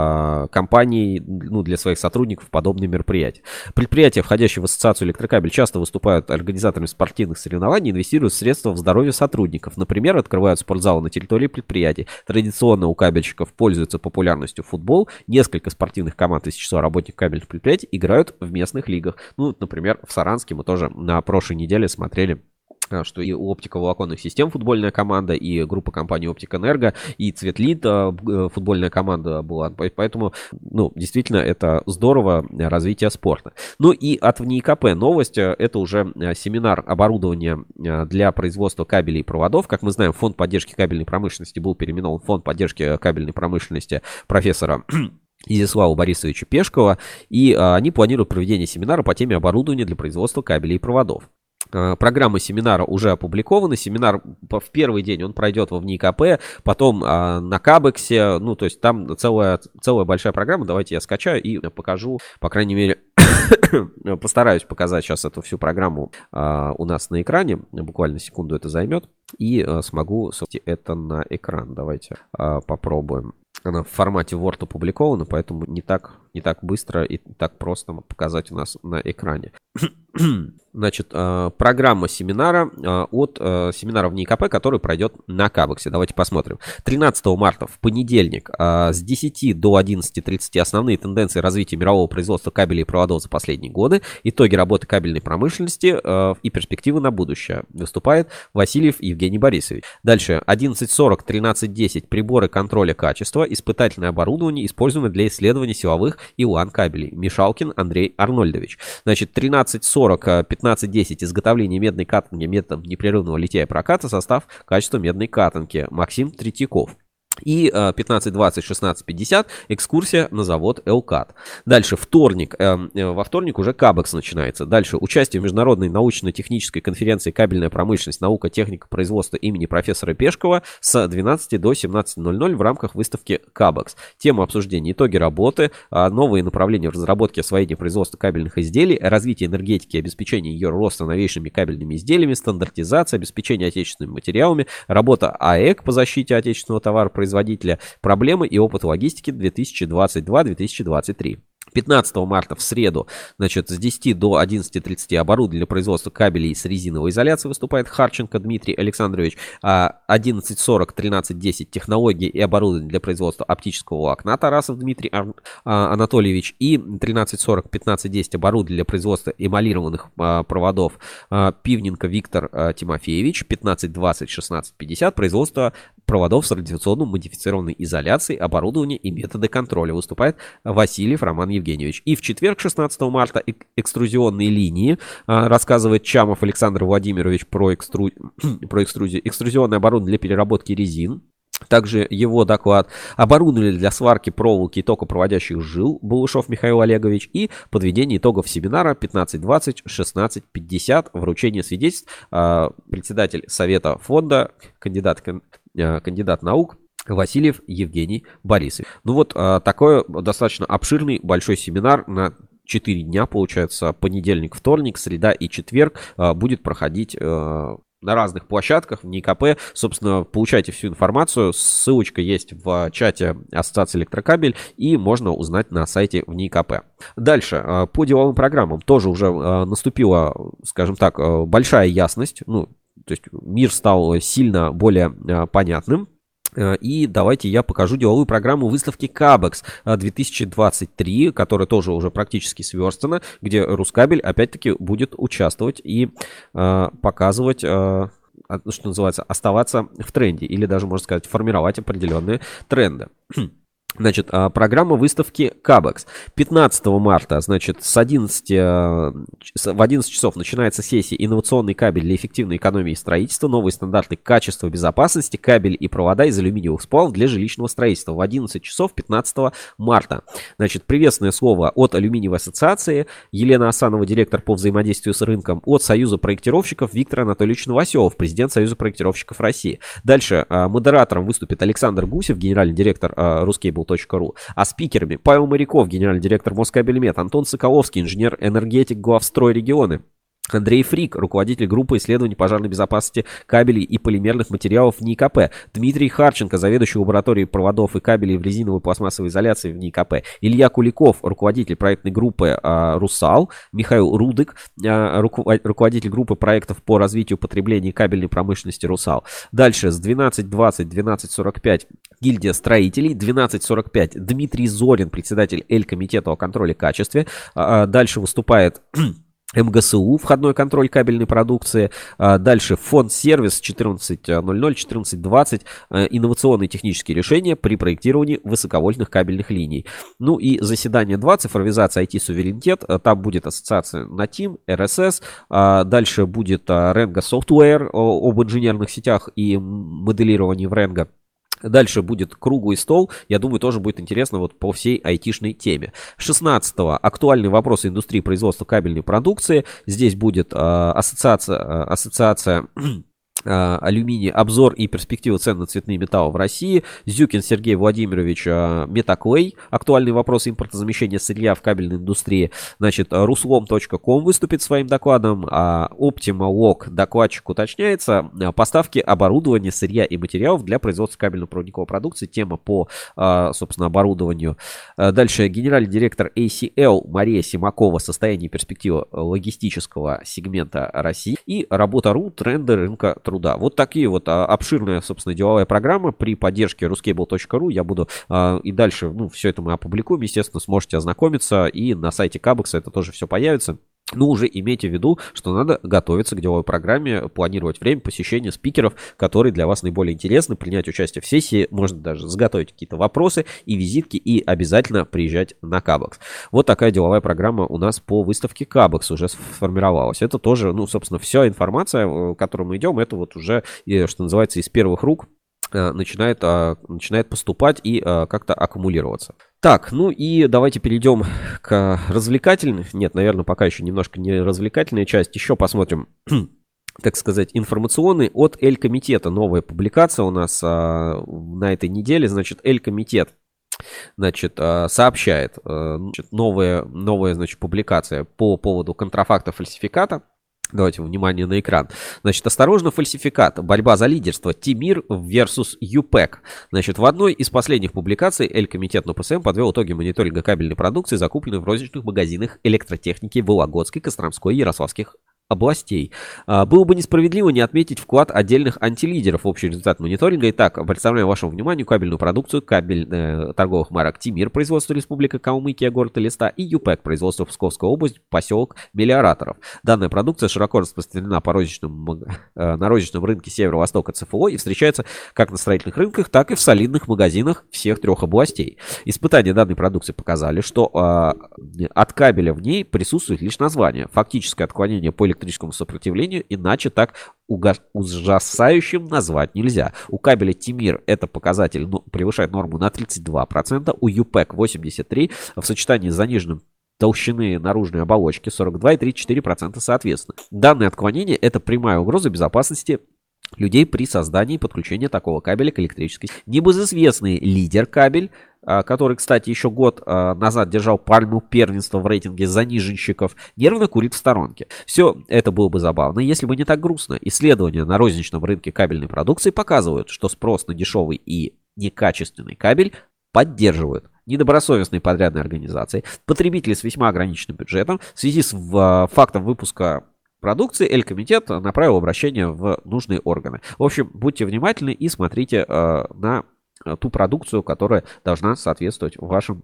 компаний, для своих сотрудников подобные мероприятия. Предприятия, входящие в Ассоциацию Электрокабель, часто выступают организаторами спортивных соревнований и инвестируют средства в здоровье сотрудников. Например, открывают спортзалы на территории предприятий. Традиционно у кабельщиков пользуется популярностью футбол. Несколько спортивных команд из числа работников кабельных предприятий играют в местных лигах. Например, в Саранске мы тоже на прошлой неделе смотрели, что и у оптиковолоконных систем футбольная команда, и группа компаний Оптик-Энерго, и Цветлит футбольная команда была. Поэтому, действительно, это здорово, развитие спорта. И от ВНИИКП новость. Это уже семинар оборудования для производства кабелей и проводов. Как мы знаем, фонд поддержки кабельной промышленности был переименован в фонд поддержки кабельной промышленности профессора Изяслава Борисовича Пешкова. И они планируют проведение семинара по теме оборудования для производства кабелей и проводов. Программа семинара уже опубликована. Семинар в первый день он пройдет во ВНИИКП, потом на Кабексе. То есть там целая большая программа. Давайте я скачаю и покажу, по крайней мере, постараюсь показать сейчас эту всю программу у нас на экране. Буквально секунду это займет. И смогу, собственно, это на экран. Давайте попробуем. Она в формате Word опубликована, поэтому не так быстро и так просто показать у нас на экране. Значит, программа семинара от семинара в НИИКП, который пройдет на Кабексе. Давайте посмотрим. 13 марта в понедельник с 10 до 11:30 основные тенденции развития мирового производства кабелей и проводов за последние годы, итоги работы кабельной промышленности и перспективы на будущее. Выступает Васильев Евгений Борисович. Дальше 11:40, 13:10 приборы контроля качества, испытательное оборудование, используемое для исследования силовых и ЛАН кабелей. Мишалкин Андрей Арнольдович. Значит, 13:40, 15:10 изготовление медной катанки методом непрерывного литья и проката, состав качества медной катанки. Максим Третьяков. И 15:20, 16:50 экскурсия на завод ЭЛКАТ. Дальше вторник. Во вторник уже Кабекс начинается. Дальше участие в международной научно-технической конференции «Кабельная промышленность. Наука, техника, производство» имени профессора Пешкова с 12 до 17:00 в рамках выставки Кабекс. Тема обсуждения: итоги работы, новые направления в разработке освоения производства кабельных изделий, развитие энергетики и обеспечение ее роста новейшими кабельными изделиями, стандартизация, обеспечение отечественными материалами, работа АЭК по защите отечественного товара производителя, проблемы и опыт логистики 2022-2023. 15 марта в среду, значит, с 10 до 11:30 оборудование для производства кабелей с резиновой изоляцией выступает Харченко Дмитрий Александрович. 11:40, 13:10 технологии и оборудование для производства оптического волокна Тарасов Дмитрий Анатольевич. И 13:40, 15:10 оборудование для производства эмалированных проводов Пивненко Виктор Тимофеевич. 15:20, 16:50 производство проводов с радиационно модифицированной изоляцией, оборудования и методы контроля. Выступает Васильев Роман Евгеньевич. И в четверг, 16 марта, экструзионные линии, рассказывает Чамов Александр Владимирович про экструзию. Экструзионное оборудование для переработки резин. Также его доклад. Оборудование для сварки проволоки и токопроводящих жил, Балушов Михаил Олегович. И подведение итогов семинара 15-20-16-50. Вручение свидетельств. Председатель Совета фонда, кандидат наук Васильев Евгений Борисович. Ну вот такой достаточно обширный большой семинар на 4 дня, получается, понедельник, вторник, среда и четверг будет проходить на разных площадках в НИИКП. Собственно, получайте всю информацию. Ссылочка есть в чате Ассоциации Электрокабель и можно узнать на сайте в НИИКП. Дальше, по деловым программам тоже уже наступила, скажем так, большая ясность. Ну, то есть мир стал сильно более понятным. И давайте я покажу деловую программу выставки Кабекс 2023, которая тоже уже практически сверстана, где Рускабель опять-таки будет участвовать и показывать, что называется, оставаться в тренде, или даже, можно сказать, формировать определенные тренды. Значит, программа выставки Кабекс. 15 марта, значит, в 11 часов начинается сессия «Инновационный кабель для эффективной экономии строительства. Новые стандарты качества безопасности. Кабель и провода из алюминиевых сплавов для жилищного строительства». В 11 часов 15 марта. Значит, приветственное слово от Алюминиевой ассоциации. Елена Асанова, директор по взаимодействию с рынком. От Союза проектировщиков Виктор Анатольевич Новоселов, президент Союза проектировщиков России. Дальше модератором выступит Александр Гусев, генеральный директор Ruscable.ru. А спикерами Павел Моряков, генеральный директор Москабельмет, Антон Соколовский, инженер-энергетик главстрой регионы, Андрей Фрик, руководитель группы исследований пожарной безопасности кабелей и полимерных материалов в НИИКП, Дмитрий Харченко, заведующий лабораторией проводов и кабелей в резиновой пластмассовой изоляции в НИИКП, Илья Куликов, руководитель проектной группы «Русал», Михаил Рудык, руководитель группы проектов по развитию потребления кабельной промышленности «Русал». Дальше с 12:20-12:45 гильдия строителей, 12:45 Дмитрий Зорин, председатель Эль-комитета о контроле качества. Дальше выступает МГСУ, входной контроль кабельной продукции. Дальше фонд сервис 14:00-14:20, инновационные технические решения при проектировании высоковольтных кабельных линий. Ну и заседание 2, цифровизация IT-суверенитет. Там будет ассоциация NATIM, РСС. Дальше будет Rengo Software об инженерных сетях и моделировании в Rengo. Дальше будет круглый стол. Я думаю, тоже будет интересно вот по всей айтишной теме. 16-го актуальные вопросы индустрии производства кабельной продукции. Здесь будет ассоциация алюминий, обзор и перспективы цен на цветные металлы в России. Зюкин Сергей Владимирович, Метаклей, актуальные вопросы импортозамещения сырья в кабельной индустрии. Значит, Руслом.ком выступит своим докладом. Optimalog, докладчик уточняется. Поставки оборудования, сырья и материалов для производства кабельно-проводниковой продукции. Тема по, собственно, оборудованию. Дальше генеральный директор ACL Мария Симакова, состояние и перспектива логистического сегмента России. И работа.ру, тренды рынка труда. Вот такие вот обширная, собственно, деловая программа при поддержке ruscable.ru. Я буду и дальше, ну, все это мы опубликуем, естественно, сможете ознакомиться, и на сайте Кабекса это тоже все появится. Но уже имейте в виду, что надо готовиться к деловой программе, планировать время посещения спикеров, которые для вас наиболее интересны, принять участие в сессии, можно даже заготовить какие-то вопросы и визитки, и обязательно приезжать на Кабекс. Вот такая деловая программа у нас по выставке Кабекс уже сформировалась. Это тоже, ну, собственно, вся информация, к которой мы идем, это вот уже, что называется, из первых рук начинает поступать и как-то аккумулироваться. Так, ну и давайте перейдем к развлекательной. Нет, наверное, пока еще немножко не развлекательная часть. Еще посмотрим, так сказать, информационный от Эль-комитета. Новая публикация у нас на этой неделе. Значит, Эль-комитет, значит, сообщает, новая, значит, публикация по поводу контрафакта, фальсификата. Давайте внимание на экран. Значит, осторожно, фальсификат. Борьба за лидерство. Тимир versus ЮПЭК. Значит, в одной из последних публикаций Эль-комитет НОПСМ подвел итоги мониторинга кабельной продукции, закупленной в розничных магазинах электротехники в Вологодской, Костромской и Ярославских областей. Было бы несправедливо не отметить вклад отдельных антилидеров в общий результат мониторинга. Итак, представляю вашему вниманию кабельную продукцию торговых марок «Тимир», производство Республика Калмыкия, город Элиста, и ЮПЭК, производство Псковская область, поселок Мелиораторов. Данная продукция широко распространена на розничном рынке северо-востока ЦФО и встречается как на строительных рынках, так и в солидных магазинах всех трех областей. Испытания данной продукции показали, что от кабеля в ней присутствует лишь название. Фактическое отклонение по электрическому сопротивлению иначе так ужасающим назвать нельзя. У кабеля Тимир это показатель превышает норму на 32%, у ЮПЭК 83%, в сочетании с заниженным толщины наружной оболочки 42 и 34% соответственно. Данное отклонение это прямая угроза безопасности людей при создании и подключении такого кабеля к электрической сети. Небезызвестный лидер кабель, который, кстати, еще год назад держал пальму первенства в рейтинге заниженщиков, нервно курит в сторонке. Все это было бы забавно, если бы не так грустно. Исследования на розничном рынке кабельной продукции показывают, что спрос на дешевый и некачественный кабель поддерживают недобросовестные подрядные организации, потребители с весьма ограниченным бюджетом. В связи с фактом выпуска продукции Элькомитет направил обращение в нужные органы. В общем, будьте внимательны и смотрите на ту продукцию, которая должна соответствовать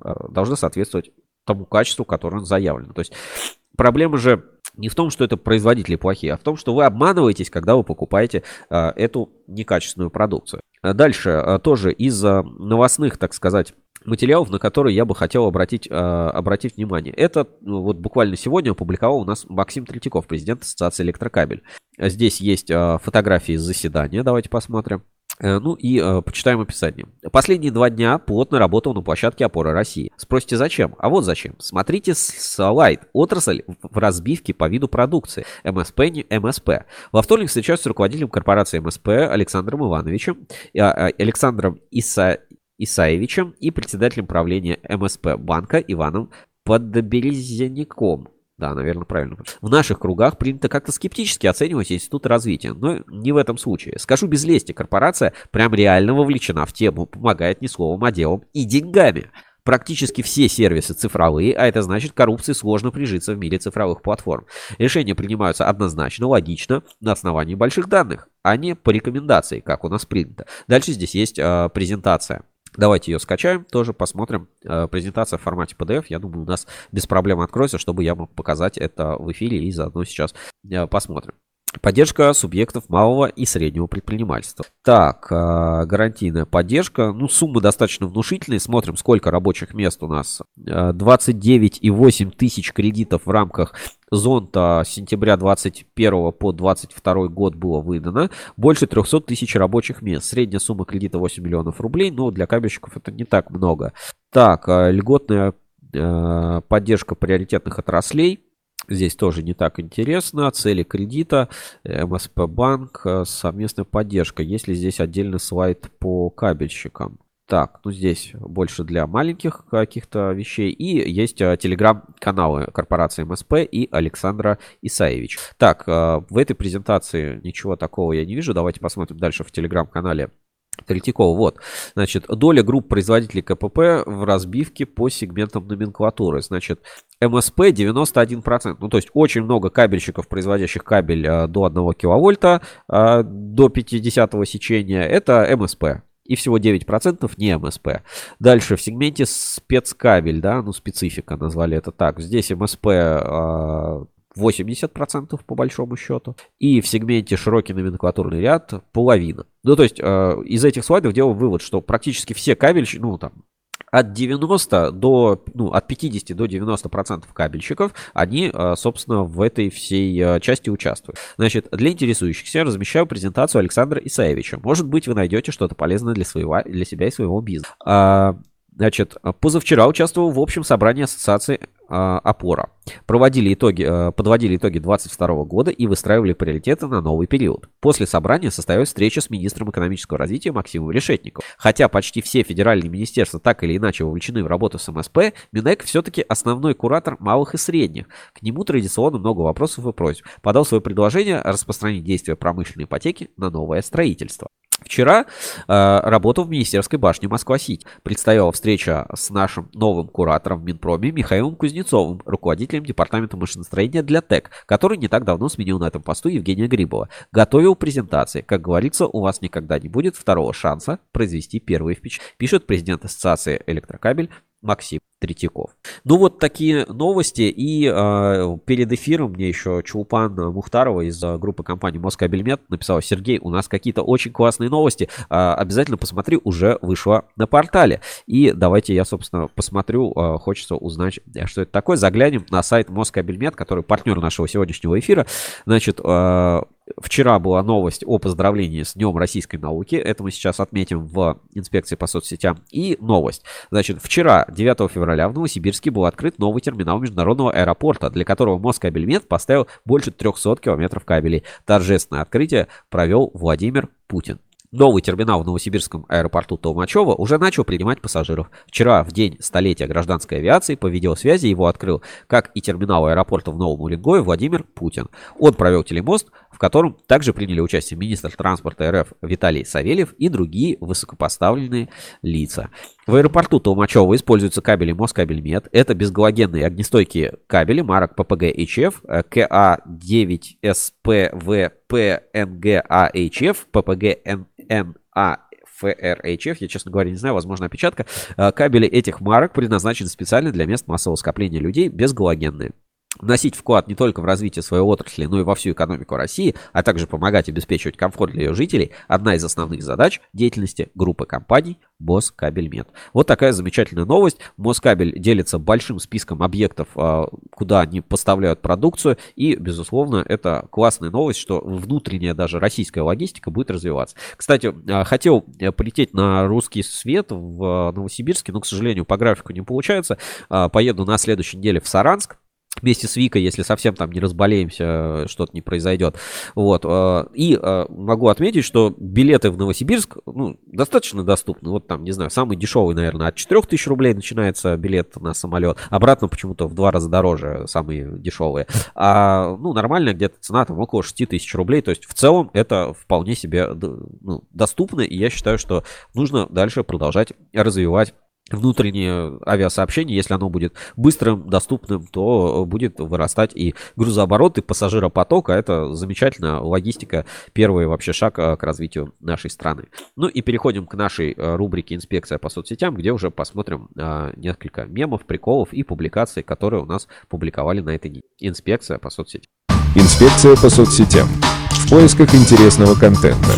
тому качеству, которое заявлено. То есть проблема же не в том, что это производители плохие, а в том, что вы обманываетесь, когда вы покупаете эту некачественную продукцию. Дальше тоже из новостных, так сказать, материалов, на которые я бы хотел обратить внимание. Это вот буквально сегодня опубликовал у нас Максим Третьяков, президент Ассоциации Электрокабель. Здесь есть фотографии из заседания, давайте посмотрим. Ну и почитаем описание. Последние 2 дня плотно работал на площадке «Опора России». Спросите, зачем? А вот зачем. Смотрите слайд. Отрасль в разбивке по виду продукции. МСП, не МСП. Во вторник встречаюсь с руководителем корпорации МСП Александром Исаевичем и председателем правления МСП банка Иваном Подберезником. Да, наверное, правильно. В наших кругах принято как-то скептически оценивать институт развития, но не в этом случае. Скажу без лести, корпорация прям реально вовлечена в тему, помогает не словом, а делом и деньгами. Практически все сервисы цифровые, а это значит, коррупции сложно прижиться в мире цифровых платформ. Решения принимаются однозначно, логично, на основании больших данных, а не по рекомендации, как у нас принято. Дальше здесь есть презентация. Давайте ее скачаем, тоже посмотрим. Презентация в формате PDF, я думаю, у нас без проблем откроется, чтобы я мог показать это в эфире и заодно сейчас посмотрим. Поддержка субъектов малого и среднего предпринимательства. Так, гарантийная поддержка. Ну, суммы достаточно внушительные. Смотрим, сколько рабочих мест у нас. 29,8 тысяч кредитов в рамках зонта с сентября 2021 по 2022 год было выдано. Больше 300 тысяч рабочих мест. Средняя сумма кредита 8 миллионов рублей. Но для кабельщиков это не так много. Так, льготная поддержка приоритетных отраслей. Здесь тоже не так интересно. Цели кредита, МСП банк, совместная поддержка. Есть ли здесь отдельный слайд по кабельщикам? Так, ну здесь больше для маленьких каких-то вещей. И есть телеграм-каналы корпорации МСП и Александра Исаевич. Так, в этой презентации ничего такого я не вижу. Давайте посмотрим дальше в телеграм-канале Третьякова. Вот, значит, доля групп производителей КПП в разбивке по сегментам номенклатуры. Значит, МСП 91%. Ну, то есть очень много кабельщиков, производящих кабель до 1 киловольта, до 50-го сечения. Это МСП. И всего 9% не МСП. Дальше в сегменте спецкабель, да, ну специфика назвали это так. Здесь МСП 80% по большому счету. И в сегменте широкий номенклатурный ряд половина. Ну, то есть из этих слайдов делаю вывод, что практически все кабельщики, ну, там, от 90 до, ну, от 50 до 90% кабельщиков, они, собственно, в этой всей части участвуют. Значит, для интересующихся размещаю презентацию Александра Исаевича. Может быть, вы найдете что-то полезное для себя и своего бизнеса. Значит, позавчера участвовал в общем собрании ассоциации «Опора». Подводили итоги 2022 года и выстраивали приоритеты на новый период. После собрания состоялась встреча с министром экономического развития Максимом Решетниковым. Хотя почти все федеральные министерства так или иначе вовлечены в работу с МСП, Минэк все-таки основной куратор малых и средних. К нему традиционно много вопросов и просьб. Подал свое предложение распространить действие промышленной ипотеки на новое строительство. Вчера работал в Министерской башне Москва-Сити. Предстояла встреча с нашим новым куратором в Минпроме Михаилом Кузнецовым, руководителем департамента машиностроения для ТЭК, который не так давно сменил на этом посту Евгения Грибова. Готовил презентации. Как говорится, у вас никогда не будет второго шанса произвести первые впечатления, пишет президент Ассоциации «Электрокабель» Максим Третьяков. Ну вот такие новости. И перед эфиром мне еще Чулпан Мухтарова из группы компании Москабельмет написала: Сергей, у нас какие-то очень классные новости. Обязательно посмотри, уже вышло на портале. И давайте я, собственно, посмотрю. Хочется узнать, что это такое. Заглянем на сайт Москабельмет, который партнер нашего сегодняшнего эфира. Значит, вчера была новость о поздравлении с Днем российской науки. Это мы сейчас отметим в инспекции по соцсетям. И новость. Значит, вчера, 9 февраля, в Новосибирске был открыт новый терминал международного аэропорта, для которого Москабельмет поставил больше 300 километров кабелей. Торжественное открытие провел Владимир Путин. Новый терминал в Новосибирском аэропорту Толмачево уже начал принимать пассажиров. Вчера, в день столетия гражданской авиации, по видеосвязи его открыл, как и терминал аэропорта в Новом Уренгое, Владимир Путин. Он провел телемост, в котором также приняли участие министр транспорта РФ Виталий Савельев и другие высокопоставленные лица. В аэропорту Толмачево используются кабели Москабельмет. Это безгалогенные огнестойкие кабели марок ППГ HF, КА-9СПВП НГА-HF, ППГ НА-ФР-HF. Я, честно говоря, не знаю, возможно, опечатка. Кабели этих марок предназначены специально для мест массового скопления людей, безгалогенные. Вносить вклад не только в развитие своей отрасли, но и во всю экономику России, а также помогать обеспечивать комфорт для ее жителей — одна из основных задач деятельности группы компаний Москабельмет. Вот такая замечательная новость. Москабель делится большим списком объектов, куда они поставляют продукцию, и, безусловно, это классная новость, что внутренняя даже российская логистика будет развиваться. Кстати, хотел полететь на русский свет в Новосибирске, но, к сожалению, по графику не получается. Поеду на следующей неделе в Саранск. Вместе с Викой, если совсем там не разболеемся, что-то не произойдет. Вот. И могу отметить, что билеты в Новосибирск достаточно доступны. Вот там, не знаю, самый дешевый, наверное, от 4000 рублей начинается билет на самолет. Обратно почему-то в 2 раза дороже самые дешевые. А нормальная где-то цена там около 6000 рублей. То есть в целом это вполне себе доступно. И я считаю, что нужно дальше продолжать развивать внутреннее авиасообщение. Если оно будет быстрым, доступным, то будет вырастать и грузооборот, и пассажиропоток, а это замечательная логистика, первый вообще шаг к развитию нашей страны. Ну и переходим к нашей рубрике «Инспекция по соцсетям», где уже посмотрим несколько мемов, приколов и публикаций, которые у нас публиковали на этой неделе. Инспекция по соцсетям. Инспекция по соцсетям. В поисках интересного контента.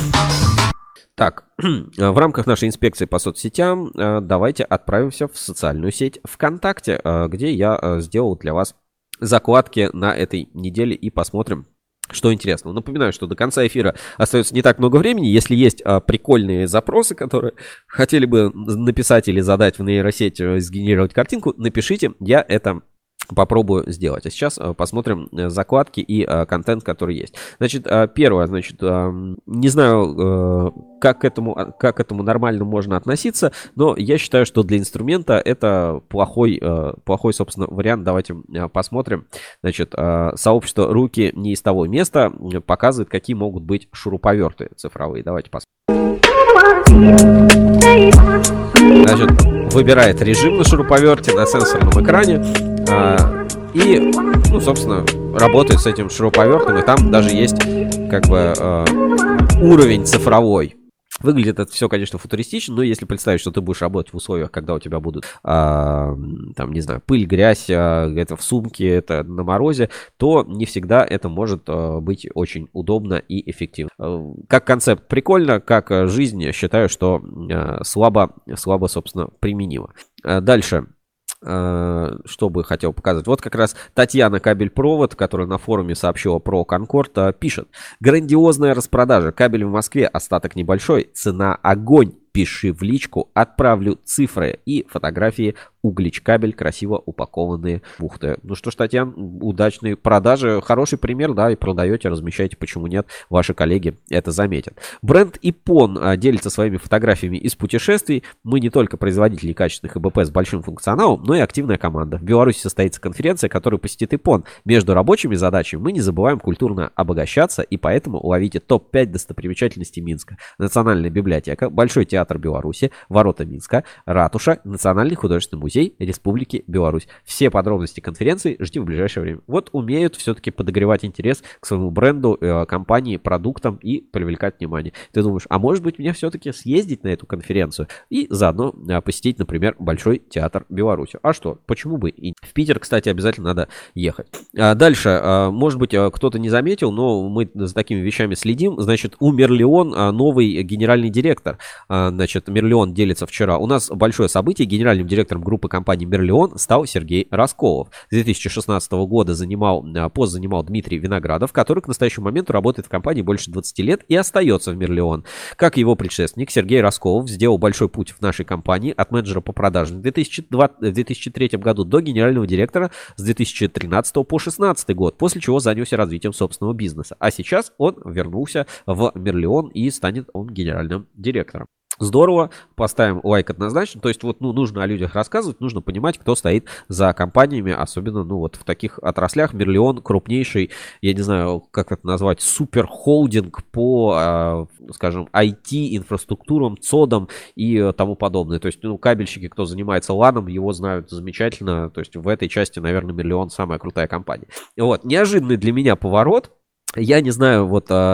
Так, в рамках нашей инспекции по соцсетям давайте отправимся в социальную сеть ВКонтакте, где я сделал для вас закладки на этой неделе и посмотрим, что интересно. Напоминаю, что до конца эфира остается не так много времени. Если есть прикольные запросы, которые хотели бы написать или задать в нейросеть, сгенерировать картинку, напишите, я это попробую сделать. А сейчас посмотрим закладки и контент, который есть. Значит, первое, не знаю, как к этому нормально можно относиться, но я считаю, что для инструмента это плохой, собственно, вариант. Давайте посмотрим. Значит, сообщество «Руки не из того места» показывает, какие могут быть шуруповерты цифровые. Давайте посмотрим. Значит, выбирает режим на шуруповерте на сенсорном экране. И, собственно, работает с этим шуруповертом. И там даже есть, уровень цифровой. Выглядит это все, конечно, футуристично, но если представить, что ты будешь работать в условиях, когда у тебя будут, пыль, грязь, это в сумке, это на морозе, то не всегда это может быть очень удобно и эффективно. Как концепт прикольно, как жизнь, считаю, что слабо, собственно, применимо. Дальше. Что бы хотел показать. Вот как раз Татьяна Кабель-Провод, которая на форуме сообщила про Конкорд, пишет: грандиозная распродажа. Кабель в Москве, остаток небольшой, цена огонь. пиши в личку, отправлю цифры и фотографии Углич кабель, красиво упакованные бухты. Ну что ж, Татьяна, удачные продажи, хороший пример, да, и продаете, размещаете, почему нет, ваши коллеги это заметят. Бренд Ипон делится своими фотографиями из путешествий. Мы не только производители качественных ИБП с большим функционалом, но и активная команда. В Беларуси состоится конференция, которую посетит Ипон. Между рабочими задачами мы не забываем культурно обогащаться, и поэтому ловите топ-5 достопримечательностей Минска. Национальная библиотека, Большой театр Беларуси, Ворота Минска, Ратуша, Национальный художественный музей Республики Беларусь. Все подробности конференции ждите в ближайшее время. Вот умеют все-таки подогревать интерес к своему бренду, компании, продуктам и привлекать внимание. Ты думаешь, а может быть мне все-таки съездить на эту конференцию и заодно посетить, например, Большой театр Беларуси. А что, почему бы и в Питер, кстати, обязательно надо ехать. Дальше, может быть, кто-то не заметил, но мы за такими вещами следим. Значит, у Мерлион новый генеральный директор. Значит, Мерлион делится вчера. У нас большое событие. Генеральным директором группы компании Мерлион стал Сергей Расколов. С 2016 года пост занимал Дмитрий Виноградов, который к настоящему моменту работает в компании больше 20 лет и остается в Мерлион. Как его предшественник, Сергей Расколов сделал большой путь в нашей компании от менеджера по продажам в 2003 году до генерального директора с 2013 по 2016 год, после чего занялся развитием собственного бизнеса. А сейчас он вернулся в Мерлион и станет он генеральным директором. Здорово, поставим лайк однозначно. То есть вот, нужно о людях рассказывать, нужно понимать, кто стоит за компаниями, особенно, вот в таких отраслях. Мерлион крупнейший, я не знаю, как это назвать, суперхолдинг по, скажем, IT-инфраструктурам, ЦОДам и тому подобное. То есть, кабельщики, кто занимается ланом, его знают замечательно. То есть в этой части, наверное, Мерлион самая крутая компания. Вот, неожиданный для меня поворот. Я не знаю,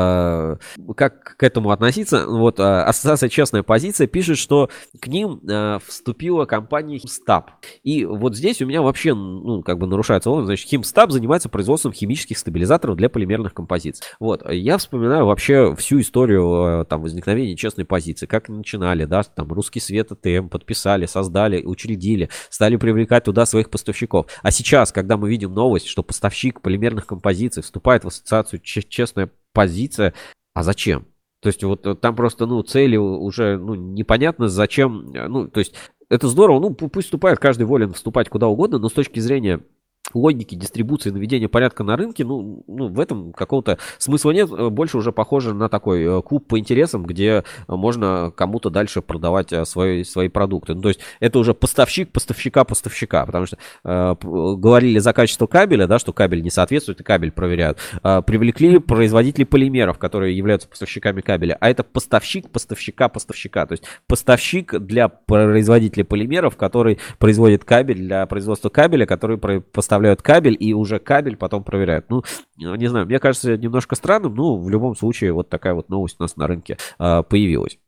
как к этому относиться. Ассоциация «Честная позиция» пишет, что к ним вступила компания Химстаб. И вот здесь у меня вообще, нарушается логика. Значит, Химстаб занимается производством химических стабилизаторов для полимерных композиций. Я вспоминаю вообще всю историю возникновения «Честной позиции». Как начинали, да, Русский Свет АТМ подписали, создали, учредили, стали привлекать туда своих поставщиков. А сейчас, когда мы видим новость, что поставщик полимерных композиций вступает в ассоциацию «Честная позиция», а зачем? То есть там просто, цели уже, непонятно зачем, то есть это здорово, пусть вступает, каждый волен вступать куда угодно, но с точки зрения логики дистрибуции, наведения порядка на рынке, в этом какого-то смысла нет. Больше уже похоже на такой клуб по интересам, где можно кому-то дальше продавать свои продукты. То есть это уже поставщик поставщика, потому что говорили за качество кабеля, да, что кабель не соответствует, и кабель проверяют. Привлекли производителей полимеров, которые являются поставщиками кабеля, а это поставщик поставщика. То есть поставщик для производителей полимеров, который производит кабель для производства кабеля, который поставляют кабель, и уже кабель потом проверяют. Не знаю, мне кажется немножко странным, в любом случае вот такая вот новость у нас на рынке появилась.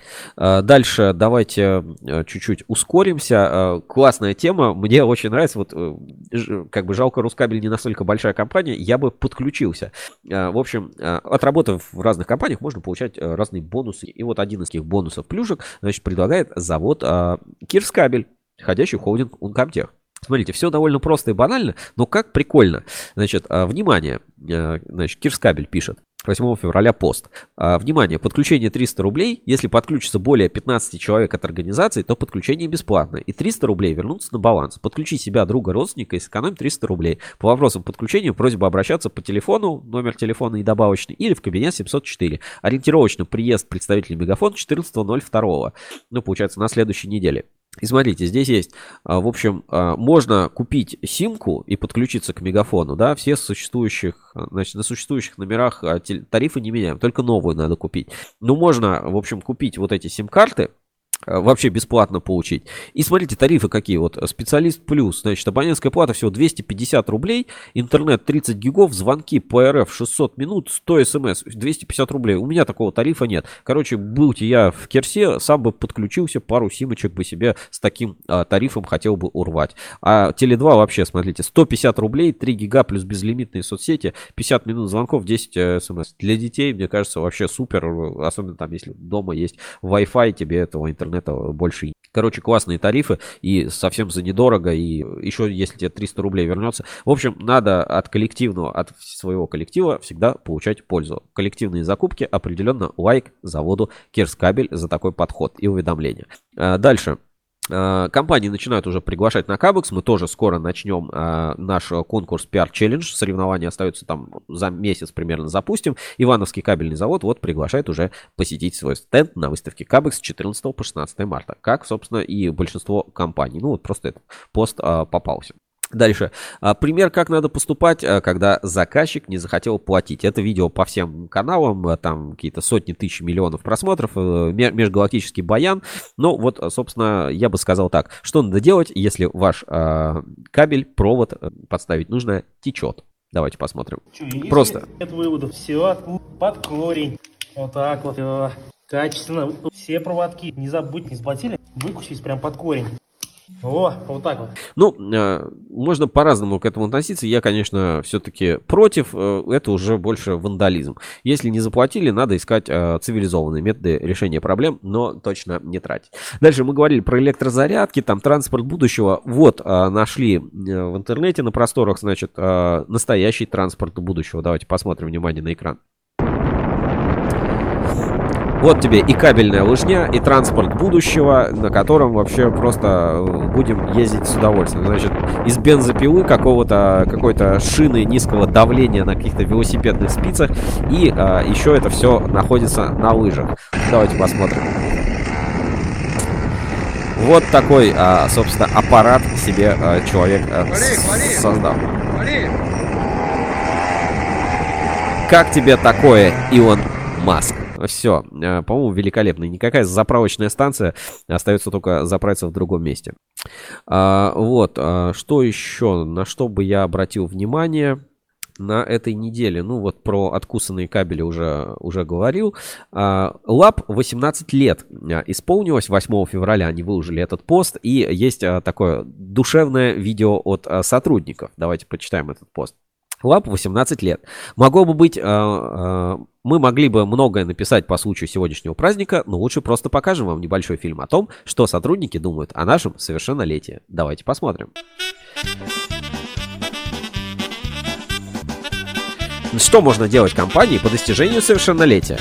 Дальше давайте чуть-чуть ускоримся. Классная тема, мне очень нравится. Жалко, Рускабель не настолько большая компания, я бы подключился. В общем, отработав в разных компаниях, можно получать разные бонусы. И вот один из таких бонусов плюшек, предлагает завод Кирскабель, входящий в холдинг Uncomtech. Смотрите, все довольно просто и банально, но как прикольно. Внимание, Кирскабель пишет. 8 февраля пост. Внимание, подключение 300 рублей. Если подключится более 15 человек от организации, то подключение бесплатно. И 300 рублей вернутся на баланс. Подключи себя, друга, родственника и сэкономь 300 рублей. По вопросам подключения просьба обращаться по телефону, номер телефона и добавочный, или в кабинет 704. Ориентировочно приезд представителей Мегафон 14.02. Получается, на следующей неделе. И смотрите, здесь есть, в общем, можно купить симку и подключиться к Мегафону, да, все существующих, на существующих номерах тарифы не меняем, только новую надо купить. Можно, в общем, купить вот эти сим-карты, вообще бесплатно получить. И смотрите, тарифы какие. Специалист плюс, абонентская плата всего 250 рублей, интернет 30 гигов, звонки по РФ 600 минут, 100 смс, 250 рублей. У меня такого тарифа нет. Будьте я в Кирсе, сам бы подключился, пару симочек бы себе с таким тарифом хотел бы урвать. А Теле2 вообще, смотрите, 150 рублей, 3 гига плюс безлимитные соцсети, 50 минут звонков, 10 смс. Для детей, мне кажется, вообще супер, особенно если дома есть Wi-Fi, тебе этого интернета интернета больше. Короче, классные тарифы и совсем за недорого, и еще если тебе 300 рублей вернется. В общем, надо от своего коллектива всегда получать пользу. Коллективные закупки определенно лайк заводу Кирскабель за такой подход и уведомления. Дальше. Компании начинают уже приглашать на Кабекс. Мы тоже скоро начнем наш конкурс PR Challenge. Соревнования остаются там за месяц примерно запустим. Ивановский кабельный завод вот приглашает уже посетить свой стенд на выставке Кабекс с 14 по 16 марта. Как, собственно, и большинство компаний. Ну вот просто этот пост попался. Дальше. Пример, как надо поступать, когда заказчик не захотел платить. Это видео по всем каналам, там какие-то сотни тысяч миллионов просмотров, межгалактический баян. Ну вот, собственно, я бы сказал так. Что надо делать, если ваш кабель, провод подставить нужно, течет? Давайте посмотрим. Просто. Нет выводов. Все под корень. Вот так вот. Все. Качественно. Все проводки. Не забудь, не сплотили. Выкусить прям под корень. О, вот так вот. Ну, можно по-разному к этому относиться. Я, конечно, все-таки против. Это уже больше вандализм. Если не заплатили, надо искать цивилизованные методы решения проблем, но точно не тратить. Дальше мы говорили про электрозарядки, там транспорт будущего. Вот, нашли в интернете на просторах, значит, настоящий транспорт будущего. Давайте посмотрим, внимание на экран. Вот тебе и кабельная лыжня, и транспорт будущего, на котором вообще просто будем ездить с удовольствием. Значит, из бензопилы какой-то шины низкого давления на каких-то велосипедных спицах. И еще это все находится на лыжах. Давайте посмотрим. Вот такой, собственно, аппарат себе человек создал. Как тебе такое, Илон Маск? Все, по-моему, великолепно. Никакая заправочная станция, остается только заправиться в другом месте. Вот, что еще, на что бы я обратил внимание на этой неделе? Ну вот про откусанные кабели уже говорил. Лаб 18 лет исполнилось, 8 февраля они выложили этот пост, и есть такое душевное видео от сотрудников. Давайте почитаем этот пост. Лаб 18 лет. Могло бы быть... Мы могли бы многое написать по случаю сегодняшнего праздника, но лучше просто покажем вам небольшой фильм о том, что сотрудники думают о нашем совершеннолетии. Давайте посмотрим. Что можно делать компании по достижению совершеннолетия?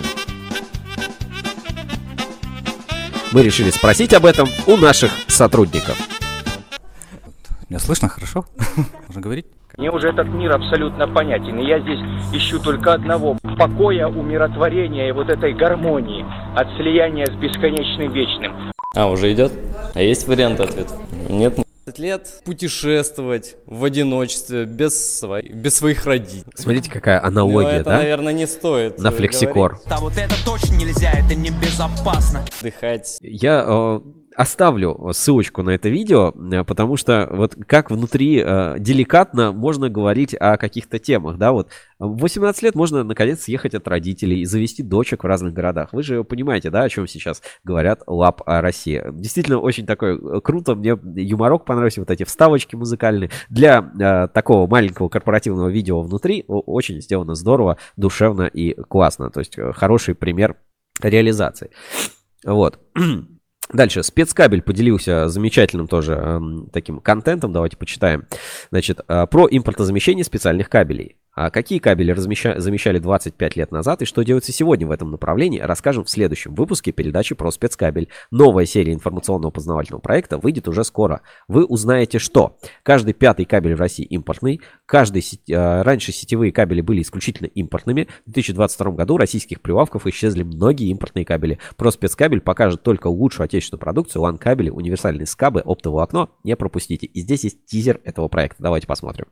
Мы решили спросить об этом у наших сотрудников. Меня слышно хорошо? Можно говорить? Мне уже этот мир абсолютно понятен, и я здесь ищу только одного – покоя, умиротворения и вот этой гармонии от слияния с бесконечным вечным. Уже идет? А есть вариант ответа? Нет. 15 лет путешествовать в одиночестве, без своих родителей. Смотрите, какая аналогия, это, да? Наверное, не стоит. На флексикор. Да вот это точно нельзя, это небезопасно. Дыхать. Я оставлю ссылочку на это видео, потому что вот как внутри деликатно можно говорить о каких-то темах, да, вот в 18 лет можно наконец съехать от родителей и завести дочек в разных городах. Вы же понимаете, да, о чем сейчас говорят Лаб Россия. Действительно очень такой круто, мне юморок понравился, вот эти вставочки музыкальные. Для такого маленького корпоративного видео внутри очень сделано здорово, душевно и классно, то есть хороший пример реализации. Вот. Дальше, спецкабель поделился замечательным тоже таким контентом, давайте почитаем. Значит, про импортозамещение специальных кабелей. Какие кабели замещали 25 лет назад и что делается сегодня в этом направлении, расскажем в следующем выпуске передачи про спецкабель. Новая серия информационного познавательного проекта выйдет уже скоро. Вы узнаете, что каждый пятый кабель в России импортный, раньше сетевые кабели были исключительно импортными. В 2022 году российских прилавков исчезли многие импортные кабели. Про спецкабель покажет только лучшую отечественную продукцию, LAN-кабели, универсальные скабы, оптоволокно. Не пропустите. И здесь есть тизер этого проекта. Давайте посмотрим.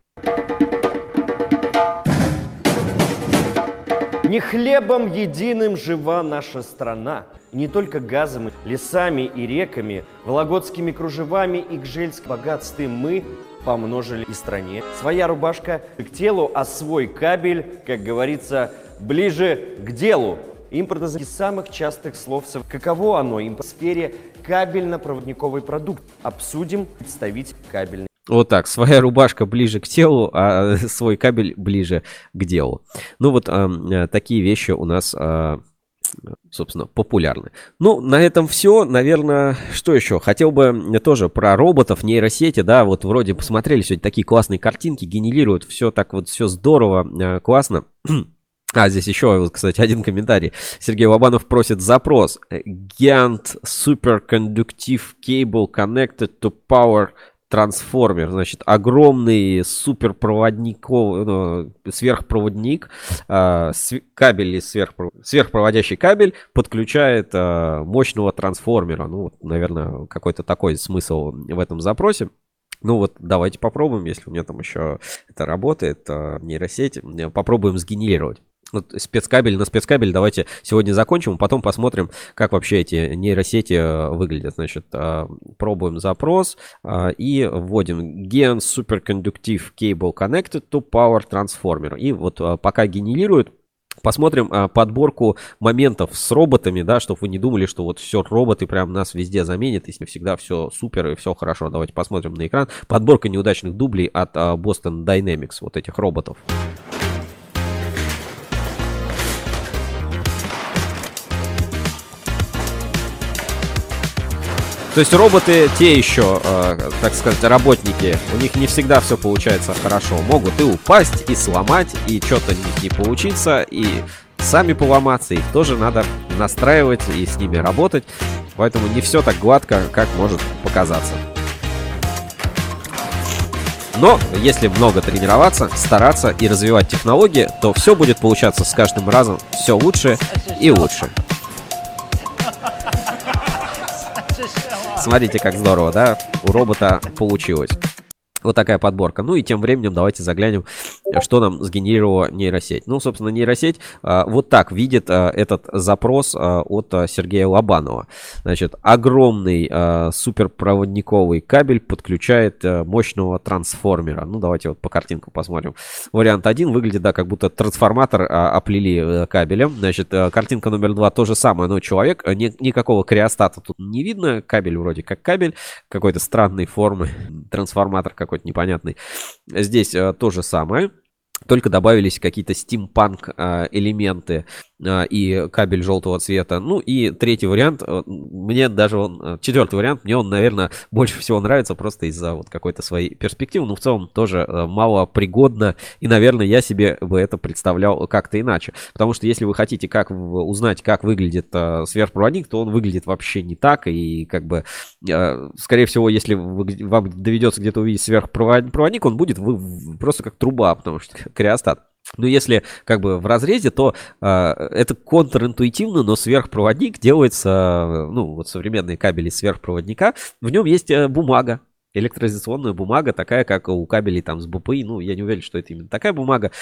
Не хлебом единым жива наша страна, не только газом, лесами и реками, вологодскими кружевами и гжельским богатством мы помножили и стране. Своя рубашка к телу, а свой кабель, как говорится, ближе к делу. Импортозамещение самых частых слов, каково оно в сфере кабельно-проводниковый продукт. Обсудим представитель кабельный. Вот так, своя рубашка ближе к телу, а свой кабель ближе к делу. Ну вот такие вещи у нас собственно, популярны. Ну, на этом все. Наверное, что еще? Хотел бы тоже про роботов, нейросети, да, вот вроде посмотрели сегодня такие классные картинки, генерируют все так вот, все здорово, классно. Здесь еще, вот, кстати, один комментарий. Сергей Лобанов просит запрос. Giant Superconductive Cable Connected to Power Transformer. Значит, огромный сверхпроводник, кабель или сверхпроводящий кабель подключает мощного трансформера. Ну, вот, наверное, какой-то такой смысл в этом запросе. Ну вот, давайте попробуем, если у меня там еще это работает, нейросеть, попробуем сгенерировать. Вот спецкабель на спецкабель давайте сегодня закончим, потом посмотрим, как вообще эти нейросети выглядят. Значит, пробуем запрос и вводим GEN Superconductive Cable Connected to Power Transformer. И вот пока генерирует, посмотрим подборку моментов с роботами, да, чтобы вы не думали, что вот все роботы прям нас везде заменят, и всегда все супер и все хорошо. Давайте посмотрим на экран. Подборка неудачных дублей от Boston Dynamics, вот этих роботов. То есть роботы те еще, так сказать, работники. У них не всегда все получается хорошо. Могут и упасть, и сломать, и что-то у них не получится, и сами поломаться. Их тоже надо настраивать и с ними работать. Поэтому не все так гладко, как может показаться. Но если много тренироваться, стараться и развивать технологии, то все будет получаться с каждым разом все лучше и лучше. Смотрите, как здорово, да? У робота получилось. Вот такая подборка. Ну и тем временем давайте заглянем, что нам сгенерировала нейросеть. Ну, собственно, нейросеть вот так видит этот запрос от Сергея Лобанова. Значит, огромный суперпроводниковый кабель подключает мощного трансформера. Ну, давайте вот по картинку посмотрим. Вариант 1 выглядит, да, как будто трансформатор оплели кабелем. Значит, картинка номер 2 то же самое, но человек. Никакого криостата тут не видно. Кабель вроде как кабель. Какой-то странной формы. Трансформатор какой-то непонятный. Здесь то же самое, только добавились какие-то стимпанк элементы и кабель желтого цвета. Ну и третий вариант, мне даже он, четвертый вариант, мне он, наверное, больше всего нравится просто из-за вот какой-то своей перспективы, но в целом тоже мало пригодно, и, наверное, я себе бы это представлял как-то иначе. Потому что если вы хотите узнать, как выглядит сверхпроводник, то он выглядит вообще не так, и как бы, скорее всего, если вам доведется где-то увидеть сверхпроводник, он будет просто как труба, потому что криостат. Но если как бы в разрезе, то это контринтуитивно, но сверхпроводник делается, ну вот современные кабели сверхпроводника, в нем есть бумага, электроизоляционная бумага, такая как у кабелей там с БПИ, ну я не уверен, что это именно такая бумага,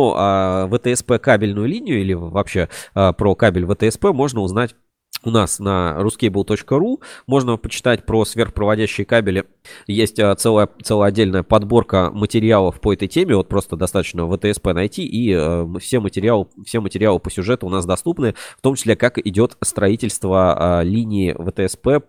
но ВТСП кабельную линию или вообще про кабель ВТСП можно узнать у нас на ruscable.ru. Можно почитать про сверхпроводящие кабели. Есть целая отдельная подборка материалов по этой теме. Вот просто достаточно ВТСП найти, и все материалы по сюжету у нас доступны, в том числе как идет строительство линии ВТСП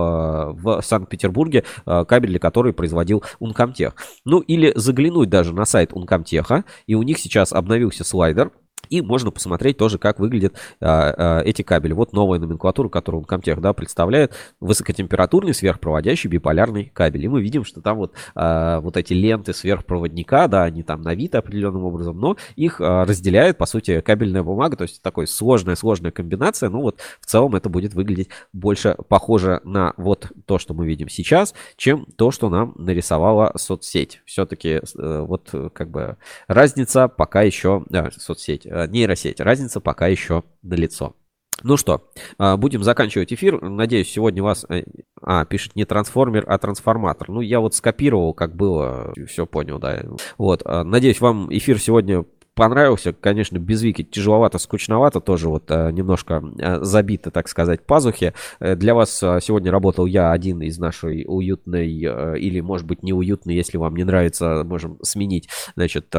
в Санкт-Петербурге, кабель для которой производил Uncomtech. Ну или заглянуть даже на сайт Uncomtech, и у них сейчас обновился слайдер. И можно посмотреть тоже, как выглядят эти кабели. Вот новая номенклатура, которую Uncomtech, да, представляет. Высокотемпературный сверхпроводящий биполярный кабель. И мы видим, что там вот эти ленты сверхпроводника, да, они там навиты определенным образом, но их разделяет, по сути, кабельная бумага. То есть такой сложная комбинация. Ну вот в целом это будет выглядеть больше похоже на вот то, что мы видим сейчас, чем то, что нам нарисовала соцсеть. Все-таки вот как бы разница пока еще... нейросеть. Разница пока еще налицо. Ну что, будем заканчивать эфир. Надеюсь, сегодня вас... пишет не трансформер, а трансформатор. Ну, я вот скопировал, как было, все понял, да. Вот, надеюсь, вам эфир сегодня понравился. Конечно, без Вики тяжеловато, скучновато. Тоже вот немножко забито, так сказать, пазухи. Для вас сегодня работал я, один из нашей уютной, или, может быть, неуютной, если вам не нравится, можем сменить, значит,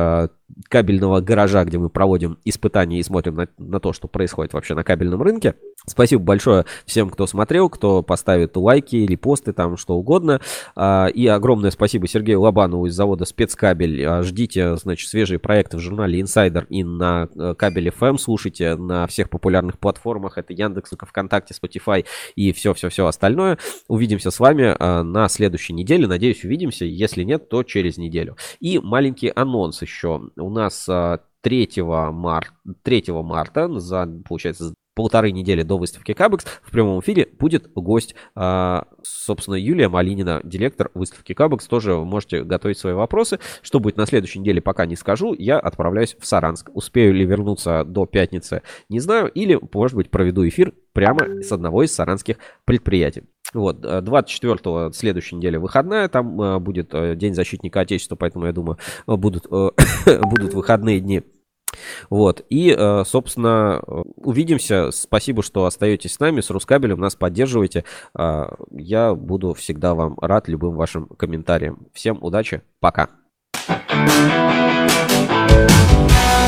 кабельного гаража, где мы проводим испытания и смотрим на то, что происходит вообще на кабельном рынке. Спасибо большое всем, кто смотрел, кто поставит лайки, репосты, там что угодно. И огромное спасибо Сергею Лобанову из завода «Спецкабель». Ждите, значит, свежие проекты в журнале Insider и на Кабель FM. Слушайте на всех популярных платформах. Это Яндекс, ВКонтакте, Spotify и все остальное. Увидимся с вами на следующей неделе. Надеюсь, увидимся. Если нет, то через неделю. И маленький анонс еще. У нас 3 марта, получается, полторы недели до выставки Кабекс, в прямом эфире будет гость, собственно, Юлия Малинина, директор выставки Кабекс. Тоже можете готовить свои вопросы. Что будет на следующей неделе, пока не скажу. Я отправляюсь в Саранск. Успею ли вернуться до пятницы, не знаю. Или, может быть, проведу эфир прямо с одного из саранских предприятий. Вот, 24-го следующей недели выходная, там будет День защитника Отечества, поэтому, я думаю, будут выходные дни. Вот, и, собственно, увидимся. Спасибо, что остаетесь с нами, с Рускабелем, нас поддерживаете. Я буду всегда вам рад любым вашим комментариям. Всем удачи, пока.